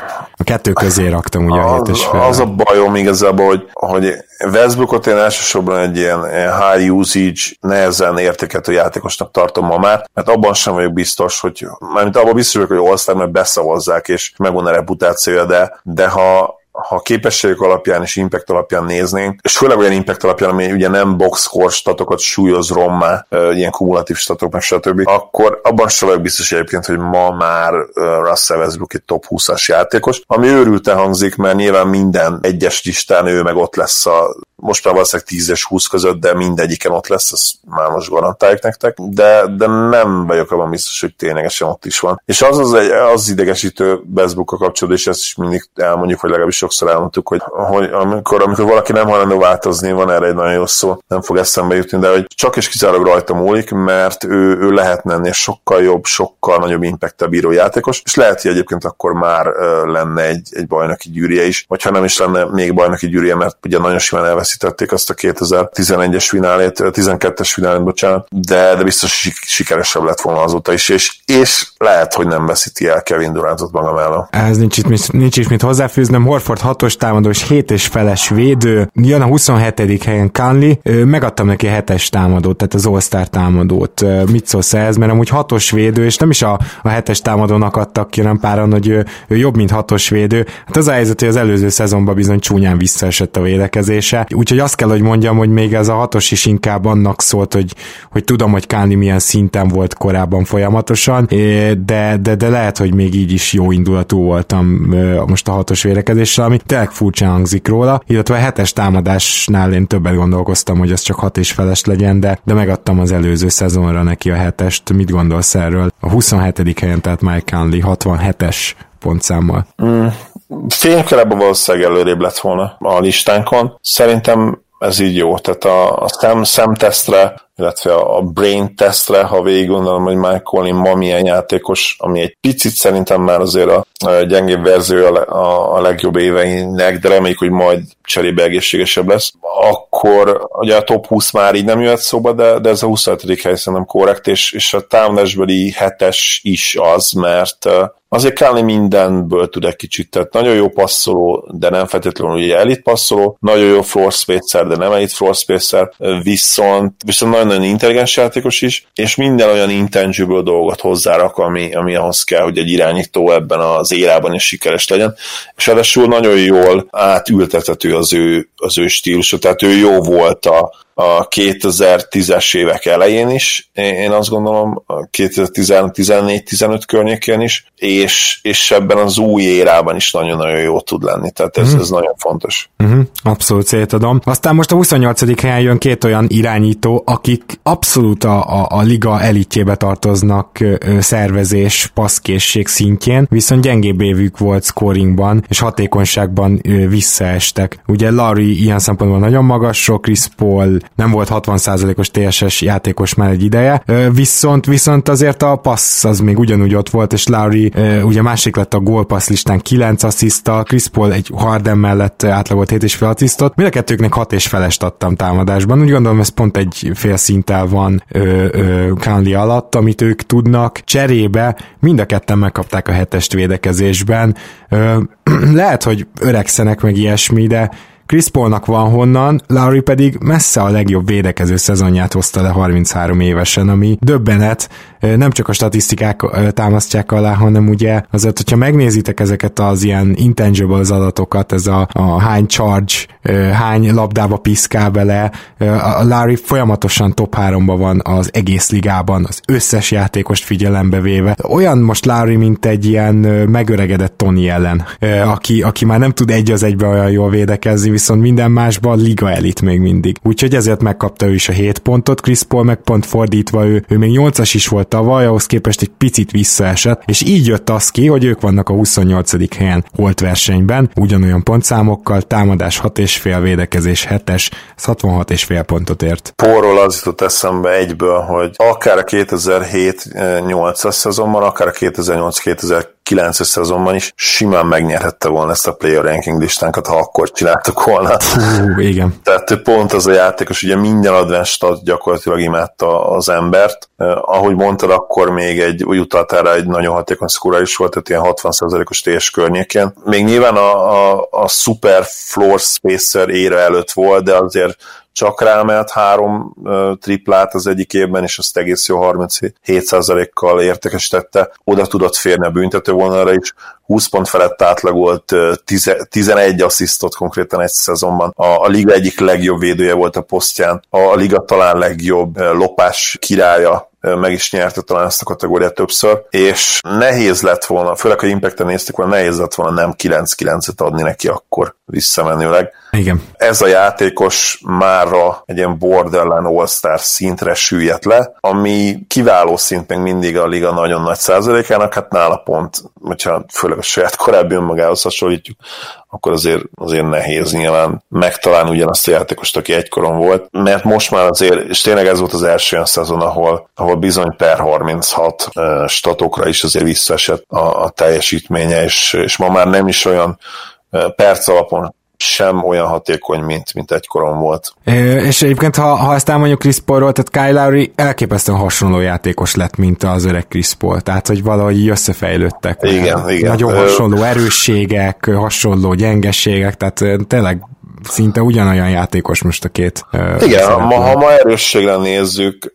A kettő közé raktam ugye a hét és fél. Az a bajom igazából, hogy, hogy Westbrookot én elsősorban egy ilyen high usage, nehezen értékelhető játékosnak tartom ma már, mert abban sem vagyok biztos, hogy mármint abban biztos vagyok, hogy all-star, mert beszavazzák, és megvan a reputációja, de, de ha ha képességek alapján és impact alapján néznénk, és főleg olyan impact alapján, ami ugye nem box score statokat súlyoz rommá, ilyen kumulatív statok, meg stb., akkor abban sem vagyok biztos egyébként, hogy ma már Russell Westbrook egy top húszas játékos, ami őrülten hangzik, mert nyilván minden egyes listán ő meg ott lesz a most már valószínűleg tíz és húsz között, de mindegyiken ott lesz, ezt már most garantáljuk nektek, de, de nem vagyok abban biztos, hogy ténylegesen ott is van. És az az, egy, az idegesítő Westbrookkal kapcsolatban, és ezt is mindig elmondjuk, hogy legalábbis sokszor elmondtuk, hogy, hogy amikor, amikor valaki nem hajlandó változni, van erre egy nagyon jó szó, nem fog eszembe jutni, de hogy csak és kizárólag rajta múlik, mert ő, ő lehetne ennél sokkal jobb, sokkal nagyobb impact-tel bíró játékos, és lehet, hogy egyébként akkor már uh, lenne egy, egy bajnoki gyűrűje is, vagy ha nem is lenne még bajnoki gyűrűje, mert ugye nagyon simán elveszi elveszítették azt a kétezer-tizenegyes finálét, tizenkettes finálét, bocsánat, de, de biztos sikeresebb lett volna azóta is, és, és lehet, hogy nem veszíti el Kevin Durantot maga mellett. Ez nincs itt, nincs is mit hozzáfűznöm. Horford hatos támadó és hét és feles védő. Jön a huszonhetedik helyen Conley. Megadtam neki a hetes támadót, tehát az All-Star támadót. Mit szólsz ehhez? Mert amúgy hatos védő, és nem is a, a hetes támadónak adtak ki, nem páran, hogy ő, ő jobb, mint hatos védő. Hát az a helyzet, hogy az előző szezonban bizony csúnyán visszaesett a védekezése. Úgyhogy azt kell, hogy mondjam, hogy még ez a hatos is inkább annak szólt, hogy, hogy tudom, hogy Conley milyen szinten volt korábban folyamatosan, de, de, de lehet, hogy még így is jó indulatú voltam most a hatos védekezéssel, ami tényleg furcsán hangzik róla, illetve a hetes támadásnál én többet gondolkoztam, hogy az csak hat és feles legyen, de, de megadtam az előző szezonra neki a hetest. Mit gondolsz erről? A huszonhetedik helyen, tehát Mike Conley hatvanhetes pontszámmal. Mm, fénykorában valószínűleg előrébb lett volna a listánkon. Szerintem ez így jó, tehát a, a szem, szemtesztre, illetve a brain testre, ha végig gondolom, hogy Mike Conley ma milyen játékos, ami egy picit szerintem már azért a, a gyengébb verzió a, a, a legjobb éveinek, de reméljük, hogy majd cserébe egészségesebb lesz, akkor ugye a top húsz már így nem jöhet szóba, de, de ez a huszonhetedik hely szerintem korrekt, és, és a támadásbeli hetes is az, mert azért Conley mindenből tud egy kicsit, tehát nagyon jó passzoló, de nem feltétlenül ugye elit passzoló, nagyon jó floor spacer, de nem elit floor spacer, viszont, viszont nagyon-nagyon intelligens játékos is, és minden olyan intangible dolgot hozzárak, ami, ami ahhoz kell, hogy egy irányító ebben az érában is sikeres legyen, és ráadásul nagyon jól átültethető az ő, az ő stílusa, tehát ő jó volt a a kétezer-tízes évek elején is, én azt gondolom, kétezer-tizennégy tizenöt környékén is, és, és ebben az új érában is nagyon-nagyon jó tud lenni, tehát ez, mm. ez nagyon fontos. Mm-hmm. Abszolút szétadom. Aztán most a huszonnyolcadik helyen jön két olyan irányító, akik abszolút a, a, a liga elitjébe tartoznak ö, szervezés, passzkészség szintjén, viszont gyengébb évük volt scoringban, és hatékonyságban ö, visszaestek. Ugye Larry ilyen szempontból nagyon magasról, Chris Paul nem volt hatvan százalékos té es es játékos már egy ideje, viszont, viszont azért a passz az még ugyanúgy ott volt, és Lowry ugye másik lett a gólpassz listán kilenc assziszttal, Chris Paul egy Harden mellett átlagolt hét és fél asszisztot, mind a kettőknek hat és felest adtam támadásban, úgy gondolom ez pont egy fél szinttel van Conley alatt, amit ők tudnak, cserébe mind a ketten megkapták a hetest védekezésben, ö, lehet, hogy öregszenek meg ilyesmi, de Chris Paulnak van honnan, Lowry pedig messze a legjobb védekező szezonját hozta le harminchárom évesen, ami döbbenet, nem csak a statisztikák támasztják alá, hanem ugye azért, hogyha megnézitek ezeket az ilyen intangibles adatokat, ez a, a hány charge, hány labdába piszkál bele, a Lowry folyamatosan top háromban van az egész ligában, az összes játékost figyelembe véve. Olyan most Lowry, mint egy ilyen megöregedett Tony ellen, aki, aki már nem tud egy az egybe olyan jól védekezni, viszont minden másban liga elit még mindig. Úgyhogy ezért megkapta ő is a hét pontot, Chris Paul meg pont fordítva, ő, ő még nyolcas is volt tavaly, ahhoz képest egy picit visszaesett, és így jött az ki, hogy ők vannak a huszonnyolcadik helyen holt versenyben, ugyanolyan pontszámokkal, támadás hat és fél, védekezés hetes, hatvanhat és fél pontot ért. Paulról az jutott eszembe egyből, hogy akár a kétezer-hét nyolcas szezonban, akár a kétezer-nyolc kétezer-kilences szezonban is simán megnyerhette volna ezt a player ranking listánkat, ha akkor csináltuk volna. Hú, igen. Tehát pont az a játékos, ugye minden advanced stat gyakorlatilag imádta az embert. Eh, ahogy mondtad, akkor még egy, úgy utaltára egy nagyon hatékony scorer is volt, tehát ilyen hatvan százalékos té es környékén. Még nyilván a, a, a super floor spacer ére előtt volt, de azért csak rámelt három uh, triplát az egyik évben, és azt egész jó harminchét százalékkal értékesítette. Oda tudott férni a büntető vonalra is, húsz pont felett átlagolt, uh, tizenegy asszisztot konkrétan egy szezonban. A, a liga egyik legjobb védője volt a posztján, a, a liga talán legjobb uh, lopás királya, meg is nyerte talán ezt a kategóriát többször, és nehéz lett volna, főleg, ha Impact-en néztük volna, nehéz lett volna nem kilenc kilencet adni neki akkor visszamenőleg. Igen. Ez a játékos mára egy ilyen borderline all-star szintre süllyedt le, ami kiváló szint még mindig a liga nagyon nagy százalékának, hát nála pont, hogyha főleg a saját korábbi önmagához hasonlítjuk, akkor azért, azért nehéz nyilván megtalálni ugyanazt a játékost, aki egykoron volt, mert most már azért, és tényleg ez volt az első olyan szezon, ahol, ahol bizony per harminchat uh, statokra is azért visszaesett a, a teljesítménye, és, és ma már nem is olyan uh, perc alapon sem olyan hatékony, mint, mint egykoron volt. É, és egyébként, ha, ha ezt elmondjuk Chris Paulról, tehát Kyle Lowry elképesztően hasonló játékos lett, mint az öreg Chris Paul, tehát hogy valahogy összefejlődtek. Igen, igen. Nagyon hasonló erősségek, hasonló gyengeségek, tehát tényleg szinte ugyanolyan játékos most a két. Igen, ha ma, ha ma erősségre nézzük,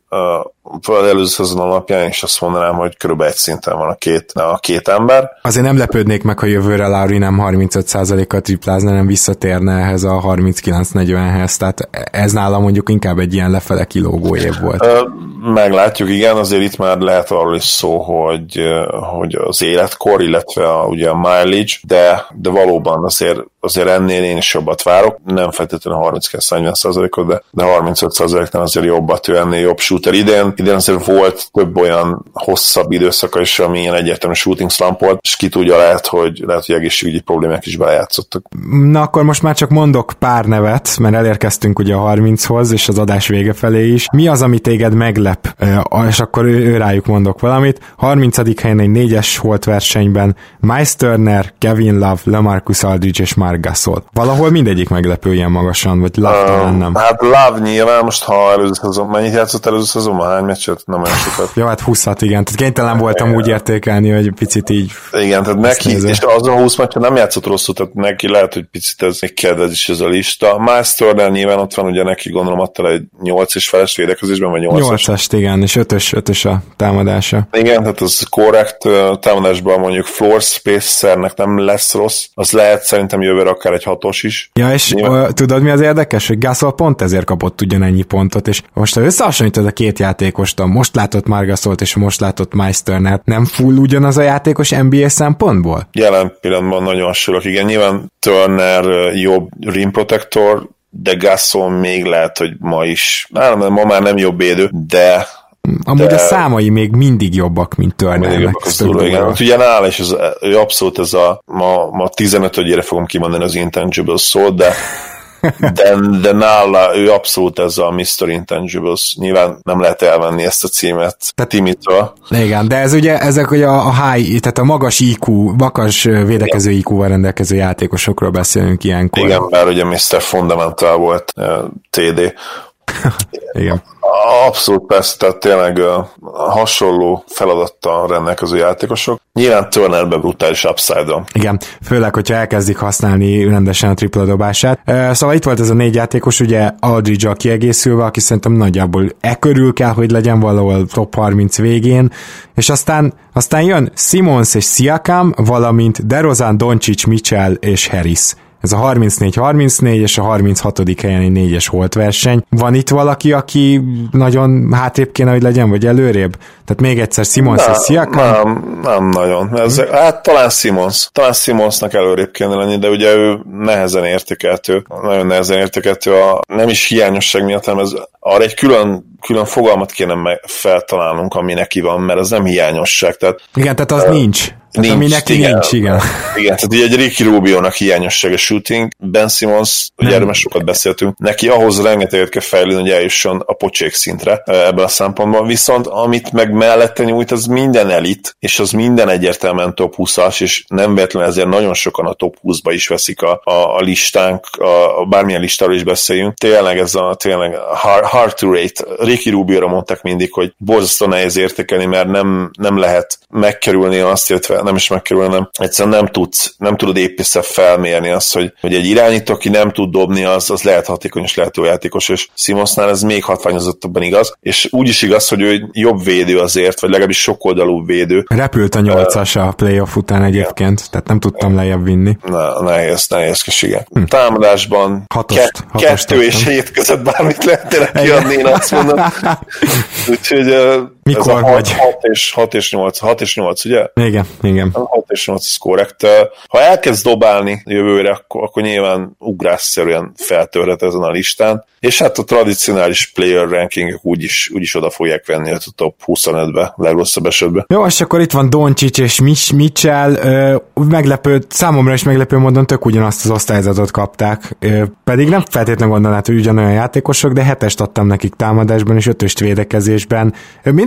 az előző szezon alapján, és azt mondanám, hogy körülbelül egy szinten van a két, a két ember. Azért nem lepődnék meg, ha jövőre Lowry nem harmincöt százalékkal triplázna, nem visszatérne ehhez a harminckilenc negyvenhez, tehát ez nálam mondjuk inkább egy ilyen lefele kilógó év volt. Meglátjuk, igen, azért itt már lehet arról is szó, hogy, hogy az életkor, illetve a, ugye a mileage, de, de valóban azért, azért ennél én is jobbat várok, nem feltétlenül harminckilenc negyven százalékot, de, de harmincöt százaléknál azért jobbat, ő ennél jobb shooter. Idén, idén azért volt több olyan hosszabb időszaka is, ami ilyen egyértelmű shooting slump volt, és ki tudja, lehet, hogy, lehet, hogy egészségügyi problémák is belejátszottak. Na akkor most már csak mondok pár nevet, mert elérkeztünk ugye a harminchoz, és az adás vége felé is. Mi az, ami téged meglep? És akkor ő, ő rájuk mondok valamit. harmincadik helyen egy négyes volt versenyben Miles Turner, Kevin Love, LaMarcus Aldridge és Marc Gasol. Valahol mindegyik meglepő ilyen magasan, vagy Love talán nem. Hát Love nyilván most, ha előző szezon, mennyit játszott előző szezon, hány meccset? Nem olyan sokat. Jó, hát húszat, igen. Tehát kénytelen voltam úgy értékelni, hogy picit így... Igen, tehát neki, nézze. És azon a húsz meccset nem játszott rosszul, tehát neki lehet, hogy picit ez még kedvez is ez a lista. Miles Turner nyilván ott van, ugye neki gondolom adta egy nyolc és feles védekezésben, vagy nyolcas. nyolcast, igen, és ötös, ötös a támadása. Igen, tehát az korrekt támadásban mondjuk floor spacernek nem lesz rossz, az lehet szerintem jövőre akár egy hatos is. Ja, és uh, tudod mi az érdekes, hogy Gasol pont ezért kapott ugyanennyi pontot, és most ha összehasonlítod a két játékost, a most látott Marc Gasolt és a most látott Miles Turner, nem full ugyanaz a játékos en bé á szempontból? Jelen pillanatban nagyon hasonlók, igen, nyilván Turner jobb rim protector, de Gasol még lehet, hogy ma is, nem, ma már nem jobb védő, de amúgy de a számai még mindig jobbak, mint Turnernek. Igen, ugye nála is ez, ő abszolút ez a, ma, ma tizenötödjére fogom kimondani az intangibles szót, de de, de nála ő abszolút ez a miszter Intangibles. Nyilván nem lehet elvenni ezt a címet Timitől. Igen, de ez ugye ezek ugye a high, tehát a magas í kú, magas védekező í kúval rendelkező játékosokról beszélünk ilyenkor. Igen, bár ugye miszter Fundamental volt té dé. Igen. Abszolút persze, tehát tényleg uh, hasonló feladattal rendelkező játékosok. Nyilván Turnerben brutális upside-on. Igen, főleg, hogyha elkezdik használni rendesen a tripla dobását. Uh, szóval itt volt ez a négy játékos, ugye Aldridge-a kiegészülve, aki szerintem nagyjából e körül kell, hogy legyen valahol top harminc végén, és aztán, aztán jön Simmons és Siakam, valamint DeRozan, Doncic, Mitchell és Harris. Ez a harmincnégy harmincnégy és a harminchatodik helyen egy négyes holt verseny. Van itt valaki, aki nagyon hátrébb kéne, hogy legyen, vagy előrébb? Tehát még egyszer Simmons és Siakam? Nem, nem nagyon. Ez, hát talán Simmons. Talán Simmonsnak előrébb kéne lenni, de ugye ő nehezen értékeltő. Nagyon nehezen értékeltő. A, nem is hiányosság miatt, hanem ez arra egy külön külön fogalmat kéne feltalálnunk, ami neki van, mert ez nem hiányosság. Tehát, igen, tehát az uh, nincs. Tehát nincs, ami neki igen, nincs, igen. Igen, tehát ugye egy Ricky Rubio-nak hiányosság a shooting, Ben Simmons, ugye erről már sokat beszéltünk, neki ahhoz rengeteget kell fejlődni, hogy eljusson a pocsék szintre ebben a szempontból, viszont amit meg mellette nyújt, az minden elit, és az minden egyértelműen top húszas, és nem véletlenül ezért nagyon sokan a top húszba is veszik a, a, a listánk, a, a bármilyen listáról is beszéljünk. Tényleg ez a tényleg hard, hard to rate. Ricky Rubio-ra mondták mindig, hogy borzasztó nehéz értékelni, mert nem, nem lehet megkerülni azt, illetve nem is megkerülni, nem, egyszerűen nem tudsz, nem tudod épp össze felmérni azt, hogy, hogy egy irányító, aki nem tud dobni, az, az lehet hatékony és lehet jó játékos, és Simmonsnál ez még hatványozottabban igaz, és úgy is igaz, hogy ő jobb védő azért, vagy legalábbis sokoldalú védő. Repült a nyolcas uh, a playoff után egyébként, igen. Tehát nem tudtam lejjebb vinni. Na, nehéz, nehézkes, igen. Hm. Támadásban hatost, ke- hatost kettő és hét között bármit lehetne kiadni, én azt mondom. Úgyhogy mikor ez a hat, hat, és, hat és nyolc, hat és nyolc, ugye? Igen, igen. hat és nyolc, ez korrekt. Ha elkezd dobálni jövőre, akkor, akkor nyilván ugrásszerűen feltörhet ezen a listán, és hát a tradicionális player rankingek úgyis, úgyis oda fogják venni a top huszonötbe, legrosszabb esetben. Jó, és akkor itt van Doncic és Mitchell, meglepő, számomra is meglepő módon tök ugyanazt az osztályzatot kapták, pedig nem feltétlenül gondolnád, hogy ugyanolyan játékosok, de hetest adtam nekik támadásban és ötöst védekezésben. Mind a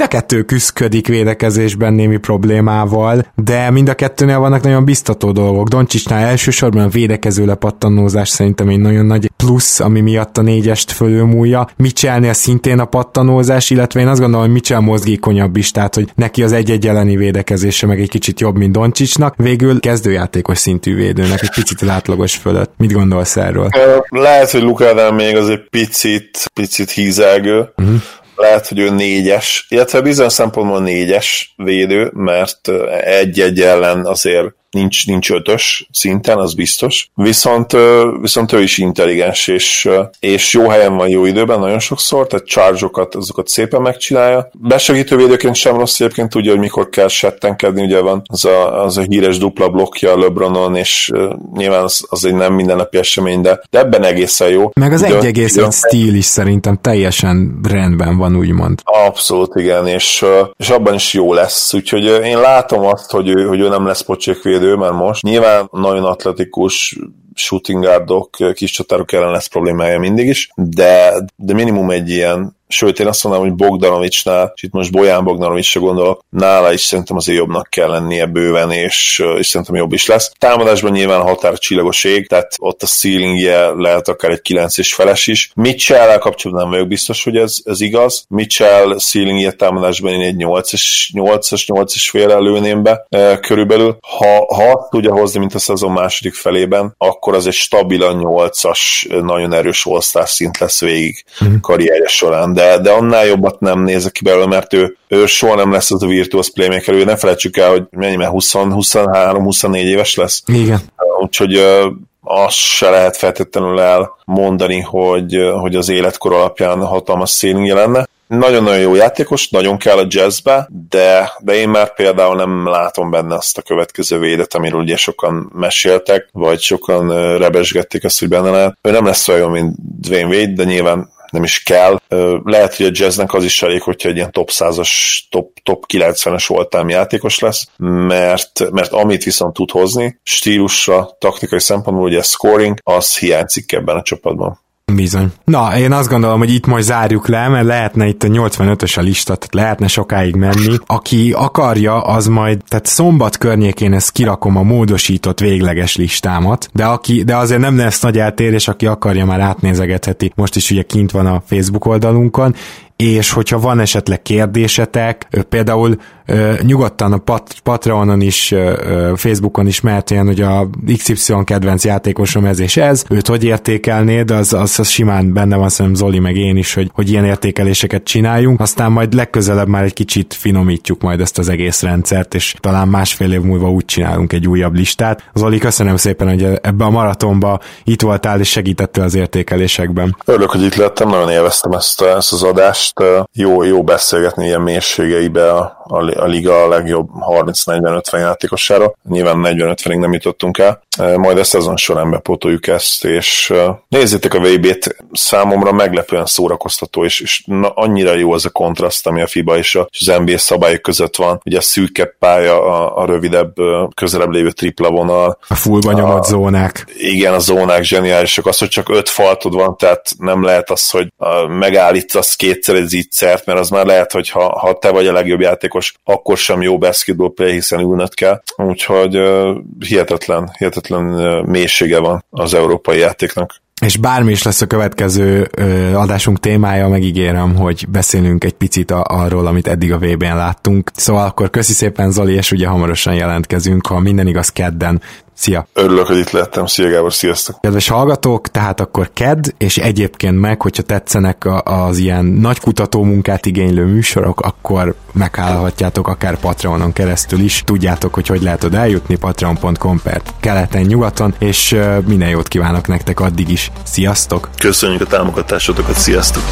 kettő küszködik védekezésben némi problémával, de mind a kettőnél vannak nagyon biztató dolgok. Doncsicsnál elsősorban a védekező lepattanózás szerintem egy nagyon nagy plusz, ami miatt a négyest fölülmúlja. Mitchellnél szintén a pattanózás, illetve én azt gondolom, hogy Mitchell mozgékonyabb is, tehát hogy neki az egy-egy elleni védekezése meg egy kicsit jobb, mint Doncsicsnak. Végül kezdőjátékos szintű védőnek, egy picit az átlagos fölött. Mit gondolsz erről? Lehet, hogy Luka Ádám még az egy picit, picit hízelgő. Uh-huh. Lehet, hogy ő négyes, illetve bizonyos szempontból négyes védő, mert egy-egy ellen azért nincs, nincs ötös szinten, az biztos. Viszont, viszont ő is intelligens, és, és jó helyen van jó időben nagyon sokszor, tehát charge-okat, azokat szépen megcsinálja. Besegítő védőként sem rossz, egyébként tudja, hogy mikor kell settenkedni, ugye van az a, az a híres dupla blokkja LeBronon, és nyilván az, az egy nem mindennapi esemény, de, de ebben egészen jó. Meg az egy egész egy stíl is szerintem teljesen rendben van, úgymond. Abszolút, igen, és, és abban is jó lesz, úgyhogy én látom azt, hogy ő, hogy ő nem lesz pocsékvédő, már most. Nyilván nagyon atletikus shooting guardok, kis csatárok ellen lesz problémája mindig is, de, de minimum egy ilyen, sőt, én azt mondom, hogy Bogdanovicsnál, és itt most Bojan Bogdanovicsra gondolok, nála is szerintem azért jobbnak kell lennie bőven, és, és szerintem jobb is lesz. Támadásban nyilván a határ csillagos ég, tehát ott a ceilingje lehet akár egy kilenc és feles is. Mitchell-el kapcsolatban nem vagyok biztos, hogy ez, ez igaz. Mitchell ceilingje támadásban én egy nyolcas, nyolcas, nyolcas félel lőném be e, körülbelül. Ha, ha azt tudja hozni, mint a szezon második felében, akkor az egy stabilan nyolcas, nagyon erős all-star szint lesz végig mm. karrierje során. De, de annál jobbat nem nézek ki belőle, mert ő, ő soha nem lesz az a virtuos playmaker, ő ne felejtsük el, hogy mennyi, mert húsz, huszonhárom huszonnégy éves lesz. Igen. Úgyhogy azt se lehet feltétlenül elmondani, hogy, hogy az életkor alapján hatalmas szélingje lenne. Nagyon-nagyon jó játékos, nagyon kell a Jazzbe, de, de én már például nem látom benne azt a következő védet, amiről ugye sokan meséltek, vagy sokan rebesgették azt, hogy benne lehet. Ő nem lesz olyan, mint Dwayne Wade, de nyilván nem is kell. Lehet, hogy a Jazznek az is elég, hogyha egy ilyen top százas, top, top kilencvenes all-time játékos lesz, mert, mert amit viszont tud hozni, stílusra, taktikai szempontból, ugye scoring, az hiányzik ebben a csapatban. Bizony. Na, én azt gondolom, hogy itt most zárjuk le, mert lehetne itt a nyolcvanötös a lista, tehát lehetne sokáig menni. Aki akarja, az majd, tehát szombat környékén ezt kirakom a módosított végleges listámat, de, aki, de azért nem lesz nagy eltérés, aki akarja, már átnézegetheti. Most is ugye kint van a Facebook oldalunkon, és hogyha van esetleg kérdésetek, például uh, nyugodtan a Pat- Patreonon is, uh, Facebookon is mehet ilyen, hogy a iksz ipszilon kedvenc játékosom ez és ez, őt hogy értékelnéd, az, az, az simán benne van, szerintem Zoli meg én is, hogy, hogy ilyen értékeléseket csináljunk, aztán majd legközelebb már egy kicsit finomítjuk majd ezt az egész rendszert, és talán másfél év múlva úgy csinálunk egy újabb listát. Zoli, köszönöm szépen, hogy ebbe a maratonba itt voltál, és segítettél az értékelésekben. Örülök, hogy itt lettem, nagyon élveztem ezt, ezt az adást. Jó, jó beszélgetni ilyen mélységeibe a, a, a liga a legjobb harminc negyven ötven játékosára. Nyilván negyven ötvenig nem jutottunk el. Majd a szezon során bepótoljuk ezt, és nézzétek a vé bét, számomra meglepően szórakoztató, és, és na, annyira jó az a kontraszt, ami a FIBA és, a, és az en bé á szabályok között van. Ugye a szűkebb pálya, a, a rövidebb, közelebb lévő tripla vonal. A fullba nyomott zónák. Igen, a zónák zseniálisak. Az, hogy csak öt faltod van, tehát nem lehet az, hogy megállítasz kétszer egy zicsert, mert az már lehet, hogy ha, ha te vagy a legjobb játékos, akkor sem jó basketball play, hiszen ülnöd kell. Úgyhogy uh, hihetetlen, hihetetlen uh, mélysége van az európai játéknak. És bármi is lesz a következő ö, adásunk témája, megígérem, hogy beszélünk egy picit a, arról, amit eddig a vé bén láttunk. Szóval akkor köszi szépen, Zoli, és ugye hamarosan jelentkezünk, ha minden igaz, kedden. Szia! Örülök, hogy itt lettem. Szia, Gábor, sziasztok! Kedves hallgatók, tehát akkor kedd, és egyébként meg, hogyha tetszenek az ilyen nagy kutató munkát igénylő műsorok, akkor meghálhatjátok akár Patreonon keresztül is. Tudjátok, hogy hogy lehet oda eljutni, patreon pont com per keleten-nyugaton, és minden jót kívánok nektek addig is. Sziasztok! Köszönjük a támogatásotokat, sziasztok!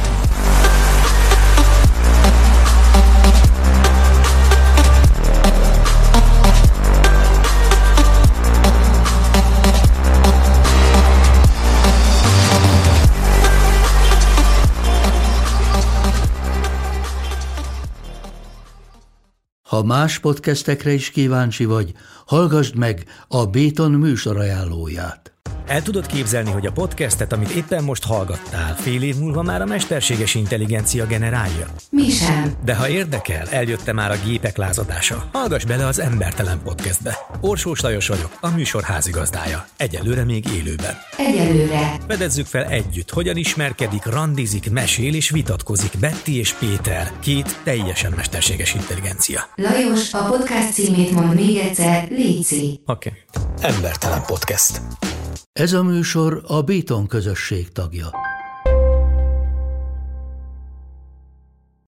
Ha más podcastekre is kíváncsi vagy, hallgassd meg a Béton műsor ajánlóját. El tudod képzelni, hogy a podcastet, amit éppen most hallgattál, fél év múlva már a mesterséges intelligencia generálja? Mi sem. De ha érdekel, eljötte már a gépek lázadása. Hallgass bele az Embertelen Podcastbe. Orsós Lajos vagyok, a műsor házigazdája. Egyelőre még élőben. Egyelőre. Fedezzük fel együtt, hogyan ismerkedik, randizik, mesél és vitatkozik Betty és Péter, két teljesen mesterséges intelligencia. Lajos, a podcast címét mond még egyszer, léci. Oké. Okay. Embertelen Podcast. Ez a műsor a Béton közösség tagja.